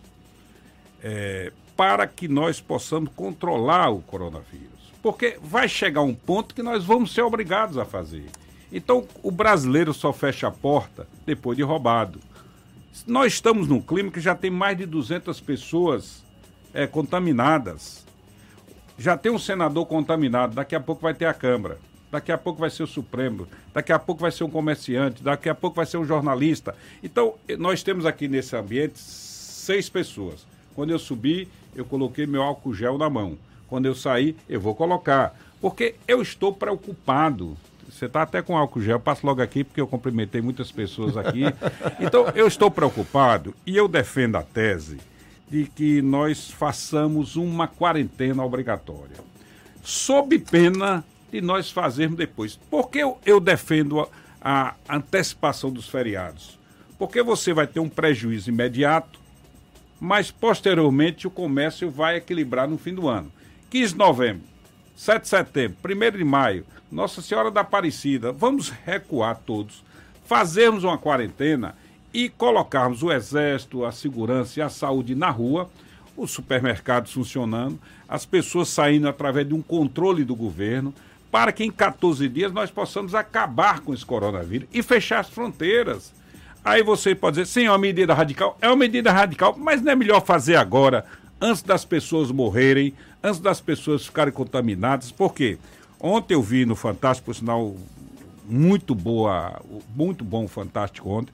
Speaker 22: para que nós possamos controlar o coronavírus. Porque vai chegar um ponto que nós vamos ser obrigados a fazer. Então, o brasileiro só fecha a porta depois de roubado. Nós estamos num clima que já tem mais de 200 pessoas contaminadas. Já tem um senador contaminado, daqui a pouco vai ter a Câmara, daqui a pouco vai ser o Supremo, daqui a pouco vai ser um comerciante, daqui a pouco vai ser um jornalista. Então, nós temos aqui nesse ambiente 6 pessoas. Quando eu subi, eu coloquei meu álcool gel na mão. Quando eu sair, eu vou colocar. Porque eu estou preocupado. Você está até com álcool gel, passo logo aqui, porque eu cumprimentei muitas pessoas aqui. Então, eu estou preocupado e eu defendo a tese de que nós façamos uma quarentena obrigatória, sob pena de nós fazermos depois. Por que eu defendo a antecipação dos feriados? Porque você vai ter um prejuízo imediato, mas posteriormente o comércio vai equilibrar no fim do ano. 15 de novembro, 7 de setembro, 1º de maio, Nossa Senhora da Aparecida, vamos recuar todos, fazermos uma quarentena e colocarmos o Exército, a segurança e a saúde na rua, os supermercados funcionando, as pessoas saindo através de um controle do governo, para que em 14 dias nós possamos acabar com esse coronavírus e fechar as fronteiras. Aí você pode dizer, sim, é uma medida radical. É uma medida radical, mas não é melhor fazer agora, antes das pessoas morrerem, antes das pessoas ficarem contaminadas. Por quê? Ontem eu vi no Fantástico, por sinal, muito bom o Fantástico ontem,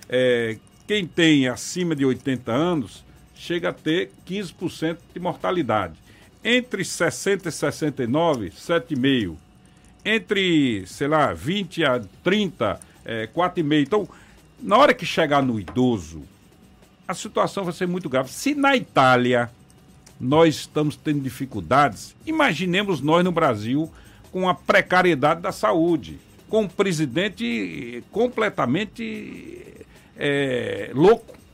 Speaker 22: quem tem acima de 80 anos chega a ter 15% de mortalidade. Entre 60 e 69, 7,5%. Entre, 20 a 30, 4,5%. Então, na hora que chegar no idoso, a situação vai ser muito grave. Se na Itália nós estamos tendo dificuldades, imaginemos nós no Brasil com a precariedade da saúde, com um presidente completamente louco,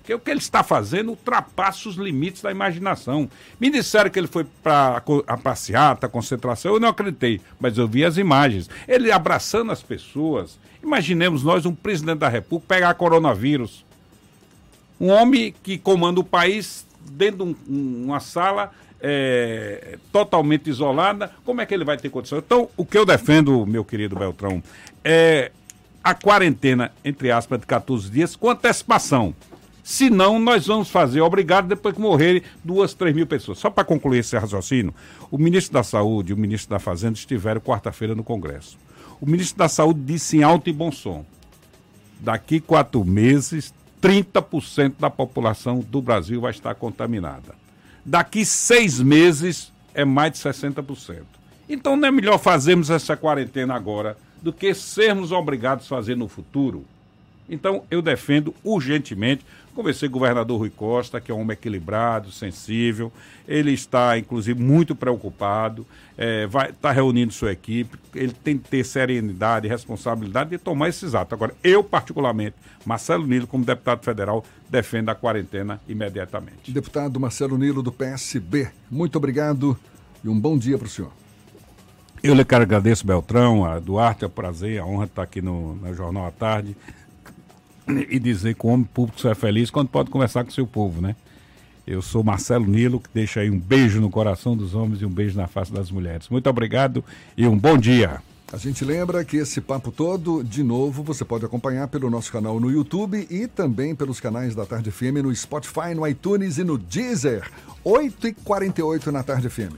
Speaker 22: Porque o que ele está fazendo ultrapassa os limites da imaginação. Me disseram que ele foi para a passeata, a concentração, eu não acreditei, mas eu vi as imagens. Ele abraçando as pessoas. Imaginemos nós, um presidente da República, pegar coronavírus. Um homem que comanda o país dentro de uma sala totalmente isolada. Como é que ele vai ter condição? Então, o que eu defendo, meu querido Beltrão, é a quarentena, entre aspas, de 14 dias com antecipação. Senão, nós vamos fazer, obrigado, depois que morrerem 2, 3 mil pessoas. Só para concluir esse raciocínio, o ministro da Saúde e o ministro da Fazenda estiveram quarta-feira no Congresso. O ministro da Saúde disse em alto e bom som, daqui 4 meses, 30% da população do Brasil vai estar contaminada. Daqui 6 meses, é mais de 60%. Então, não é melhor fazermos essa quarentena agora do que sermos obrigados a fazer no futuro? Então, eu defendo urgentemente. Conversei com o governador Rui Costa, que é um homem equilibrado, sensível. Ele está, inclusive, muito preocupado, está reunindo sua equipe. Ele tem que ter serenidade e responsabilidade de tomar esses atos. Agora, eu, particularmente, Marcelo Nilo, como deputado federal, defendo a quarentena imediatamente.
Speaker 4: Deputado Marcelo Nilo, do PSB, muito obrigado e um bom dia para o senhor.
Speaker 22: Eu lhe quero agradecer, Beltrão, a Duarte, é um prazer, a honra de estar aqui no Jornal à Tarde. E dizer que o homem público só é feliz quando pode conversar com o seu povo, né? Eu sou Marcelo Nilo, que deixa aí um beijo no coração dos homens e um beijo na face das mulheres. Muito obrigado e um bom dia.
Speaker 4: A gente lembra que esse papo todo, de novo, você pode acompanhar pelo nosso canal no YouTube e também pelos canais da Tarde FM no Spotify, no iTunes e no Deezer. 8h48 na Tarde FM.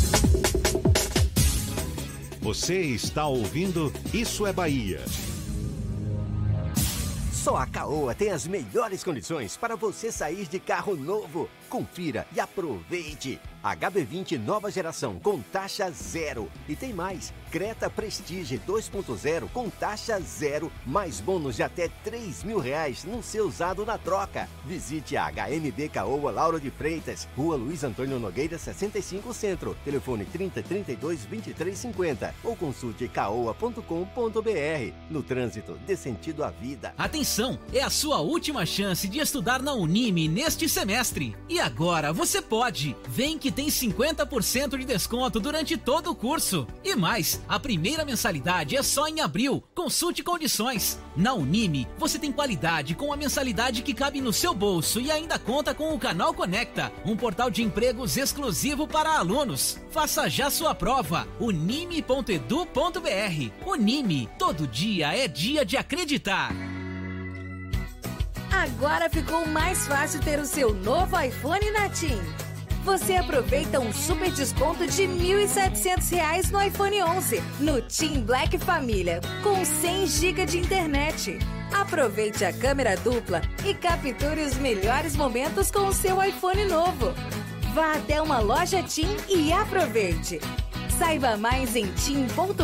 Speaker 2: Você está ouvindo Isso é Bahia.
Speaker 7: Só a Caoa tem as melhores condições para você sair de carro novo. Confira e aproveite. HB20 nova geração com taxa zero. E tem mais, Creta Prestige 2.0 com taxa zero, mais bônus de até R$3.000 no seu usado na troca. Visite a HMB Caoa Lauro de Freitas, Rua Luiz Antônio Nogueira 65 Centro, telefone 3032-2350 ou consulte caoa.com.br. No trânsito, dê sentido à vida.
Speaker 8: Atenção, é a sua última chance de estudar na Unime neste semestre. E agora você pode. Vem que tem 50% de desconto durante todo o curso. E mais, a primeira mensalidade é só em abril. Consulte condições. Na Unime, você tem qualidade com a mensalidade que cabe no seu bolso e ainda conta com o Canal Conecta, um portal de empregos exclusivo para alunos. Faça já sua prova. unime.edu.br. Unime, todo dia é dia de acreditar.
Speaker 11: Agora ficou mais fácil ter o seu novo iPhone na TIM. Você aproveita um super desconto de R$ 1.700 no iPhone 11, no TIM Black Família, com 100 GB de internet. Aproveite a câmera dupla e capture os melhores momentos com o seu iPhone novo. Vá até uma loja TIM e aproveite. Saiba mais em tim.com.br.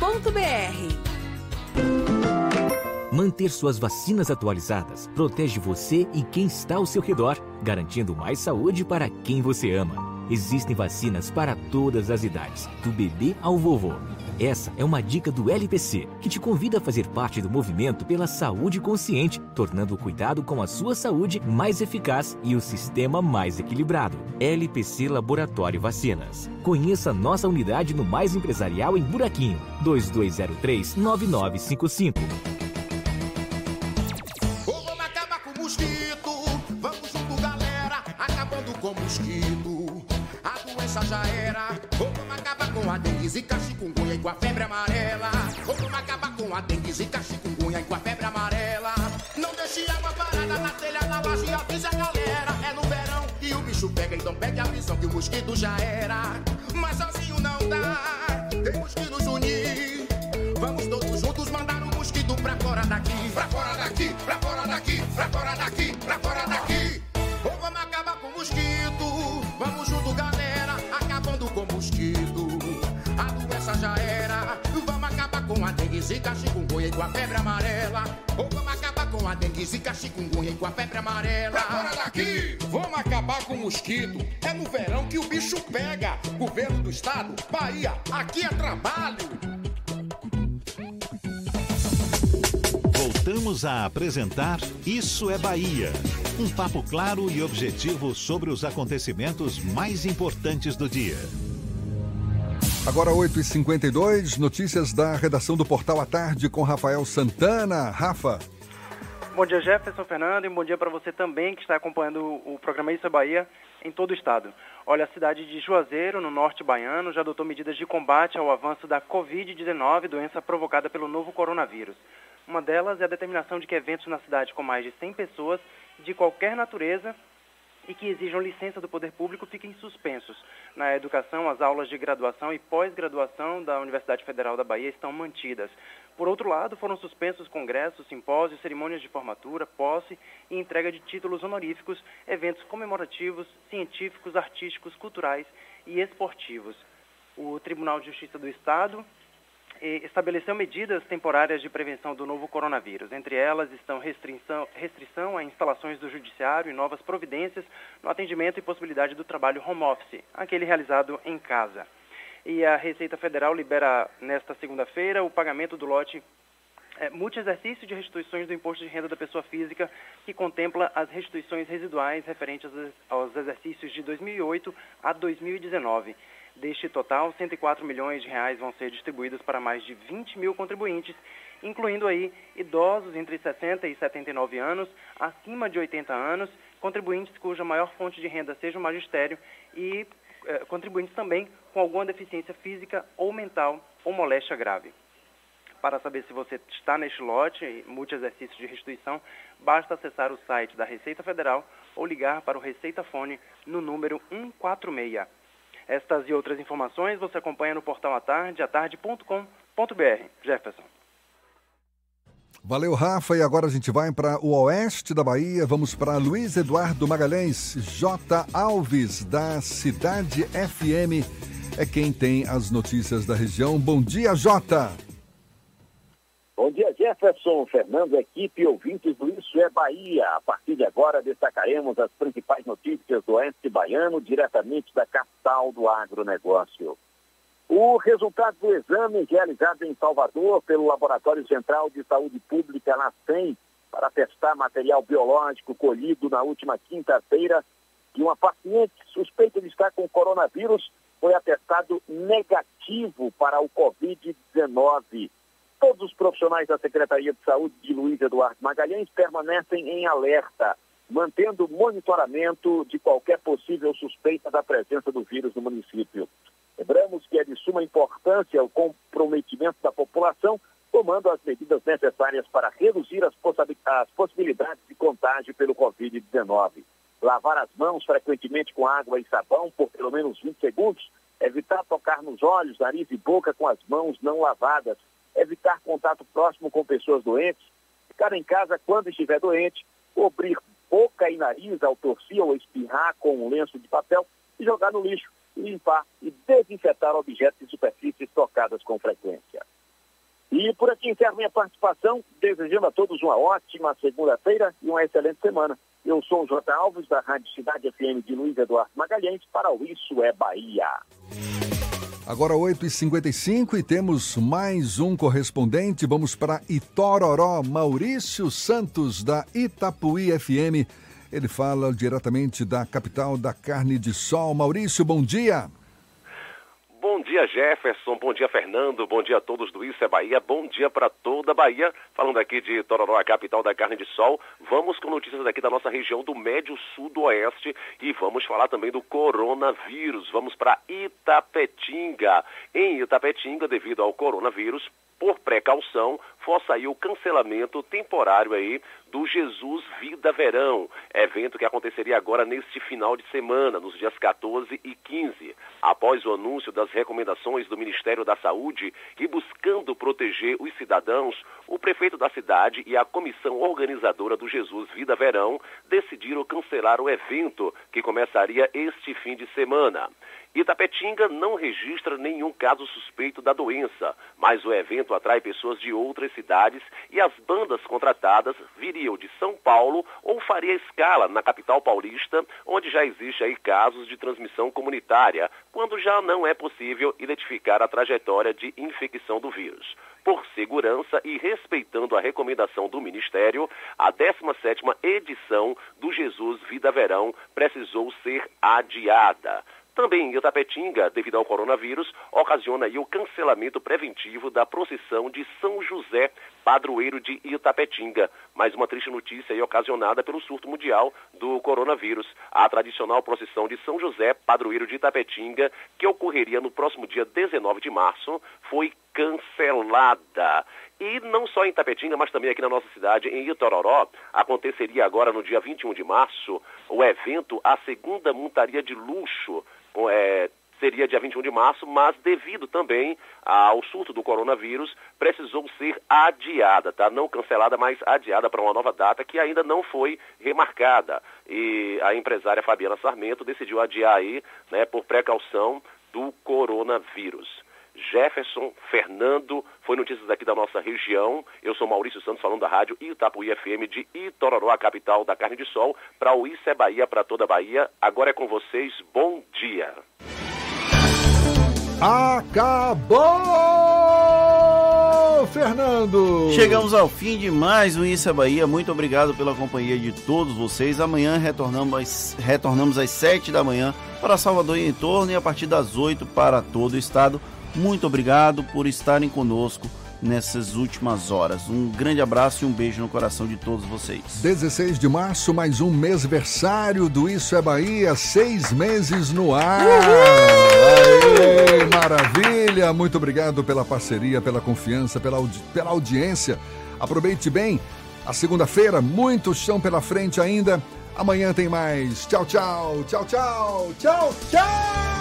Speaker 21: Manter suas vacinas atualizadas protege você e quem está ao seu redor, garantindo mais saúde para quem você ama. Existem vacinas para todas as idades, do bebê ao vovô. Essa é uma dica do LPC, que te convida a fazer parte do movimento pela saúde consciente, tornando o cuidado com a sua saúde mais eficaz e o sistema mais equilibrado. LPC Laboratório Vacinas. Conheça nossa unidade no Mais Empresarial em Buraquinho, 2203-9955.
Speaker 23: Já era, ou vamos acabar com a dengue, zika, chikungunya e com a febre amarela. Ou vamos acabar com a dengue, zika, chikungunya e com a febre amarela. Não deixe água parada na telha, na laje, avisa a galera. É no verão e o bicho pega, então pegue a visão que o mosquito já era. Mas sozinho não dá, temos que nos unir. Vamos todos juntos mandar o mosquito pra fora daqui. Pra fora daqui, pra fora daqui, pra fora daqui, pra fora daqui. Ou vamos acabar com o mosquito, vamos junto galera, acabando com o mosquito. A doença já era, vamos acabar com a dengue, zika, chikungunya e com a febre amarela. Ou vamos acabar com a dengue, zika, chikungunya e com a febre amarela. Pra fora daqui, vamos acabar com o mosquito. É no verão que o bicho pega. Governo do estado, Bahia, aqui é trabalho.
Speaker 2: Voltamos a apresentar Isso é Bahia. Um papo claro e objetivo sobre os acontecimentos mais importantes do dia.
Speaker 4: Agora 8h52, notícias da redação do Portal à Tarde com Rafael Santana. Rafa.
Speaker 14: Bom dia, Jefferson, Fernando, e bom dia para você também que está acompanhando o programa Isso é Bahia em todo o estado. Olha, a cidade de Juazeiro, no norte baiano, já adotou medidas de combate ao avanço da Covid-19, doença provocada pelo novo coronavírus. Uma delas é a determinação de que eventos na cidade com mais de 100 pessoas, de qualquer natureza, e que exijam licença do poder público fiquem suspensos. Na educação, as aulas de graduação e pós-graduação da Universidade Federal da Bahia estão mantidas. Por outro lado, foram suspensos congressos, simpósios, cerimônias de formatura, posse e entrega de títulos honoríficos, eventos comemorativos, científicos, artísticos, culturais e esportivos. O Tribunal de Justiça do Estado estabeleceu medidas temporárias de prevenção do novo coronavírus. Entre elas estão restrição a instalações do judiciário e novas providências no atendimento e possibilidade do trabalho home office, aquele realizado em casa. E a Receita Federal libera nesta segunda-feira o pagamento do lote multi-exercício de restituições do imposto de renda da pessoa física, que contempla as restituições residuais referentes aos exercícios de 2008 a 2019. Deste total, 104 milhões de reais vão ser distribuídos para mais de 20 mil contribuintes, incluindo aí idosos entre 60 e 79 anos, acima de 80 anos, contribuintes cuja maior fonte de renda seja o magistério e contribuintes também com alguma deficiência física ou mental ou moléstia grave. Para saber se você está neste lote, multi-exercício de restituição, basta acessar o site da Receita Federal ou ligar para o Receita Fone no número 146. Estas e outras informações você acompanha no portal atarde.com.br. Jefferson.
Speaker 4: Valeu, Rafa. E agora a gente vai para o oeste da Bahia. Vamos para Luiz Eduardo Magalhães. J. Alves, da Cidade FM, é quem tem as notícias da região. Bom dia, Jota.
Speaker 17: Bom dia, Jefferson, Fernando, equipe e ouvintes do Isso é Bahia. A partir de agora, destacaremos as principais notícias do oeste baiano, diretamente da capital do agronegócio. O resultado do exame realizado em Salvador pelo Laboratório Central de Saúde Pública, LACEN, para testar material biológico colhido na última quinta-feira de uma paciente suspeita de estar com coronavírus, foi atestado negativo para o Covid-19. Todos os profissionais da Secretaria de Saúde de Luiz Eduardo Magalhães permanecem em alerta, mantendo monitoramento de qualquer possível suspeita da presença do vírus no município. Lembramos que é de suma importância o comprometimento da população, tomando as medidas necessárias para reduzir as possibilidades de contágio pelo Covid-19. Lavar as mãos frequentemente com água e sabão por pelo menos 20 segundos, evitar tocar nos olhos, nariz e boca com as mãos não lavadas, evitar contato próximo com pessoas doentes, ficar em casa quando estiver doente, cobrir boca e nariz ao tossir ou espirrar com um lenço de papel e jogar no lixo, limpar e desinfetar objetos e superfícies tocadas com frequência. E por aqui encerro minha participação, desejando a todos uma ótima segunda-feira e uma excelente semana. Eu sou o J. Alves, da Rádio Cidade FM de Luiz Eduardo Magalhães, para o Isso é Bahia.
Speaker 4: Agora 8h55 e temos mais um correspondente. Vamos para Itororó, Maurício Santos, da Itapuí FM. Ele fala diretamente da capital da carne de sol. Maurício, bom dia.
Speaker 18: Bom dia, Jefferson. Bom dia, Fernando. Bom dia a todos do Isso é Bahia. Bom dia para toda a Bahia. Falando aqui de Itororó, a capital da carne de sol. Vamos com notícias aqui da nossa região do Médio Sul do Oeste e vamos falar também do coronavírus. Vamos para Itapetinga. Em Itapetinga, devido ao coronavírus, por precaução, força aí o cancelamento temporário aí do Jesus Vida Verão, evento que aconteceria agora neste final de semana, nos dias 14 e 15. Após o anúncio das recomendações do Ministério da Saúde e buscando proteger os cidadãos, o prefeito da cidade e a comissão organizadora do Jesus Vida Verão decidiram cancelar o evento, que começaria este fim de semana. Itapetinga não registra nenhum caso suspeito da doença, mas o evento atrai pessoas de outras cidades e as bandas contratadas viriam de São Paulo ou faria escala na capital paulista, onde já existe aí casos de transmissão comunitária, quando já não é possível identificar a trajetória de infecção do vírus. Por segurança e respeitando a recomendação do Ministério, a 17ª edição do Jesus Vida Verão precisou ser adiada. Também em Itapetinga, devido ao coronavírus, ocasiona aí o cancelamento preventivo da procissão de São José, padroeiro de Itapetinga. Mais uma triste notícia aí ocasionada pelo surto mundial do coronavírus. A tradicional procissão de São José, padroeiro de Itapetinga, que ocorreria no próximo dia 19 de março, foi cancelada. E não só em Itapetinga, mas também aqui na nossa cidade, em Itororó, aconteceria agora no dia 21 de março o evento A Segunda Montaria de Luxo. Seria dia 21 de março, mas devido também ao surto do coronavírus, precisou ser adiada, tá? Não cancelada, mas adiada para uma nova data que ainda não foi remarcada. E a empresária Fabiana Sarmento decidiu adiar aí, né, por precaução do coronavírus. Jefferson, Fernando, foi notícias aqui da nossa região. Eu sou Maurício Santos, falando da rádio Itapuí FM de Itororó, a capital da carne de sol, para o Isso é Bahia, para toda a Bahia. Agora é com vocês, bom dia.
Speaker 4: Acabou, Fernando!
Speaker 5: Chegamos ao fim de mais um Isso é Bahia. Muito obrigado pela companhia de todos vocês. Amanhã retornamos às 7 da manhã para Salvador e em torno e a partir das 8 para todo o estado. Muito obrigado por estarem conosco nessas últimas horas. Um grande abraço e um beijo no coração de todos vocês.
Speaker 4: 16 de março, mais um mêsversário do Isso é Bahia, 6 meses no ar. Aê, maravilha! Muito obrigado pela parceria, pela confiança, pela audiência. Aproveite bem a segunda-feira, muito chão pela frente ainda. Amanhã tem mais. Tchau, tchau, tchau, tchau, tchau, tchau!